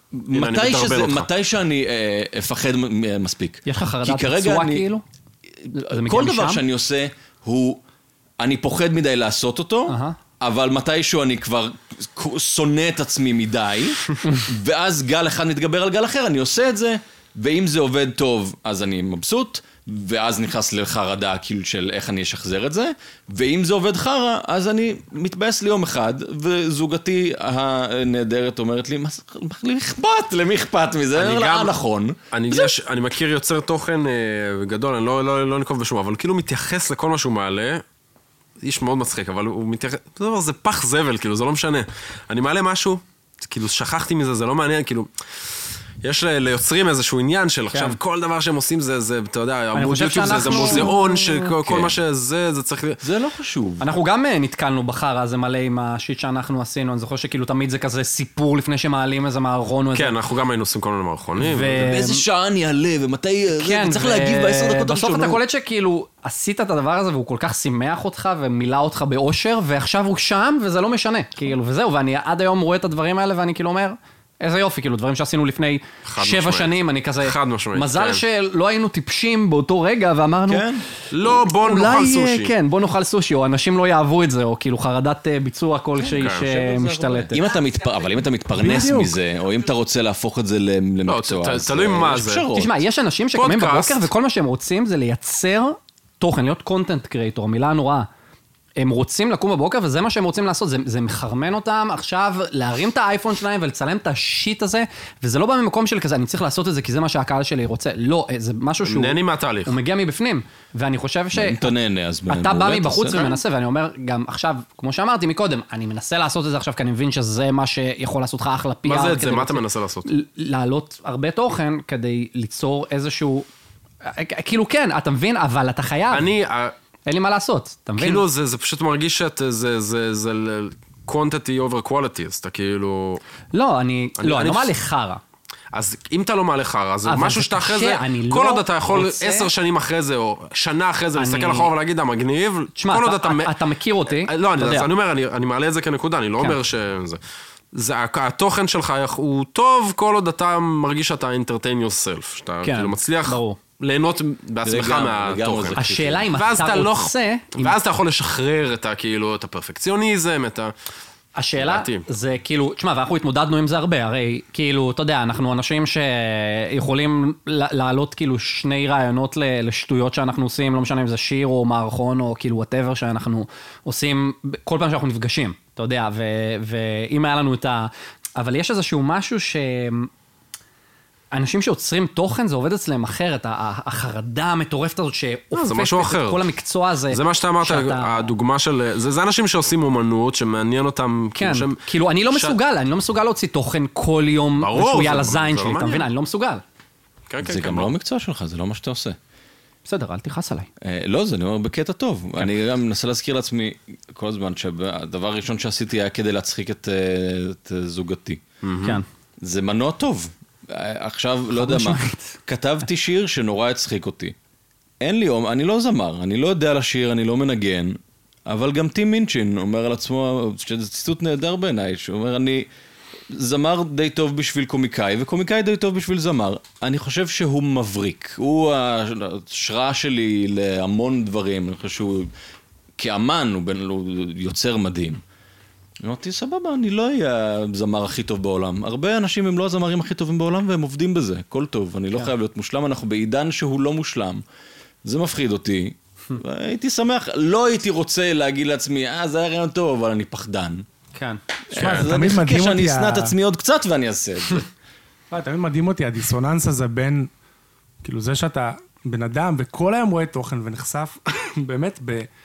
מתי שאני אפחד מספיק. יש לך חרדת ביצוע כאילו? כל דבר שאני עושה הוא... אני פוחד מדי לעשות אותו, אבל מתישהו אני כבר שונא את עצמי מדי, ואז גל אחד מתגבר על גל אחר, אני עושה את זה, ואם זה עובד טוב, אז אני מבסוט, ואז נכנס לחרדה כאילו של איך אני אשחזר את זה, ואם זה עובד חרא, אז אני מתבאס לי יום אחד, וזוגתי הנהדרת אומרת לי, למי אכפת מזה? אני גם נכון. אני מכיר יוצר תוכן גדול, אני לא נקוב בשום, אבל כאילו מתייחס לכל מה שהוא מעלה, איש מאוד מצחיק, אבל הוא מתייחס, זה פח זבל, כאילו, זה לא משנה. אני מעלה משהו, כאילו, שכחתי מזה, זה לא מעניין, כאילו, יש ליוצרים איזשהו עניין של עכשיו, כל דבר שהם עושים זה, אתה יודע, עמוד יוטיוב זה מוזיאון, שכל מה שזה, זה צריך... זה לא חשוב. אנחנו גם נתקלנו בחרה, זה מלא עם השיט שאנחנו עשינו, אני זוכר שכאילו תמיד זה כזה סיפור לפני שמעלים איזה מערכון או איזה... כן, אנחנו גם היינו עושים כל מיני מערכונים. באיזה שעה אני אעלה, ומתי... צריך להגיב ב10 דקות הראשונות. בסוף אתה קולט שכאילו, עשית את הדבר הזה, והוא כל כך שימח אותך, ומילא אותך באושר, ועכשיו הוא שם, וזה לא משנה. כאילו, וזהו, ואני עד היום רואה את הדברים האלה, ואני כאילו אומר, איזה יופי, כאילו, דברים שעשינו לפני 7 שנים, אני כזה... מזל שלא היינו טיפשים באותו רגע, ואמרנו... לא, בוא נאכל סושי. כן, בוא נאכל סושי, או אנשים לא יאהבו את זה, או כאילו חרדת ביצוע כלשהי שמשתלטת. אבל אם אתה מתפרנס מזה, או אם אתה רוצה להפוך את זה למקצוע... תלוי מה זה. תשמע, יש אנשים שקמים בבוקר, וכל מה שהם רוצים זה לייצר תוכן, להיות קונטנט קריאטור, מילה נוראה. הם רוצים לקום בבוקר, וזה מה שהם רוצים לעשות, זה מחרמן אותם עכשיו, להרים את האייפון שלהם ולצלם את השיט הזה, וזה לא בא ממקום של כזה, אני צריך לעשות את זה כי זה מה שהקהל שלי רוצה. לא, זה משהו שהוא... נהני מהתהליך. הוא מגיע מבפנים, ואני חושב ש... אם אתה נהנה, אז... אתה בא מבחוץ ומנסה, ואני אומר, גם עכשיו, כמו שאמרתי מקודם, אני מנסה לעשות את זה עכשיו, כי אני מבין שזה מה שיכול לעשות לך אחלה PR. מה זה? מה אתה מנסה לעשות? להעלות הרבה תוכן כדי ליצור איזשהו... כאילו כן, אתה מבין, אבל אתה חייב. אין לי מה לעשות, אתה מבין? כאילו זה פשוט מרגיש שזה quantity over quality, אז אתה כאילו... לא, אני לא מעלה חרה. אז אם אתה לא מעלה חרה, זה משהו שאתה אחרי זה, כל עוד אתה יכול 10 שנים אחרי זה, או שנה אחרי זה, להסתכל אחורה ולהגיד, מגניב, תשמע, אתה מכיר אותי. לא, אני אומר, אני מעלה את זה כנקודה, אני לא אומר שזה... התוכן שלך הוא טוב, כל עוד אתה מרגיש שאתה entertain yourself, שאתה כאילו מצליח... ליהנות בעצמך מהתוכן. השאלה אם אתה רוצה... ואז אתה יכול לשחרר את הפרפקציוניזם, את ה... השאלה זה כאילו, תשמע, ואנחנו התמודדנו עם זה הרבה, הרי כאילו, אתה יודע, אנחנו אנשים שיכולים לעלות כאילו 2 רעיונות לשטויות שאנחנו עושים, לא משנה אם זה שיר או מערכון או כאילו whatever שאנחנו עושים כל פעם שאנחנו נפגשים, אתה יודע, ואם היה לנו את ה... אבל יש איזשהו משהו ש... אנשים שיוצרים תוכן, זה עובד אצלם אחרת, החרדה המטורפת הזאת שהופכת את כל המקצוע הזה. זה מה שאתה אמרת, הדוגמה של... זה אנשים שעושים אומנות, שמעניין אותם... כן, כאילו אני לא מסוגל להוציא תוכן כל יום, שהוא יהיה על הזין שלי, אתה מבין? אני לא מסוגל. זה גם לא המקצוע שלך, זה לא מה שאתה עושה. בסדר, אל תכעס עליי. לא, זה אני אומר בקטע טוב. אני גם מנסה להזכיר לעצמי כל הזמן, שהדבר הראשון שעשיתי היה כדי להצחיק את זוגתי. כן. זה מנוע טוב. עכשיו, לא יודע מה, כתבתי שיר שנורא הצחיק אותי. אין לי יום, אני לא זמר, אני לא יודע לשיר, אני לא מנגן, אבל גם טים מינצ'ין אומר על עצמו, שזה ציטוט נהדר בעיניי, שהוא אומר, אני זמר די טוב בשביל קומיקאי, וקומיקאי די טוב בשביל זמר. אני חושב שהוא מבריק, הוא ההשראה שלי להמון דברים, אני חושב שהוא כאמן, הוא יוצר מדהים. אמרתי, סבבה, אני לא אהיה הזמר הכי טוב בעולם. הרבה אנשים הם לא הזמרים הכי טובים בעולם, והם עובדים בזה. הכל טוב, אני לא חייב להיות מושלם, אנחנו בעידן שהוא לא מושלם. זה מפחיד אותי. והייתי שמח, לא הייתי רוצה להגיד לעצמי, זה היה רעיון טוב, אבל אני פחדן. כן. אז אני מחכה שאני אסנה את עצמי עוד קצת ואני אעשה את זה. תמיד מדהים אותי, הדיסוננס הזה בין, כאילו זה שאתה בן אדם, וכל היום רואה תוכן ונחשף, באמת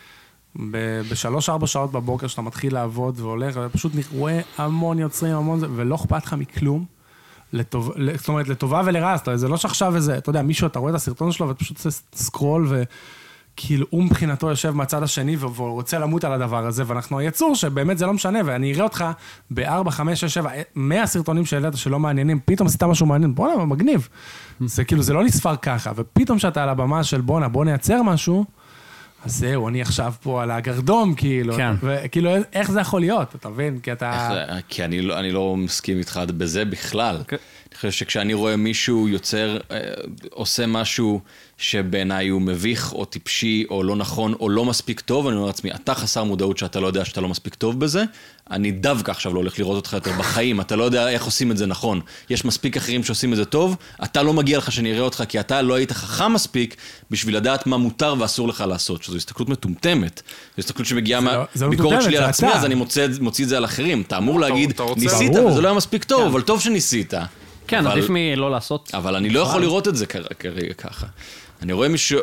ב3-4 שעות בבוקר שאתה מתחיל לעבוד והולך, ופשוט רואה המון יוצרים, המון זה, ולא אכפת לך מכלום, זאת אומרת, לטובה ולרע, זה לא שעכשיו איזה, אתה יודע, מישהו, אתה רואה את הסרטון שלו, ואתה פשוט עושה סקרול, וכאילו הוא מבחינתו יושב מהצד השני, והוא רוצה למות על הדבר הזה, ואנחנו היצור שבאמת זה לא משנה, ואני אראה אותך ב4, 5, 6, 7, 100 סרטונים שהעלית שלא מעניינים, פתאום עשית משהו מעניין, בוא'נה, מגניב. זה כאילו, זה לא נספר ככה, ופתאום שאתה על הבמה של בוא נייצר משהו, אז זהו, אני עכשיו פה על הגרדום, כאילו, וכאילו, איך זה יכול להיות, אתה מבין? כי אני לא מסכים איתך בזה בכלל. אני חושב שכשאני רואה מישהו יוצר, עושה משהו שבעיניי הוא מביך, או טיפשי, או לא נכון, או לא מספיק טוב, אני אומר לעצמי, אתה חסר מודעות שאתה לא יודע שאתה לא מספיק טוב בזה, אני דווקא עכשיו לא הולך לראות אותך יותר בחיים, אתה לא יודע איך עושים את זה נכון. יש מספיק אחרים שעושים את זה טוב, אתה לא מגיע לך שאני אראה אותך, כי אתה לא היית חכם מספיק בשביל לדעת מה מותר ואסור לך לעשות, שזו הסתכלות מטומטמת. זו הסתכלות שמגיעה מהביקורת שלי על עצמי, אז אני מוציא את זה על אחרים. אתה אמור להגיד, ניסית, וזה לא היה מספיק טוב, אבל טוב שניסית. כן, עדיף מלא לעשות. אבל אני לא יכול לראות את זה כרגע ככה. אני רואה מישהו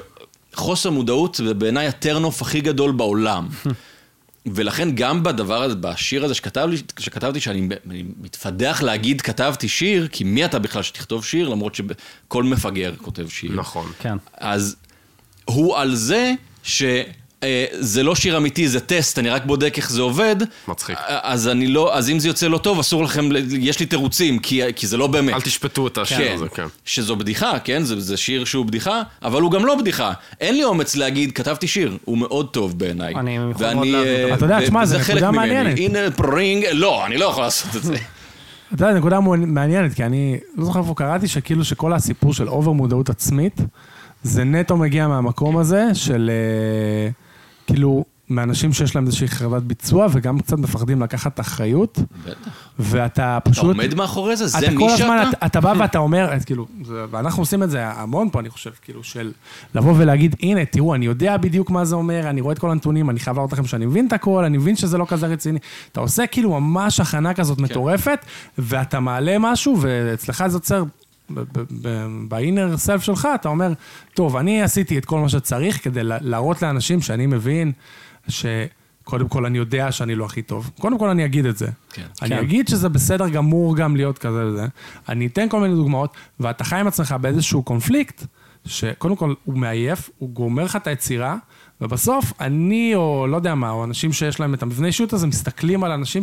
חוסר מודעות זה בעיניי הטרנוף הכי גדול בעולם. ולכן גם בדבר הזה, בשיר הזה שכתבתי, שאני מתפדח להגיד כתבתי שיר, כי מי אתה בכלל שתכתוב שיר, למרות שכל מפגר כותב שיר. נכון. כן. אז הוא על זה זה לא שיר אמיתי, זה טסט, אני רק בודק איך זה עובד. מצחיק. אז אם זה יוצא לא טוב, אסור לכם, יש לי תירוצים, כי זה לא באמת. אל תשפטו את השיר הזה, כן. שזו בדיחה, כן? זה שיר שהוא בדיחה, אבל הוא גם לא בדיחה. אין לי אומץ להגיד, כתבתי שיר, הוא מאוד טוב בעיניי. אני יכול מאוד להבין. אתה יודע, תשמע, זה נקודה מעניינת. הנה פרינג, לא, אני לא יכול לעשות את זה. אתה יודע, נקודה מעניינת, כי אני לא זוכר איפה קראתי שכאילו שכל הסיפור של אובר מודעות עצמית, זה נטו מגיע מהמקום הזה של כאילו מאנשים שיש להם איזושהי חרדת ביצוע וגם קצת מפחדים לקחת אחריות. בטח. ואתה פשוט... אתה עומד מאחורי זה? זה מי שאתה? אתה כל הזמן, אתה בא ואתה אומר, כאילו, ואנחנו עושים את זה המון פה, אני חושב, כאילו, של לבוא ולהגיד, הנה, תראו, אני יודע בדיוק מה זה אומר, אני רואה את כל הנתונים, אני חייב להראות לכם שאני מבין את הכל, אני מבין שזה לא כזה רציני. אתה עושה כאילו ממש הכנה כזאת מטורפת, ואתה מעלה משהו, ואצלך זה יוצר... באינר סלף שלך, אתה אומר, טוב, אני עשיתי את כל מה שצריך כדי להראות לאנשים שאני מבין שקודם כל אני יודע שאני לא הכי טוב. קודם כל אני אגיד את זה. אני אגיד שזה בסדר גמור גם להיות כזה וזה. אני אתן כל מיני דוגמאות, ואתה חי עם עצמך באיזשהו קונפליקט, שקודם כל הוא מעייף, הוא גומר לך את היצירה, ובסוף אני, או לא יודע מה, או אנשים שיש להם את המבנה אישיות הזה, מסתכלים על אנשים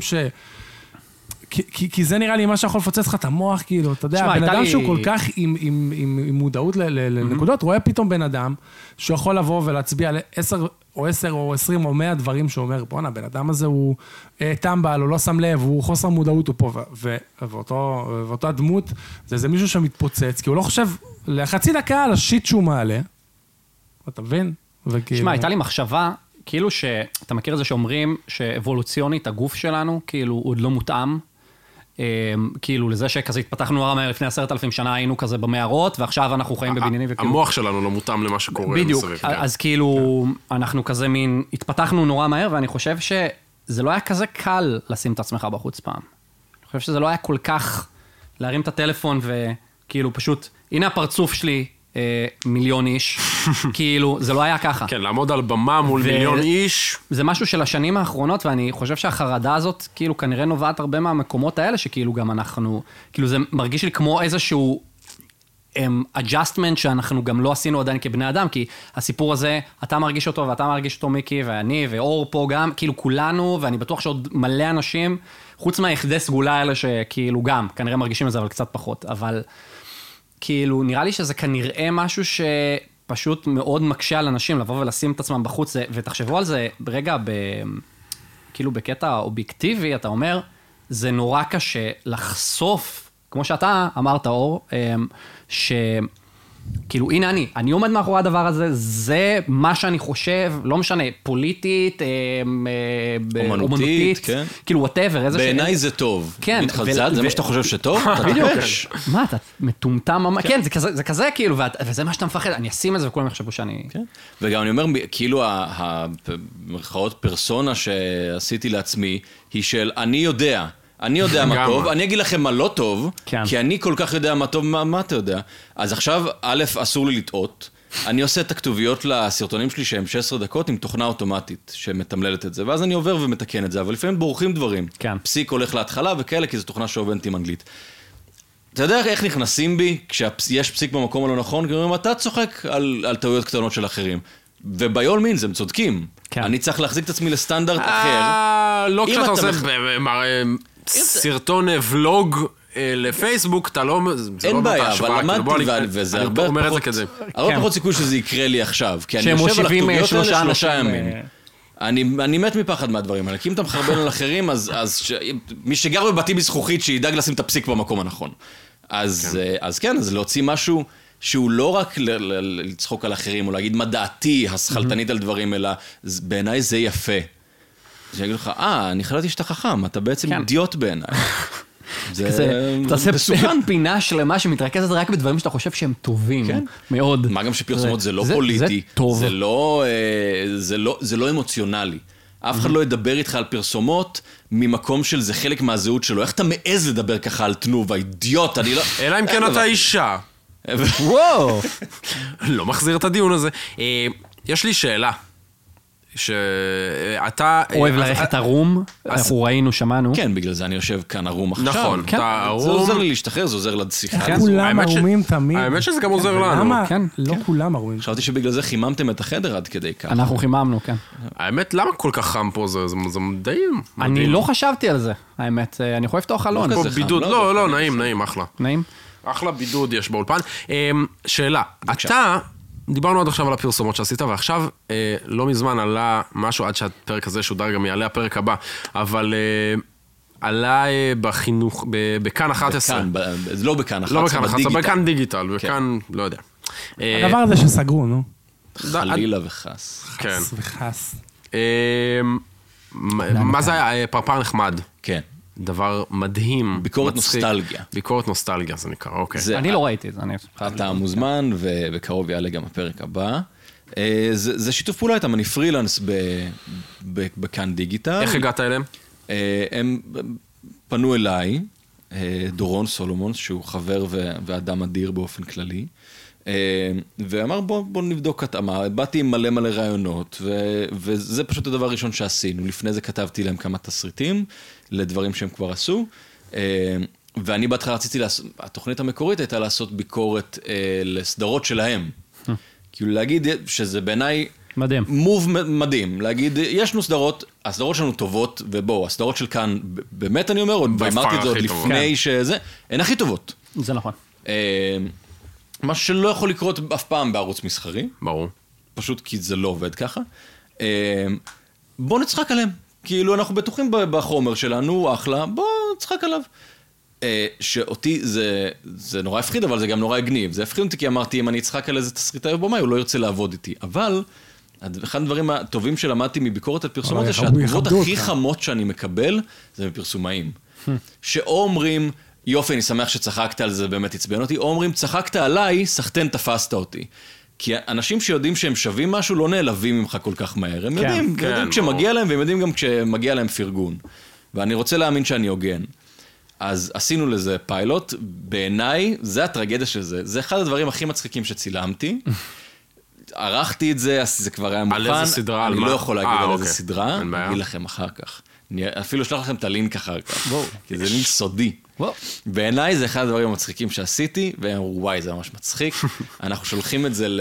כי זה נראה לי מה שיכול לפוצץ לך את המוח, כאילו, אתה יודע, בן אדם שהוא כל כך עם מודעות לנקודות, רואה פתאום בן אדם שיכול לבוא ולהצביע על 10 או 20 או 100 דברים שאומר, בוא'נה, בן אדם הזה הוא טמבל, הוא לא שם לב, הוא חוסר מודעות, הוא פה, ואותו הדמות, זה מישהו שמתפוצץ, כי הוא לא חושב לחצי דקה על השיט שהוא מעלה, אתה מבין? תשמע, הייתה לי מחשבה, כאילו שאתה מכיר את זה שאומרים שאבולוציונית הגוף שלנו, כאילו הוא עוד לא מותאם, כאילו לזה שכזה התפתחנו נורא מהר לפני 10,000 שנה, היינו כזה במערות, ועכשיו אנחנו חיים בבניינים וכאילו... המוח שלנו לא מותאם למה שקורה. בדיוק, אז כאילו אנחנו כזה מין, התפתחנו נורא מהר, ואני חושב שזה לא היה כזה קל לשים את עצמך בחוץ פעם. אני חושב שזה לא היה כל כך להרים את הטלפון וכאילו פשוט, הנה הפרצוף שלי, מיליון איש, כאילו, זה לא היה ככה. כן, לעמוד על במה מול מיליון איש. זה משהו של השנים האחרונות, ואני חושב שהחרדה הזאת, כאילו, כנראה נובעת הרבה מהמקומות האלה, שכאילו גם אנחנו, כאילו, זה מרגיש לי כמו איזשהו adjustment שאנחנו גם לא עשינו עדיין כבני אדם, כי הסיפור הזה, אתה מרגיש אותו, ואתה מרגיש אותו מיקי, ואני, ואור פה גם, כאילו כולנו, ואני בטוח שעוד מלא אנשים, חוץ מהיחדי סגולה האלה שכאילו גם, כנראה מרגישים את זה, אבל קצת פחות, אבל כאילו, נראה לי שזה כנראה משהו שפשוט מאוד מקשה על אנשים לבוא ולשים את עצמם בחוץ, ותחשבו על זה ברגע, כאילו בקטע אובייקטיבי, אתה אומר, זה נורא קשה לחשוף, כמו שאתה אמרת, אור, כאילו, הנה אני עומד מאחורי הדבר הזה, זה מה שאני חושב, לא משנה, פוליטית, אומנותית, כן. כאילו, whatever, בעיניי זה טוב. כן. מתחזד, זה מה שאתה חושב שטוב? בדיוק. מה, אתה מטומטם ממש? כן, זה כזה, כאילו, וזה מה שאתה מפחד, אני אשים את זה וכולם יחשבו שאני... וגם אני אומר, כאילו, המרכאות פרסונה שעשיתי לעצמי, היא של אני יודע מה טוב, אני אגיד לכם מה לא טוב, כי אני כל כך יודע מה טוב, מה אתה יודע. אז עכשיו, א', אסור לי לטעות, אני עושה את הכתוביות לסרטונים שלי שהם 16 דקות עם תוכנה אוטומטית שמתמללת את זה, ואז אני עובר ומתקן את זה, אבל לפעמים בורחים דברים. פסיק הולך להתחלה וכאלה, כי זו תוכנה שעובדת עם אנגלית. אתה יודע איך נכנסים בי כשיש פסיק במקום הלא נכון? כי אומרים, אתה צוחק על טעויות קטנות של אחרים. וביול מין, הם צודקים. אני צריך להחזיק את עצמי לסטנדרט אחר. לא כשאתה עושה סרטון ולוג לפייסבוק, אתה לא... אין בעיה, אבל למדתי, וזה הרבה פחות סיכוי שזה יקרה לי עכשיו, כי אני יושב על הכתוביות האלה 3 ימים. אני מת מפחד מהדברים האלה, כי אם אתה מחרבן על אחרים, אז מי שגר בבתים בזכוכית, שידאג לשים את הפסיק במקום הנכון. אז כן, אז להוציא משהו שהוא לא רק לצחוק על אחרים, או להגיד מה דעתי הסחלטנית על דברים, אלא בעיניי זה יפה. אז אני אגיד לך, אני חלטתי שאתה חכם, אתה בעצם אידיוט בעיניי. אתה עושה פינה שלמה שמתרכזת רק בדברים שאתה חושב שהם טובים מאוד. מה גם שפרסומות זה לא פוליטי, זה לא אמוציונלי. אף אחד לא ידבר איתך על פרסומות ממקום של זה חלק מהזהות שלו. איך אתה מעז לדבר ככה על תנובה, אידיוט, אני לא... אלא אם כן אתה אישה. וואו! לא מחזיר את הדיון הזה. יש לי שאלה. שאתה... אוהב ללכת ערום, אנחנו ראינו, שמענו. כן, בגלל זה אני יושב כאן ערום עכשיו. נכון, אתה ערום. זה עוזר לי להשתחרר, זה עוזר לשיחה. כולם ערומים תמיד. האמת שזה גם עוזר לנו. למה? לא כולם ערומים. חשבתי שבגלל זה חיממתם את החדר עד כדי כך. אנחנו חיממנו, כן. האמת, למה כל כך חם פה? זה די... אני לא חשבתי על זה, האמת. אני יכול לפתוח חלון. פה בידוד, לא, נעים, אחלה. נעים? אחלה בידוד יש באולפן. שאלה, אתה... דיברנו עד עכשיו על הפרסומות שעשית, ועכשיו לא מזמן עלה משהו, עד שהפרק הזה שודר גם יעלה הפרק הבא, אבל עלה בחינוך, בכאן 11. לא בכאן 11, לא בכאן 11, בכאן דיגיטל, בכאן, לא יודע. הדבר הזה שסגרו, נו. חלילה וחס. כן. וחס. מה זה היה? פרפר נחמד. כן. דבר מדהים. ביקורת נוסטלגיה. ביקורת נוסטלגיה, זה נקרא, אוקיי. אני לא ראיתי את זה. אתה מוזמן, ובקרוב יעלה גם הפרק הבא. זה שיתוף פעולה איתם, אני פרילנס בכאן דיגיטל. איך הגעת אליהם? הם פנו אליי, דורון סולומון, שהוא חבר ואדם אדיר באופן כללי, ואמר בוא נבדוק התאמה, באתי עם מלא רעיונות, וזה פשוט הדבר הראשון שעשינו. לפני זה כתבתי להם כמה תסריטים, לדברים שהם כבר עשו, ואני בהתחלה רציתי, התוכנית המקורית הייתה לעשות ביקורת לסדרות שלהם. כאילו להגיד שזה בעיניי... מדהים. מוב מדהים. להגיד, יש לנו סדרות, הסדרות שלנו טובות, ובואו, הסדרות של כאן, באמת אני אומר, ואמרתי את זה עוד לפני שזה, הן הכי טובות. זה נכון. משהו שלא יכול לקרות אף פעם בערוץ מסחרי. ברור. פשוט כי זה לא עובד ככה. בואו נצחק עליהם. כאילו אנחנו בטוחים בחומר שלנו, אחלה, בואו נצחק עליו. שאותי זה נורא הפחיד, אבל זה גם נורא הגניב. זה הפחיד אותי כי אמרתי, אם אני אצחק על איזה תסריטאי במאי, הוא לא ירצה לעבוד איתי. אבל, אחד הדברים הטובים שלמדתי מביקורת על פרסומות, זה שהתגובות הכי חמות שאני מקבל, זה מפרסומאים. שאו אומרים, יופי, אני שמח שצחקת על זה, באמת עצבן אותי, או אומרים, צחקת עליי, סחטן תפסת אותי. כי אנשים שיודעים שהם שווים משהו, לא נעלבים ממך כל כך מהר. הם יודעים כשמגיע להם, והם יודעים גם כשמגיע להם פרגון. ואני רוצה להאמין שאני הוגן. אז עשינו לזה פיילוט, בעיניי, זה הטרגדיה של זה. זה אחד הדברים הכי מצחיקים שצילמתי. ערכתי את זה, זה כבר היה מוכן. על איזה סדרה? אני לא יכול להגיד על איזה סדרה, אני אגיד לכם אחר כך. אני אפילו אשלח לכם את הלינק אחר כך. כי זה לינק סודי. בעיניי זה אחד הדברים המצחיקים שעשיתי, והם אמרו, וואי, זה ממש מצחיק. אנחנו שולחים את זה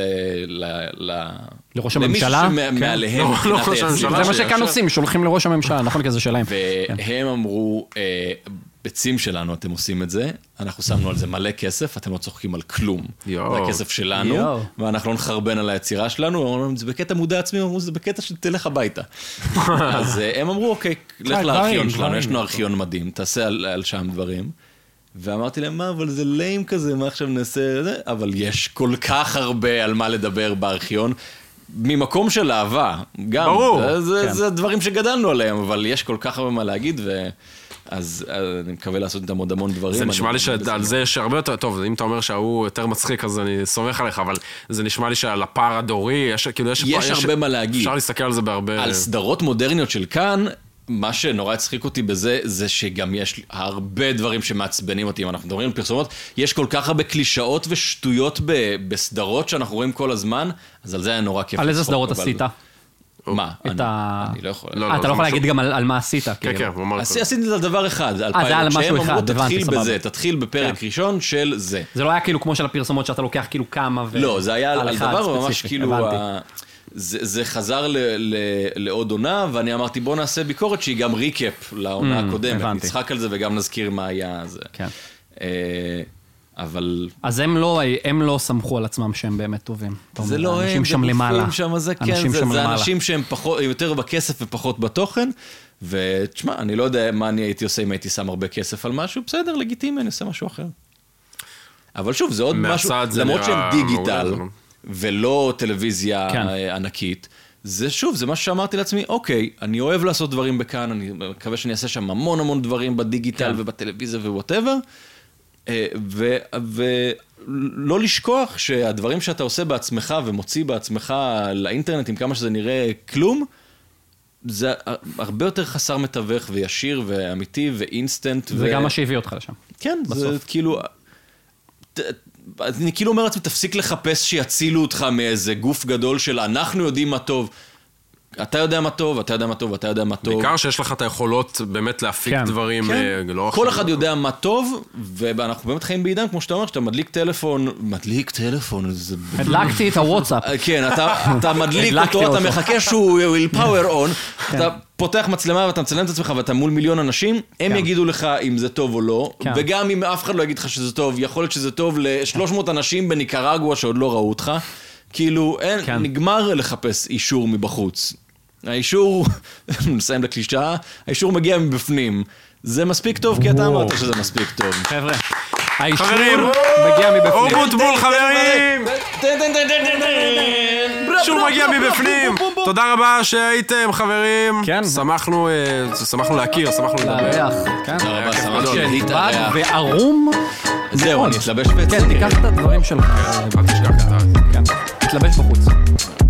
לראש הממשלה? מעליהם. זה מה שכאן עושים, שולחים לראש הממשלה, נכון? כי זה שלהם. והם אמרו, ביצים שלנו אתם עושים את זה, אנחנו שמנו על זה מלא כסף, אתם לא צוחקים על כלום. זה הכסף שלנו, ואנחנו לא נחרבן על היצירה שלנו, זה בקטע מודע עצמי, אמרו, זה בקטע שתלך הביתה. אז הם אמרו, אוקיי, לך לארכיון שלנו, יש לנו ארכיון מדהים, תעשה על שם דברים. ואמרתי להם, מה, אבל זה ליים כזה, מה עכשיו נעשה זה? אבל יש כל כך הרבה על מה לדבר בארכיון, ממקום של אהבה, גם. ברור. זה דברים שגדלנו עליהם, אבל יש כל כך הרבה מה להגיד, אז אני מקווה לעשות איתם עוד המון דברים. זה נשמע לי שעל זה יש הרבה יותר טוב, אם אתה אומר שהוא יותר מצחיק, אז אני סומך עליך, אבל זה נשמע לי שעל הפער הדורי, יש הרבה מה להגיד. אפשר להסתכל על זה בהרבה... על סדרות מודרניות של כאן, מה שנורא הצחיק אותי בזה, זה שגם יש הרבה דברים שמעצבנים אותי. אם אנחנו מדברים על פרסומות, יש כל כך הרבה קלישאות ושטויות בסדרות שאנחנו רואים כל הזמן, אז על זה היה נורא כיף. על איזה סדרות עשית? מה? אני לא יכול. אתה לא יכול להגיד גם על מה עשית. כן, כן, הוא אמר... עשיתי את דבר אחד, על פיילוט, שהם אמרו, תתחיל בזה, תתחיל בפרק ראשון של זה. זה לא היה כאילו כמו של הפרסומות שאתה לוקח כאילו כמה ו... לא, זה היה על דבר ממש כאילו... זה חזר לעוד עונה, ואני אמרתי, בוא נעשה ביקורת שהיא גם ריקאפ לעונה הקודמת. נצחק על זה וגם נזכיר מה היה זה. כן. אבל... אז הם לא סמכו על עצמם שהם באמת טובים. זה לא הם, שם למעלה. זה אנשים שהם יותר בכסף ופחות בתוכן, ותשמע, אני לא יודע מה אני הייתי עושה אם הייתי שם הרבה כסף על משהו, בסדר, לגיטימי, אני עושה משהו אחר. אבל שוב, זה עוד משהו, למרות שהם דיגיטל, ולא טלוויזיה ענקית, זה שוב, זה מה שאמרתי לעצמי, אוקיי, אני אוהב לעשות דברים בכאן, אני מקווה שאני אעשה שם המון דברים בדיגיטל ובטלוויזיה ווואטאבר, ולא לשכוח שהדברים שאתה עושה בעצמך ומוציא בעצמך לאינטרנט עם כמה שזה נראה כלום, זה הרבה יותר חסר מתווך וישיר ואמיתי ואינסטנט. זה גם מה שהביא אותך לשם. כן, זה כאילו... אני כאילו אומר לעצמי, תפסיק לחפש שיצילו אותך מאיזה גוף גדול של אנחנו יודעים מה טוב. אתה יודע מה טוב, אתה יודע מה טוב, אתה יודע מה טוב. בעיקר שיש לך את היכולות באמת להפיק דברים. כל אחד יודע מה טוב, ואנחנו באמת חיים בעידן, כמו שאתה אומר, שאתה מדליק טלפון, הדלקתי את הוואטסאפ. כן, אתה מדליק אותו, אתה מחכה שהוא will power on, אתה פותח מצלמה ואתה מצלם את עצמך ואתה מול מיליון אנשים, הם יגידו לך אם זה טוב או לא, וגם אם אף אחד לא יגיד לך שזה טוב, יכול להיות שזה טוב ל-300 אנשים בניקרגואה שעוד לא ראו אותך, כאילו, נגמר לחפש אישור מבחוץ. האישור, נסיים לקלישאה, האישור מגיע מבפנים. זה מספיק טוב כי אתה אמרת שזה מספיק טוב. חבר'ה, האישור מגיע מבפנים. אורגות בול חברים! אישור מגיע מבפנים. תודה רבה שהייתם חברים. שמחנו להכיר, שמחנו לדבר. תודה רבה, שמחנו להתארח. וערום. זהו, אני אתלבש בעצמי. כן, תיקח את הדברים שלך. אל תשכח את זה. תתלבש בחוץ.